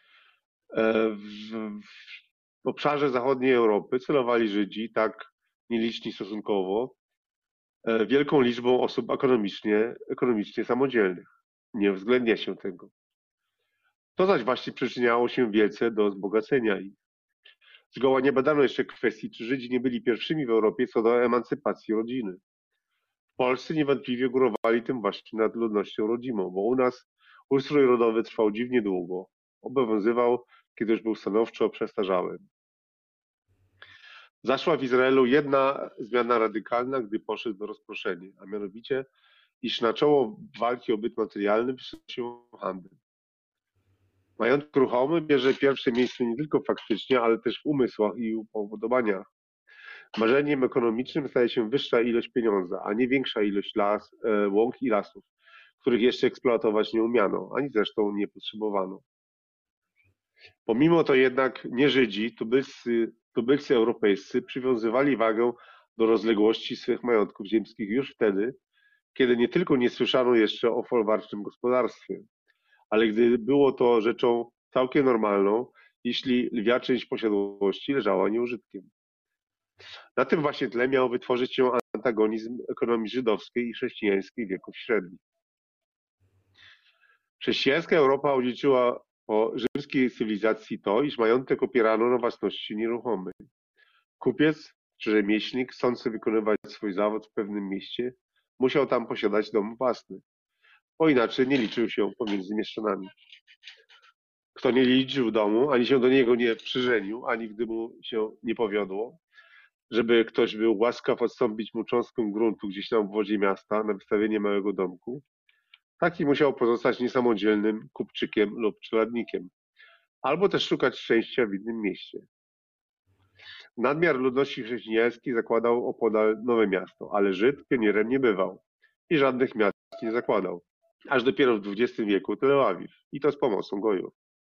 W obszarze zachodniej Europy celowali Żydzi, tak nieliczni stosunkowo, wielką liczbą osób ekonomicznie samodzielnych. Nie uwzględnia się tego. To zaś właśnie przyczyniało się wielce do wzbogacenia ich. Zgoła nie badano jeszcze kwestii, czy Żydzi nie byli pierwszymi w Europie co do emancypacji rodziny. W Polsce niewątpliwie górowali tym właśnie nad ludnością rodzimą, bo u nas ustrój rodowy trwał dziwnie długo. Obowiązywał, kiedy już był stanowczo przestarzałym. Zaszła w Izraelu jedna zmiana radykalna, gdy poszedł do rozproszenia, a mianowicie, iż na czoło walki o byt materialny wyszedł się handel. Majątek ruchomy bierze pierwsze miejsce nie tylko faktycznie, ale też w umysłach i upodobaniach. Marzeniem ekonomicznym staje się wyższa ilość pieniądza, a nie większa ilość łąk i lasów, których jeszcze eksploatować nie umiano, ani zresztą nie potrzebowano. Pomimo to jednak nie Żydzi, tubylcy europejscy przywiązywali wagę do rozległości swych majątków ziemskich już wtedy, kiedy nie tylko nie słyszano jeszcze o folwarcznym gospodarstwie, ale gdy było to rzeczą całkiem normalną, jeśli lwia część posiadłości leżała nieużytkiem. Na tym właśnie tle miał wytworzyć się antagonizm ekonomii żydowskiej i chrześcijańskiej wieków średnich. Chrześcijańska Europa odziedziczyła po rzymskiej cywilizacji to, iż majątek opierano na własności nieruchomej. Kupiec czy rzemieślnik, chcący wykonywać swój zawód w pewnym mieście, musiał tam posiadać dom własny, bo inaczej nie liczył się pomiędzy mieszczanami. Kto nie liczył domu, ani się do niego nie przyżenił, ani gdy mu się nie powiodło, żeby ktoś był łaskaw odstąpić mu cząstkę gruntu gdzieś na obwodzie miasta na wystawienie małego domku, taki musiał pozostać niesamodzielnym kupczykiem lub czeladnikiem, albo też szukać szczęścia w innym mieście. Nadmiar ludności chrześcijańskiej zakładał opodal nowe miasto, ale Żyd pionierem nie bywał i żadnych miast nie zakładał. Aż dopiero w XX wieku Tel Awiw, i to z pomocą Gojów.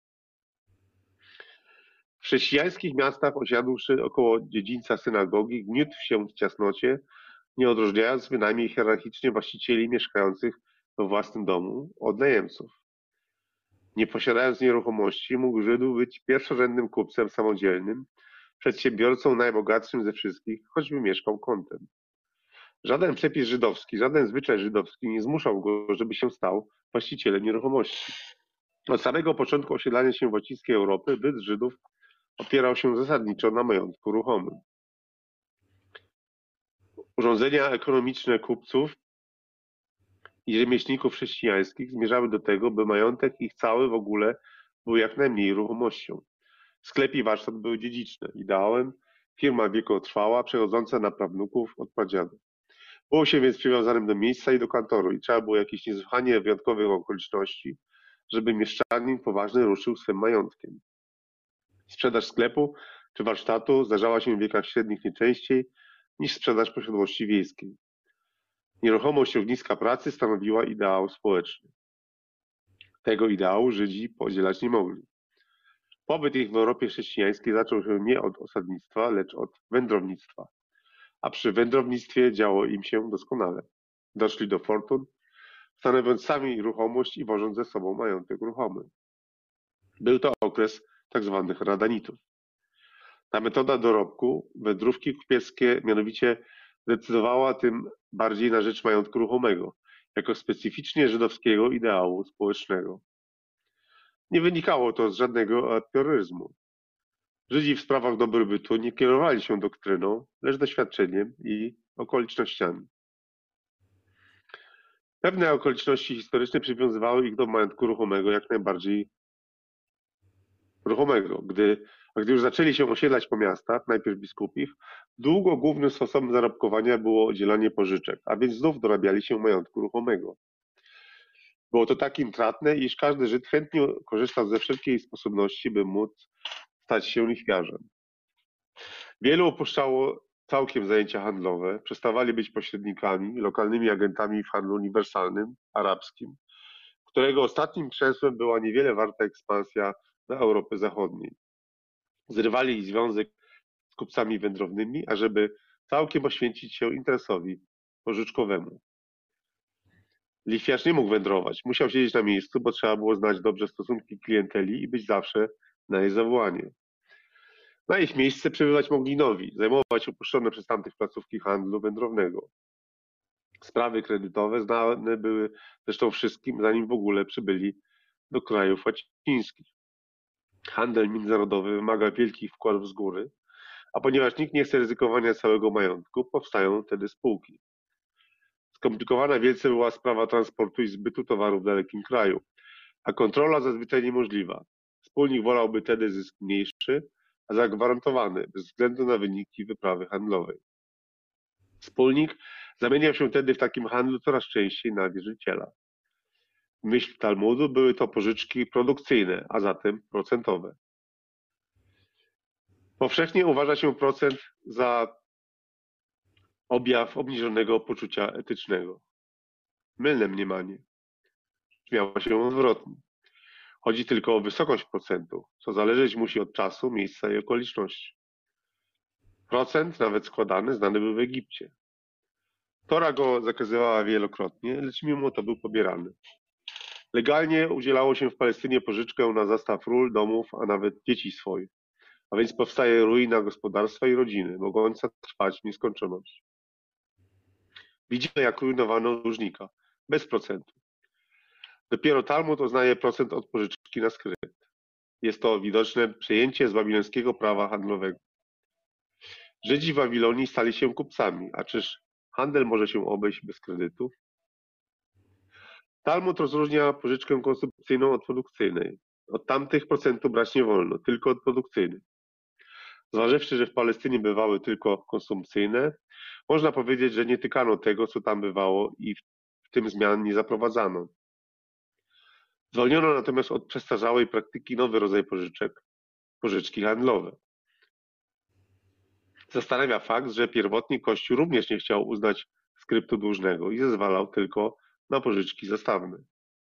W chrześcijańskich miastach osiadłszy około dziedzińca synagogi, gniótł się w ciasnocie, nie odróżniając bynajmniej hierarchicznie właścicieli mieszkających we własnym domu od najemców. Nie posiadając nieruchomości, mógł Żydów być pierwszorzędnym kupcem samodzielnym, przedsiębiorcą najbogatszym ze wszystkich, choćby mieszkał kątem. Żaden przepis żydowski, żaden zwyczaj żydowski nie zmuszał go, żeby się stał właścicielem nieruchomości. Od samego początku osiedlania się łacińskiej Europy byt Żydów opierał się zasadniczo na majątku ruchomym. Urządzenia ekonomiczne kupców i rzemieślników chrześcijańskich zmierzały do tego, by majątek ich cały w ogóle był jak najmniej ruchomością. Sklep i warsztat były dziedziczne. Ideałem firma wiekotrwała, przechodząca na prawnuków od pradziadów. Było się więc przywiązanym do miejsca i do kantoru i trzeba było jakichś niesłychanie wyjątkowych okoliczności, żeby mieszczanin poważny ruszył swym majątkiem. Sprzedaż sklepu czy warsztatu zdarzała się w wiekach średnich nie częściej niż sprzedaż posiadłości wiejskiej. Nieruchomość ogniska pracy stanowiła ideał społeczny. Tego ideału Żydzi podzielać nie mogli. Pobyt ich w Europie chrześcijańskiej zaczął się nie od osadnictwa, lecz od wędrownictwa. a przy wędrownictwie działo im się doskonale. Doszli do fortun, stanowiąc sami ruchomość i wożąc ze sobą majątek ruchomy. Był to okres tzw. radanitów. Ta metoda dorobku, wędrówki kupieckie mianowicie decydowała tym bardziej na rzecz majątku ruchomego, jako specyficznie żydowskiego ideału społecznego. Nie wynikało to z żadnego terroryzmu. Żydzi w sprawach dobrobytu nie kierowali się doktryną, lecz doświadczeniem i okolicznościami. Pewne okoliczności historyczne przywiązywały ich do majątku ruchomego jak najbardziej ruchomego. Gdy już zaczęli się osiedlać po miastach, najpierw biskupich, długo głównym sposobem zarobkowania było udzielanie pożyczek, a więc znów dorabiali się majątku ruchomego. Było to tak intratne, iż każdy Żyd chętnie korzystał ze wszelkiej sposobności, by móc stać się lichwiarzem. Wielu opuszczało całkiem zajęcia handlowe, przestawali być pośrednikami, lokalnymi agentami w handlu uniwersalnym, arabskim, którego ostatnim przesłem była niewiele warta ekspansja do Europy Zachodniej. Zrywali związek z kupcami wędrownymi, ażeby całkiem poświęcić się interesowi pożyczkowemu. Lichwiarz nie mógł wędrować, musiał siedzieć na miejscu, bo trzeba było znać dobrze stosunki klienteli i być zawsze na jej zawołanie. Na ich miejsce przybywać mogli nowi, zajmować opuszczone przez tamtych placówki handlu wędrownego. Sprawy kredytowe znane były zresztą wszystkim, zanim w ogóle przybyli do krajów łacińskich. Handel międzynarodowy wymaga wielkich wkładów z góry, a ponieważ nikt nie chce ryzykowania całego majątku, powstają wtedy spółki. Skomplikowana wielce była sprawa transportu i zbytu towarów w dalekim kraju, a kontrola zazwyczaj niemożliwa. Wspólnik wolałby wtedy zysk mniejszy, a zagwarantowany bez względu na wyniki wyprawy handlowej. Wspólnik zamieniał się wtedy w takim handlu coraz częściej na wierzyciela. W myśl Talmudu były to pożyczki produkcyjne, a zatem procentowe. Powszechnie uważa się procent za objaw obniżonego poczucia etycznego. Mylne mniemanie. Miało się odwrotnie. Chodzi tylko o wysokość procentu, co zależeć musi od czasu, miejsca i okoliczności. Procent, nawet składany, znany był w Egipcie. Tora go zakazywała wielokrotnie, lecz mimo to był pobierany. Legalnie udzielało się w Palestynie pożyczkę na zastaw ról, domów, a nawet dzieci swoich. A więc powstaje ruina gospodarstwa i rodziny, mogąca trwać w nieskończoność. Widzimy, jak rujnowano dłużnika, bez procentu. Dopiero Talmud uznaje procent od pożyczki na skrypt. Jest to widoczne przejęcie z babilońskiego prawa handlowego. Żydzi w Babilonii stali się kupcami, a czyż handel może się obejść bez kredytu? Talmud rozróżnia pożyczkę konsumpcyjną od produkcyjnej. Od tamtych procentu brać nie wolno, tylko od produkcyjnych. Zważywszy, że w Palestynie bywały tylko konsumpcyjne, można powiedzieć, że nie tykano tego, co tam bywało i w tym zmian nie zaprowadzano. Zwolniono natomiast od przestarzałej praktyki nowy rodzaj pożyczek, pożyczki handlowe. Zastanawia fakt, że pierwotnie Kościół również nie chciał uznać skryptu dłużnego i zezwalał tylko na pożyczki zastawne.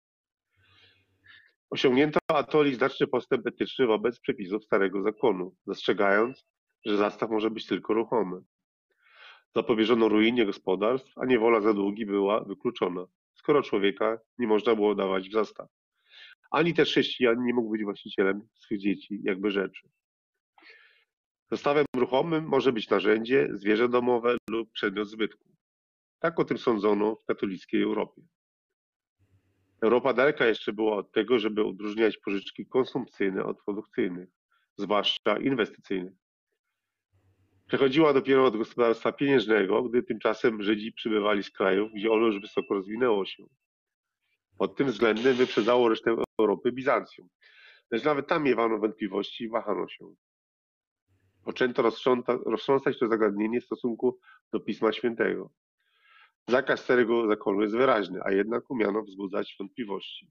Osiągnięto atoli znaczny postęp etyczny wobec przepisów Starego Zakonu, zastrzegając, że zastaw może być tylko ruchomy. Zapobieżono ruinie gospodarstw, a niewola za długi była wykluczona, skoro człowieka nie można było dawać w zastaw. Ani też chrześcijan nie mógł być właścicielem swych dzieci, jakby rzeczy. Zastawem ruchomym może być narzędzie, zwierzę domowe lub przedmiot zbytku. Tak o tym sądzono w katolickiej Europie. Europa daleka jeszcze była od tego, żeby odróżniać pożyczki konsumpcyjne od produkcyjnych, zwłaszcza inwestycyjnych. Przechodziła dopiero od gospodarstwa pieniężnego, gdy tymczasem Żydzi przybywali z krajów, gdzie ono już wysoko rozwinęło się. Pod tym względem wyprzedzało resztę Europy Bizancjum, lecz nawet tam miewano wątpliwości i wahano się. Poczęto roztrząsać to zagadnienie w stosunku do Pisma Świętego. Zakaz Starego Zakonu jest wyraźny, a jednak umiano wzbudzać wątpliwości.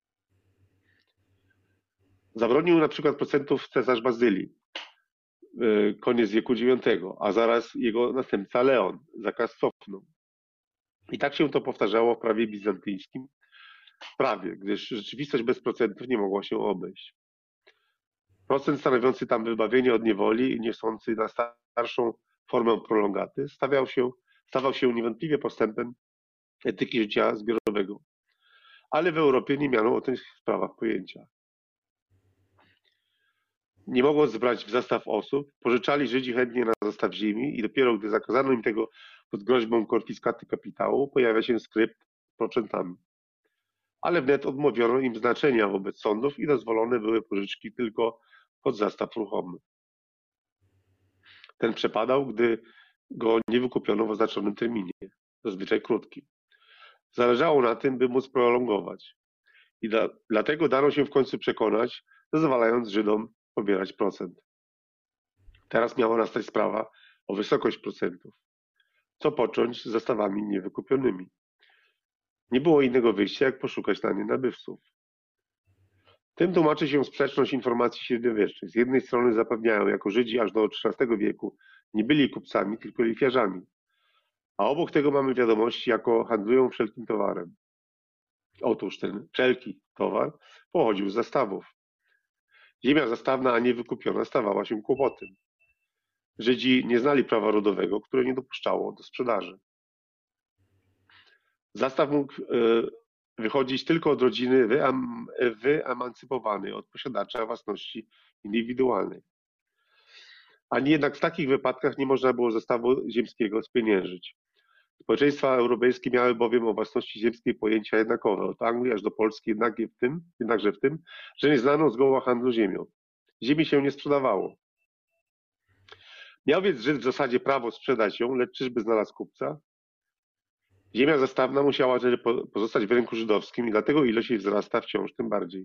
Zabronił na przykład procentów cesarz Bazylii, koniec wieku IX, a zaraz jego następca Leon zakaz cofnął. I tak się to powtarzało w prawie bizantyjskim, gdyż rzeczywistość bez procentów nie mogła się obejść. Procent stanowiący tam wybawienie od niewoli i niosący na starszą formę prolongaty, stawał się niewątpliwie postępem etyki życia zbiorowego. Ale w Europie nie miano o tych sprawach pojęcia. Nie mogąc zbrać w zastaw osób, pożyczali Żydzi chętnie na zastaw ziemi i dopiero gdy zakazano im tego pod groźbą konfiskaty kapitału, pojawia się skrypt z procentami. Ale wnet odmówiono im znaczenia wobec sądów i dozwolone były pożyczki tylko pod zastaw ruchomy. Ten przepadał, gdy go nie wykupiono w oznaczonym terminie, zazwyczaj krótkim. Zależało na tym, by móc prolongować. I dlatego dano się w końcu przekonać, zezwalając Żydom pobierać procent. Teraz miała nastać sprawa o wysokość procentów. Co począć z zastawami niewykupionymi? Nie było innego wyjścia, jak poszukać na nie nabywców. Tym tłumaczy się sprzeczność informacji średniowiecznych. Z jednej strony zapewniają, jako Żydzi aż do XIII wieku nie byli kupcami, tylko lichwiarzami. A obok tego mamy wiadomości, jako handlują wszelkim towarem. Otóż ten wszelki towar pochodził z zastawów. Ziemia zastawna, a nie wykupiona, stawała się kłopotem. Żydzi nie znali prawa rodowego, które nie dopuszczało do sprzedaży. Zastaw mógł wychodzić tylko od rodziny wyemancypowanej od posiadacza własności indywidualnej. Ani jednak w takich wypadkach nie można było zastawu ziemskiego spieniężyć. Społeczeństwa europejskie miały bowiem o własności ziemskiej pojęcia jednakowe, od Anglii aż do Polski, jednakże w tym, że nie znano zgoła handlu ziemią. Ziemi się nie sprzedawało. Miał więc Żyd w zasadzie prawo sprzedać ją, lecz czyżby znalazł kupca? Ziemia zastawna musiała tedy pozostać w rynku żydowskim i dlatego ilość jej wzrasta wciąż tym bardziej.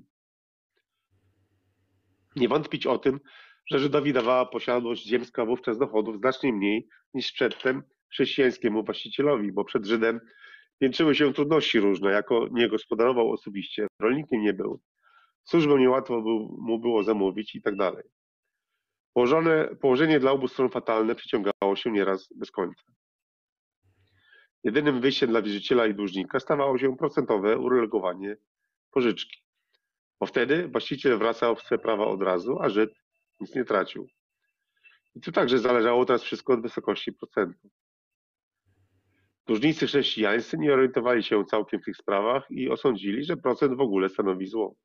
Nie wątpić o tym, że Żydowi dawała posiadłość ziemska wówczas dochodów znacznie mniej niż przedtem chrześcijańskiemu właścicielowi, bo przed Żydem piętrzyły się trudności różne, jako nie gospodarował osobiście, rolnikiem nie był, służbę niełatwo mu było zamówić i tak dalej. Położenie dla obu stron fatalne przyciągało się nieraz bez końca. Jedynym wyjściem dla wierzyciela i dłużnika stawało się procentowe uregulowanie pożyczki, bo wtedy właściciel wracał w swe prawa od razu, a Żyd nic nie tracił. I tu także zależało teraz wszystko od wysokości procentu. Dłużnicy chrześcijańscy nie orientowali się całkiem w tych sprawach i osądzili, że procent w ogóle stanowi zło.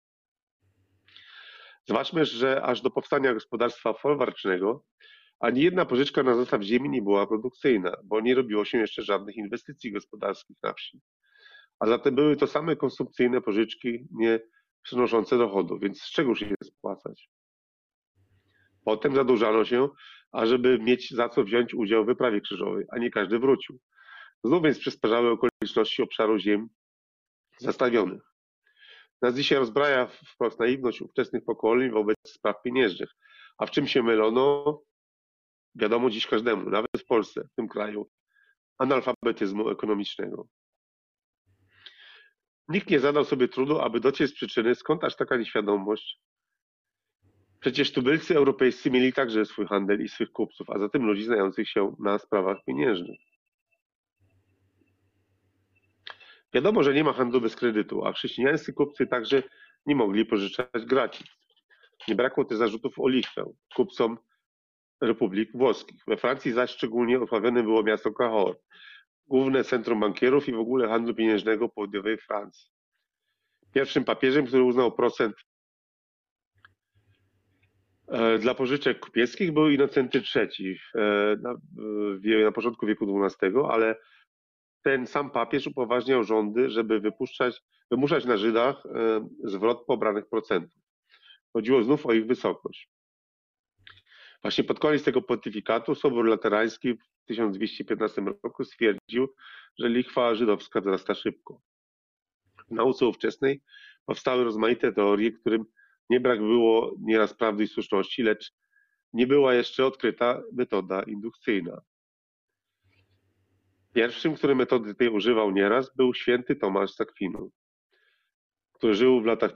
Zobaczmy, że aż do powstania gospodarstwa folwarcznego ani jedna pożyczka na zastaw ziemi nie była produkcyjna, bo nie robiło się jeszcze żadnych inwestycji gospodarskich na wsi. A zatem były to same konsumpcyjne pożyczki, nie przynoszące dochodu, więc z czegoż je spłacać? Potem zadłużano się, ażeby mieć za co wziąć udział w wyprawie krzyżowej, a nie każdy wrócił. Znów więc przysparzały okoliczności obszaru ziem zastawionych. Nas dzisiaj rozbraja wprost naiwność ówczesnych pokoleń wobec spraw pieniężnych. A w czym się mylono? Wiadomo dziś każdemu, nawet w Polsce, w tym kraju, analfabetyzmu ekonomicznego. Nikt nie zadał sobie trudu, aby dociec z przyczyny, skąd aż taka nieświadomość. Przecież tubylcy europejscy mieli także swój handel i swych kupców, a zatem ludzi znających się na sprawach pieniężnych. Wiadomo, że nie ma handlu bez kredytu, a chrześcijańscy kupcy także nie mogli pożyczać gratis. Nie brakło też zarzutów o lichwę kupcom republik włoskich. We Francji zaś szczególnie osławione było miasto Cahors, główne centrum bankierów i w ogóle handlu pieniężnego południowej Francji. Pierwszym papieżem, który uznał procent dla pożyczek kupieckich, był Innocenty III na początku wieku XII, ale ten sam papież upoważniał rządy, żeby wymuszać na Żydach zwrot pobranych procentów. Chodziło znów o ich wysokość. Właśnie pod koniec tego pontyfikatu Sobór Laterański w 1215 roku stwierdził, że lichwa żydowska wzrasta szybko. W nauce ówczesnej powstały rozmaite teorie, którym nie brak było nieraz prawdy i słuszności, lecz nie była jeszcze odkryta metoda indukcyjna. Pierwszym, który metody tej używał nieraz, był święty Tomasz z Akwinu, który żył w latach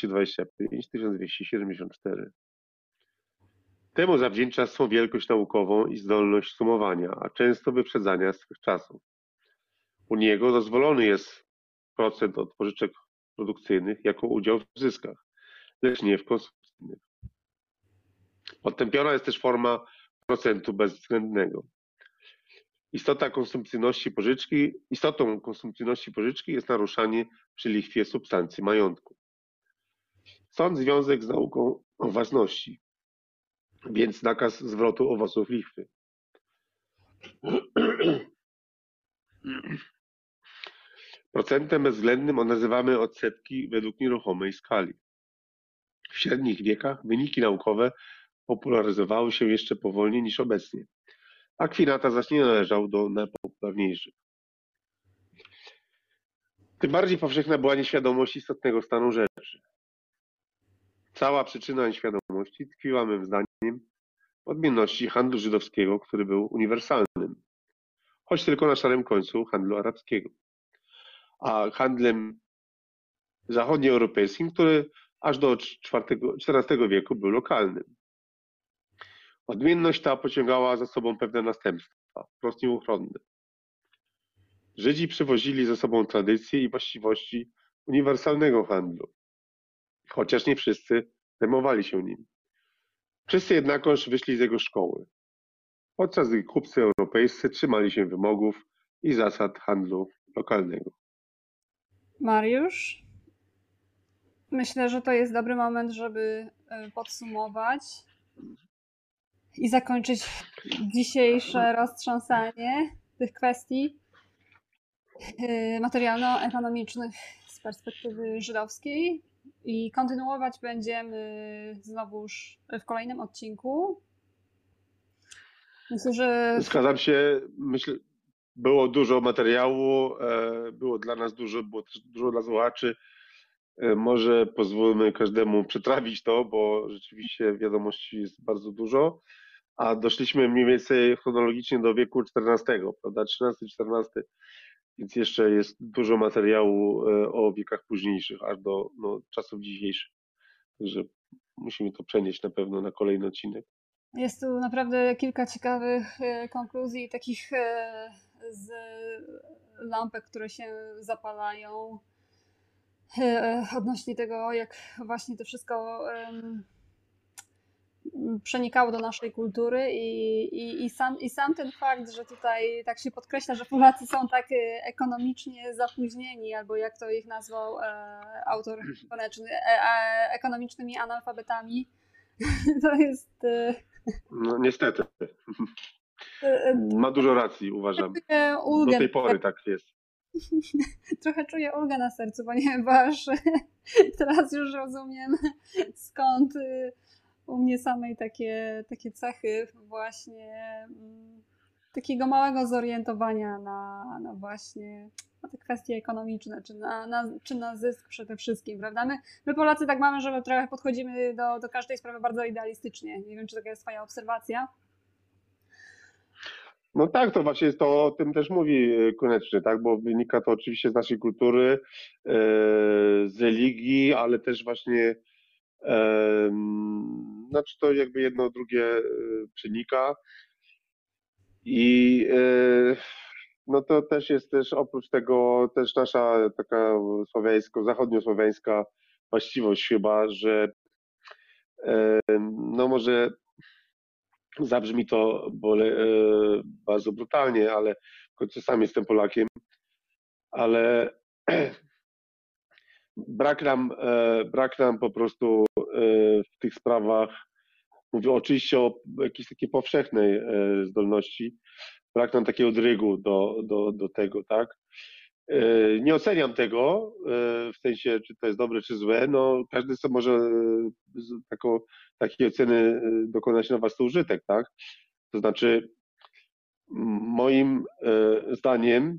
1225-1274. Temu zawdzięcza swą wielkość naukową i zdolność sumowania, a często wyprzedzania swych czasów. U niego dozwolony jest procent od pożyczek produkcyjnych jako udział w zyskach, lecz nie w konsumpcyjnych. Potępiona jest też forma procentu bezwzględnego. Istotą konsumpcyjności pożyczki jest naruszanie przy lichwie substancji majątku. Stąd związek z nauką o własności, więc nakaz zwrotu owoców lichwy. Procentem bezwzględnym nazywamy odsetki według nieruchomej skali. W średnich wiekach wyniki naukowe popularyzowały się jeszcze powolniej niż obecnie. Akwinata zaś nie należał do najpopularniejszych. Tym bardziej powszechna była nieświadomość istotnego stanu rzeczy. Cała przyczyna nieświadomości tkwiła mym zdaniem w odmienności handlu żydowskiego, który był uniwersalnym, choć tylko na szarym końcu handlu arabskiego, a handlem zachodnioeuropejskim, który aż do XIV wieku był lokalnym. Odmienność ta pociągała za sobą pewne następstwa, wprost nieuchronne. Żydzi przywozili ze sobą tradycje i właściwości uniwersalnego handlu, chociaż nie wszyscy zajmowali się nim. Wszyscy jednakoż wyszli z jego szkoły, podczas gdy kupcy europejscy trzymali się wymogów i zasad handlu lokalnego. Mariusz, myślę, że to jest dobry moment, żeby podsumować i zakończyć dzisiejsze roztrząsanie tych kwestii materialno-ekonomicznych z perspektywy żydowskiej i kontynuować będziemy znowuż w kolejnym odcinku. Myślę, że... Zgadzam się. Było dużo materiału, było dla nas dużo, było też dużo dla słuchaczy. Może pozwólmy każdemu przetrawić to, bo rzeczywiście wiadomości jest bardzo dużo, a doszliśmy mniej więcej chronologicznie do wieku XIV, prawda, XIII-XIV, więc jeszcze jest dużo materiału o wiekach późniejszych, aż do czasów dzisiejszych. Także musimy to przenieść na pewno na kolejny odcinek. Jest tu naprawdę kilka ciekawych konkluzji, takich z lampek, które się zapalają odnośnie tego, jak właśnie to wszystko przenikało do naszej kultury i sam ten fakt, że tutaj tak się podkreśla, że Polacy są tak ekonomicznie zapóźnieni, albo jak to ich nazwał autor koneczny, ekonomicznymi analfabetami, to jest... No niestety. Ma dużo racji, uważam. Do tej pory tak jest. Trochę czuję ulgę na sercu, ponieważ teraz już rozumiem, skąd u mnie samej takie cechy właśnie takiego małego zorientowania na właśnie na te kwestie ekonomiczne, czy na zysk przede wszystkim, prawda? My Polacy tak mamy, że trochę podchodzimy do każdej sprawy bardzo idealistycznie. Nie wiem, czy taka jest twoja obserwacja. No tak, to właśnie to o tym też mówi Koneczny, tak, bo wynika to oczywiście z naszej kultury, z religii, ale też właśnie znaczy to jakby jedno drugie przenika i no to też jest też oprócz tego też nasza taka zachodniosłowiańska właściwość chyba, że no może zabrzmi to bardzo brutalnie, ale w końcu sam jestem Polakiem, ale brak nam po prostu w tych sprawach, mówię oczywiście o jakiejś takiej powszechnej zdolności, brak nam takiego drygu do tego, tak? Nie oceniam tego w sensie, czy to jest dobre, czy złe. No, każdy sobie może takiej oceny dokonać na własny użytek, tak? To znaczy, moim zdaniem,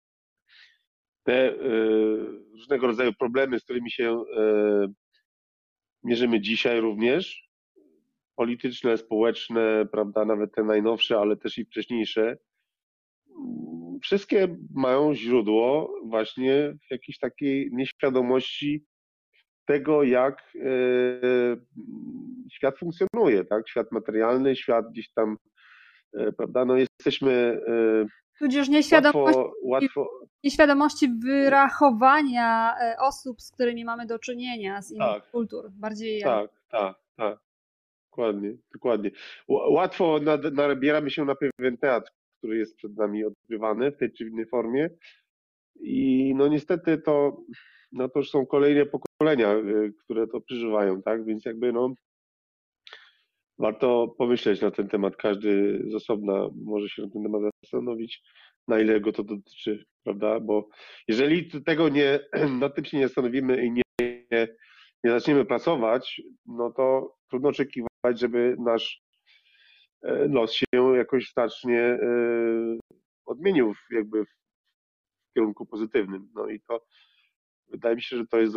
te różnego rodzaju problemy, z którymi się mierzymy dzisiaj również, polityczne, społeczne, prawda, nawet te najnowsze, ale też i wcześniejsze, wszystkie mają źródło właśnie w jakiejś takiej nieświadomości tego, jak świat funkcjonuje, tak? Świat materialny, świat gdzieś tam, prawda? No jesteśmy tudzież nieświadomości wyrachowania osób, z którymi mamy do czynienia, z innych kultur. Bardziej tak. dokładnie, dokładnie. Łatwo nabieramy się na pewien teatr, który jest przed nami odgrywany w tej czy innej formie i no niestety to już są kolejne pokolenia, które to przeżywają, tak? Więc jakby no warto pomyśleć na ten temat. Każdy z osobna może się na ten temat zastanowić, na ile go to dotyczy, prawda? Bo jeżeli tego nad tym się nie zastanowimy i nie zaczniemy pracować, no to trudno oczekiwać, żeby nasz los się jakoś znacznie odmienił jakby w kierunku pozytywnym. No i to wydaje mi się, że to jest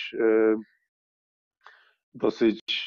dosyć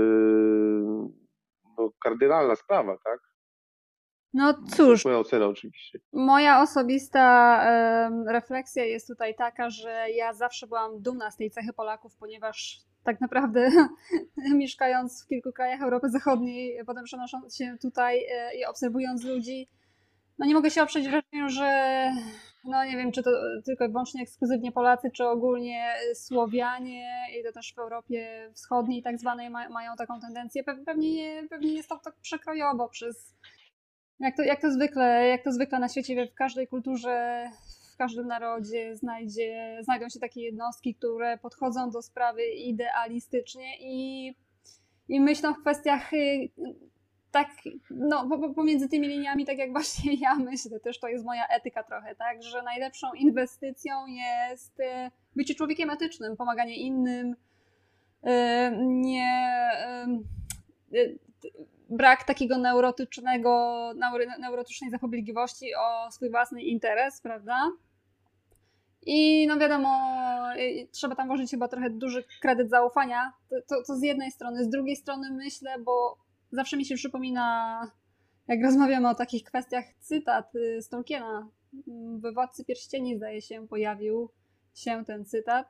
no, kardynalna sprawa, tak? No To cóż, jest moja ocena oczywiście. moja osobista refleksja jest tutaj taka, że ja zawsze byłam dumna z tej cechy Polaków, ponieważ tak naprawdę mieszkając w kilku krajach Europy Zachodniej, potem przenosząc się tutaj i obserwując ludzi, no nie mogę się oprzeć wrażeniu, że no nie wiem, czy to tylko i wyłącznie ekskluzywnie Polacy, czy ogólnie Słowianie i to też w Europie Wschodniej tak zwanej mają taką tendencję. Pewnie jest to tak przekrojowo przez jak to zwykle na świecie, w każdej kulturze, w każdym narodzie znajdą się takie jednostki, które podchodzą do sprawy idealistycznie i myślą w kwestiach tak, no pomiędzy tymi liniami, tak jak właśnie ja myślę, też to jest moja etyka trochę, tak, że najlepszą inwestycją jest bycie człowiekiem etycznym, pomaganie innym, nie brak takiego neurotycznej zapobiegliwości o swój własny interes, prawda? I no wiadomo, trzeba tam włożyć chyba trochę duży kredyt zaufania, to z jednej strony. Z drugiej strony myślę, bo zawsze mi się przypomina, jak rozmawiamy o takich kwestiach, cytat z Tolkiena. We Władcy Pierścieni, zdaje się, pojawił się ten cytat,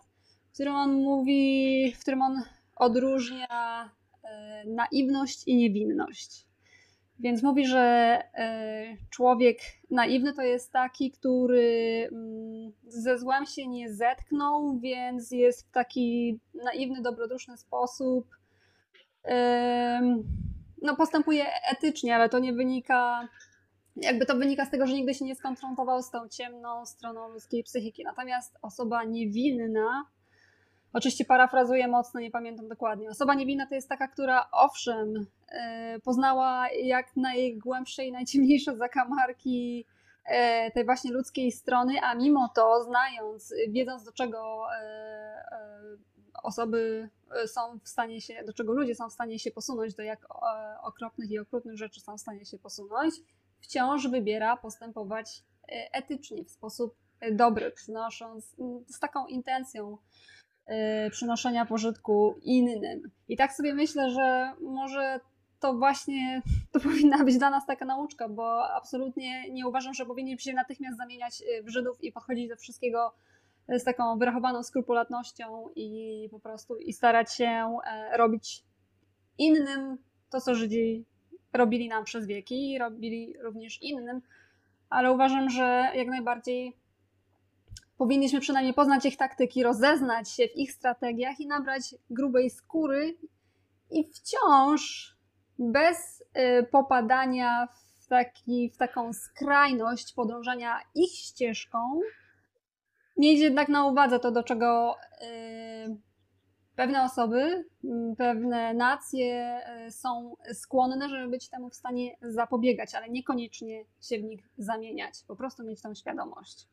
w którym on odróżnia naiwność i niewinność. Więc mówi, że człowiek naiwny to jest taki, który ze złem się nie zetknął, więc jest w taki naiwny, dobroduszny sposób. No, postępuje etycznie, ale to nie wynika, jakby to wynika z tego, że nigdy się nie skonfrontował z tą ciemną stroną ludzkiej psychiki. Natomiast osoba niewinna, oczywiście parafrazuję mocno, nie pamiętam dokładnie. Osoba niewinna to jest taka, która owszem, poznała jak najgłębsze i najciemniejsze zakamarki tej właśnie ludzkiej strony, a mimo to wiedząc do czego osoby są w stanie do czego ludzie są w stanie się posunąć, do jak okropnych i okrutnych rzeczy są w stanie się posunąć, wciąż wybiera postępować etycznie, w sposób dobry, z taką intencją przynoszenia pożytku innym. I tak sobie myślę, że może to właśnie to powinna być dla nas taka nauczka, bo absolutnie nie uważam, że powinniśmy się natychmiast zamieniać w Żydów i podchodzić do wszystkiego z taką wyrachowaną skrupulatnością i po prostu starać się robić innym to, co Żydzi robili nam przez wieki i robili również innym, ale uważam, że jak najbardziej powinniśmy przynajmniej poznać ich taktyki, rozeznać się w ich strategiach i nabrać grubej skóry i wciąż bez popadania w taką skrajność podążania ich ścieżką, mieć jednak na uwadze to, do czego pewne osoby, pewne nacje są skłonne, żeby być temu w stanie zapobiegać, ale niekoniecznie się w nich zamieniać. Po prostu mieć tą świadomość.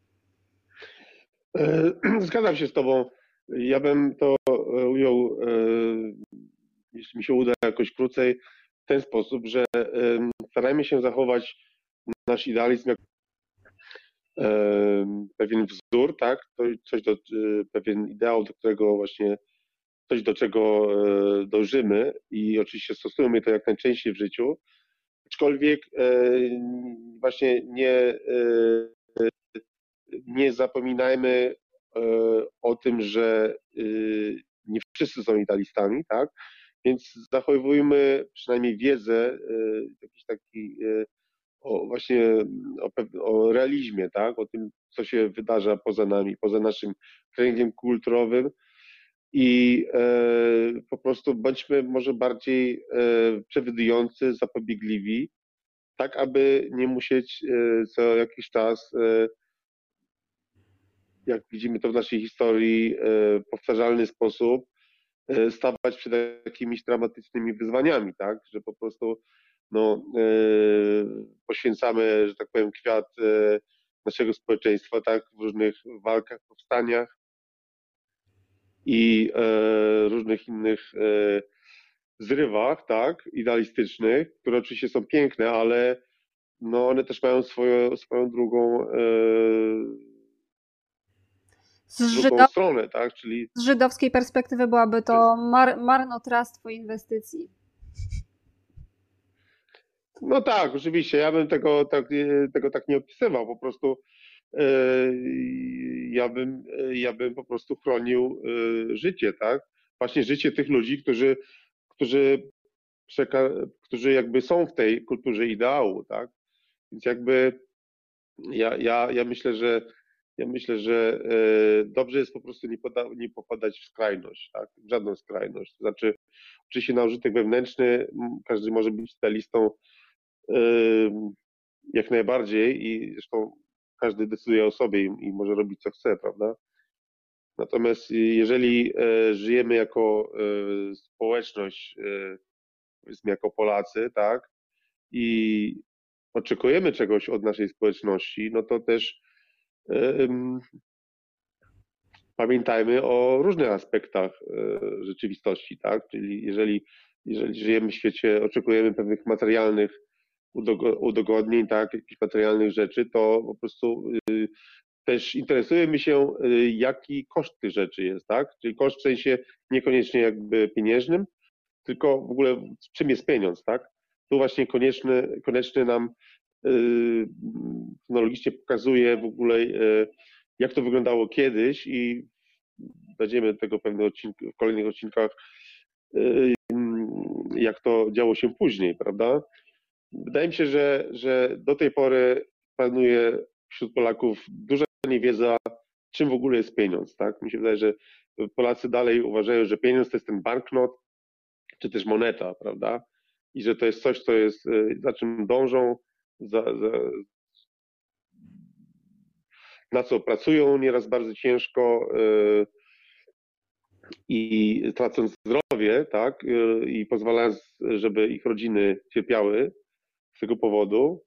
Zgadzam się z Tobą. Ja bym to ujął, jeśli mi się uda jakoś krócej, w ten sposób, że starajmy się zachować nasz idealizm jak pewien wzór, tak? Pewien ideał, do którego właśnie coś, do czego dążymy i oczywiście stosujemy to jak najczęściej w życiu, aczkolwiek właśnie nie zapominajmy o tym, że nie wszyscy są idealistami, tak? Więc zachowujmy przynajmniej wiedzę, jakiś taki o realizmie, tak? O tym, co się wydarza poza nami, poza naszym kręgiem kulturowym, i po prostu bądźmy może bardziej przewidujący, zapobiegliwi, tak aby nie musieć co jakiś czas, jak widzimy to w naszej historii, powtarzalny sposób stawać przed jakimiś dramatycznymi wyzwaniami, tak? Że po prostu no, poświęcamy, że tak powiem, kwiat naszego społeczeństwa, tak? W różnych walkach, powstaniach i różnych innych zrywach, tak? Idealistycznych, które oczywiście są piękne, ale no, one też mają swoją Z, drugą żydo stronę, tak? Czyli z żydowskiej perspektywy byłaby to marnotrawstwo inwestycji. no tak, oczywiście, ja bym tego tak nie opisywał, po prostu e, ja bym po prostu chronił życie, tak? Właśnie życie tych ludzi, którzy, którzy jakby są w tej kulturze ideału, tak? Więc jakby ja myślę, że dobrze jest po prostu nie popadać w skrajność, tak? W żadną skrajność. To znaczy, oczywiście na użytek wewnętrzny każdy może być idealistą jak najbardziej i zresztą każdy decyduje o sobie i może robić co chce, prawda? Natomiast jeżeli żyjemy jako społeczność, powiedzmy jako Polacy, tak, i oczekujemy czegoś od naszej społeczności, no to też pamiętajmy o różnych aspektach rzeczywistości, tak? Czyli jeżeli żyjemy w świecie, oczekujemy pewnych materialnych udogodnień, tak, jakichś materialnych rzeczy, to po prostu też interesujemy się, jaki koszt tych rzeczy jest, tak? Czyli koszt w sensie niekoniecznie jakby pieniężnym, tylko w ogóle czym jest pieniądz, tak? Tu właśnie konieczny nam chronologicznie pokazuje w ogóle, jak to wyglądało kiedyś i będziemy tego pewne odcinki, w kolejnych odcinkach, jak to działo się później, prawda? Wydaje mi się, że do tej pory panuje wśród Polaków duża niewiedza, czym w ogóle jest pieniądz, tak? Mi się wydaje, że Polacy dalej uważają, że pieniądz to jest ten banknot, czy też moneta, prawda? I że to jest coś, co jest, za czym dążą, na co pracują nieraz bardzo ciężko i tracąc zdrowie, tak? I pozwalając, żeby ich rodziny cierpiały z tego powodu.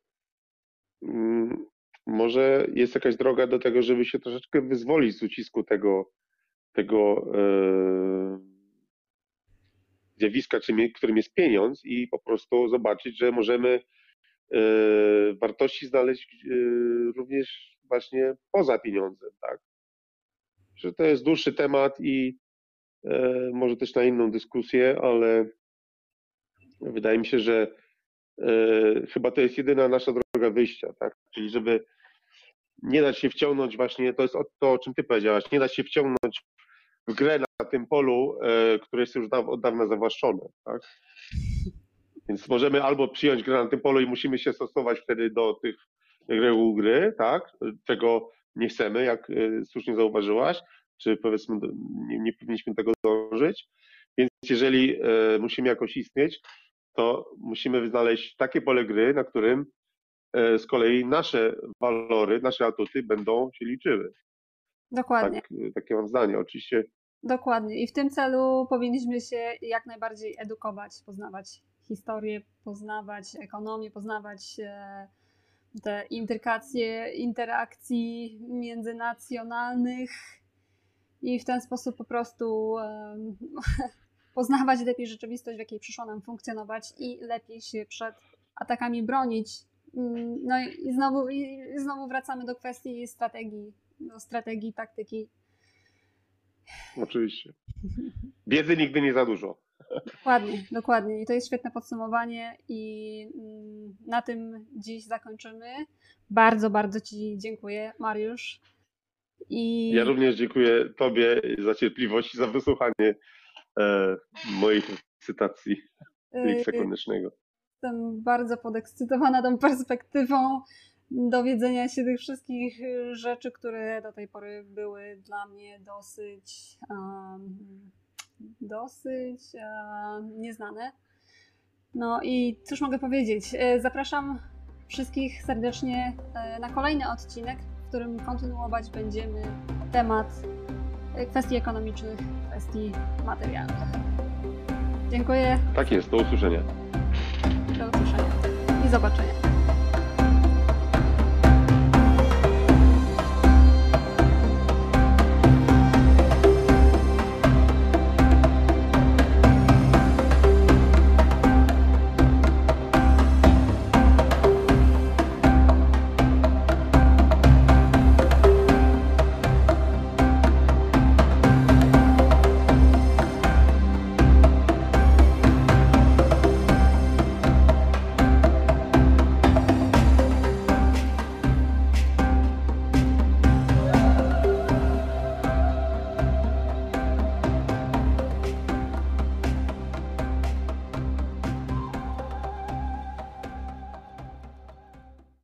Może jest jakaś droga do tego, żeby się troszeczkę wyzwolić z ucisku tego zjawiska, którym jest pieniądz i po prostu zobaczyć, że możemy wartości znaleźć również właśnie poza pieniądzem, tak? Że to jest dłuższy temat i może też na inną dyskusję, ale wydaje mi się, że chyba to jest jedyna nasza droga wyjścia, tak? Czyli żeby nie dać się wciągnąć właśnie, to jest to, o czym ty powiedziałaś, nie dać się wciągnąć w grę na tym polu, które jest już od dawna zawłaszczone, tak? Więc możemy albo przyjąć grę na tym polu i musimy się stosować wtedy do tych reguł gry, tak? Czego nie chcemy, jak słusznie zauważyłaś, czy powiedzmy nie powinniśmy tego dążyć. Więc jeżeli musimy jakoś istnieć, to musimy znaleźć takie pole gry, na którym z kolei nasze walory, nasze atuty będą się liczyły. Dokładnie. Takie mam zdanie. Oczywiście. Dokładnie. I w tym celu powinniśmy się jak najbardziej edukować, poznawać historię, poznawać ekonomię, poznawać te intrykacje interakcji międzynacjonalnych i w ten sposób po prostu poznawać lepiej rzeczywistość, w jakiej przyszło nam funkcjonować i lepiej się przed atakami bronić. No i znowu wracamy do kwestii strategii, taktyki. Oczywiście. Wiedzy nigdy nie za dużo. Dokładnie. I to jest świetne podsumowanie i na tym dziś zakończymy. Bardzo, bardzo Ci dziękuję, Mariusz. Ja również dziękuję Tobie za cierpliwość i za wysłuchanie moich cytacji Feliksa Konecznego. Jestem bardzo podekscytowana tą perspektywą. dowiedzenia się tych wszystkich rzeczy, które do tej pory były dla mnie dosyć nieznane. No i cóż mogę powiedzieć? Zapraszam wszystkich serdecznie na kolejny odcinek, w którym kontynuować będziemy temat kwestii ekonomicznych, kwestii materialnych. Dziękuję. Tak jest, do usłyszenia. Do usłyszenia i zobaczenia.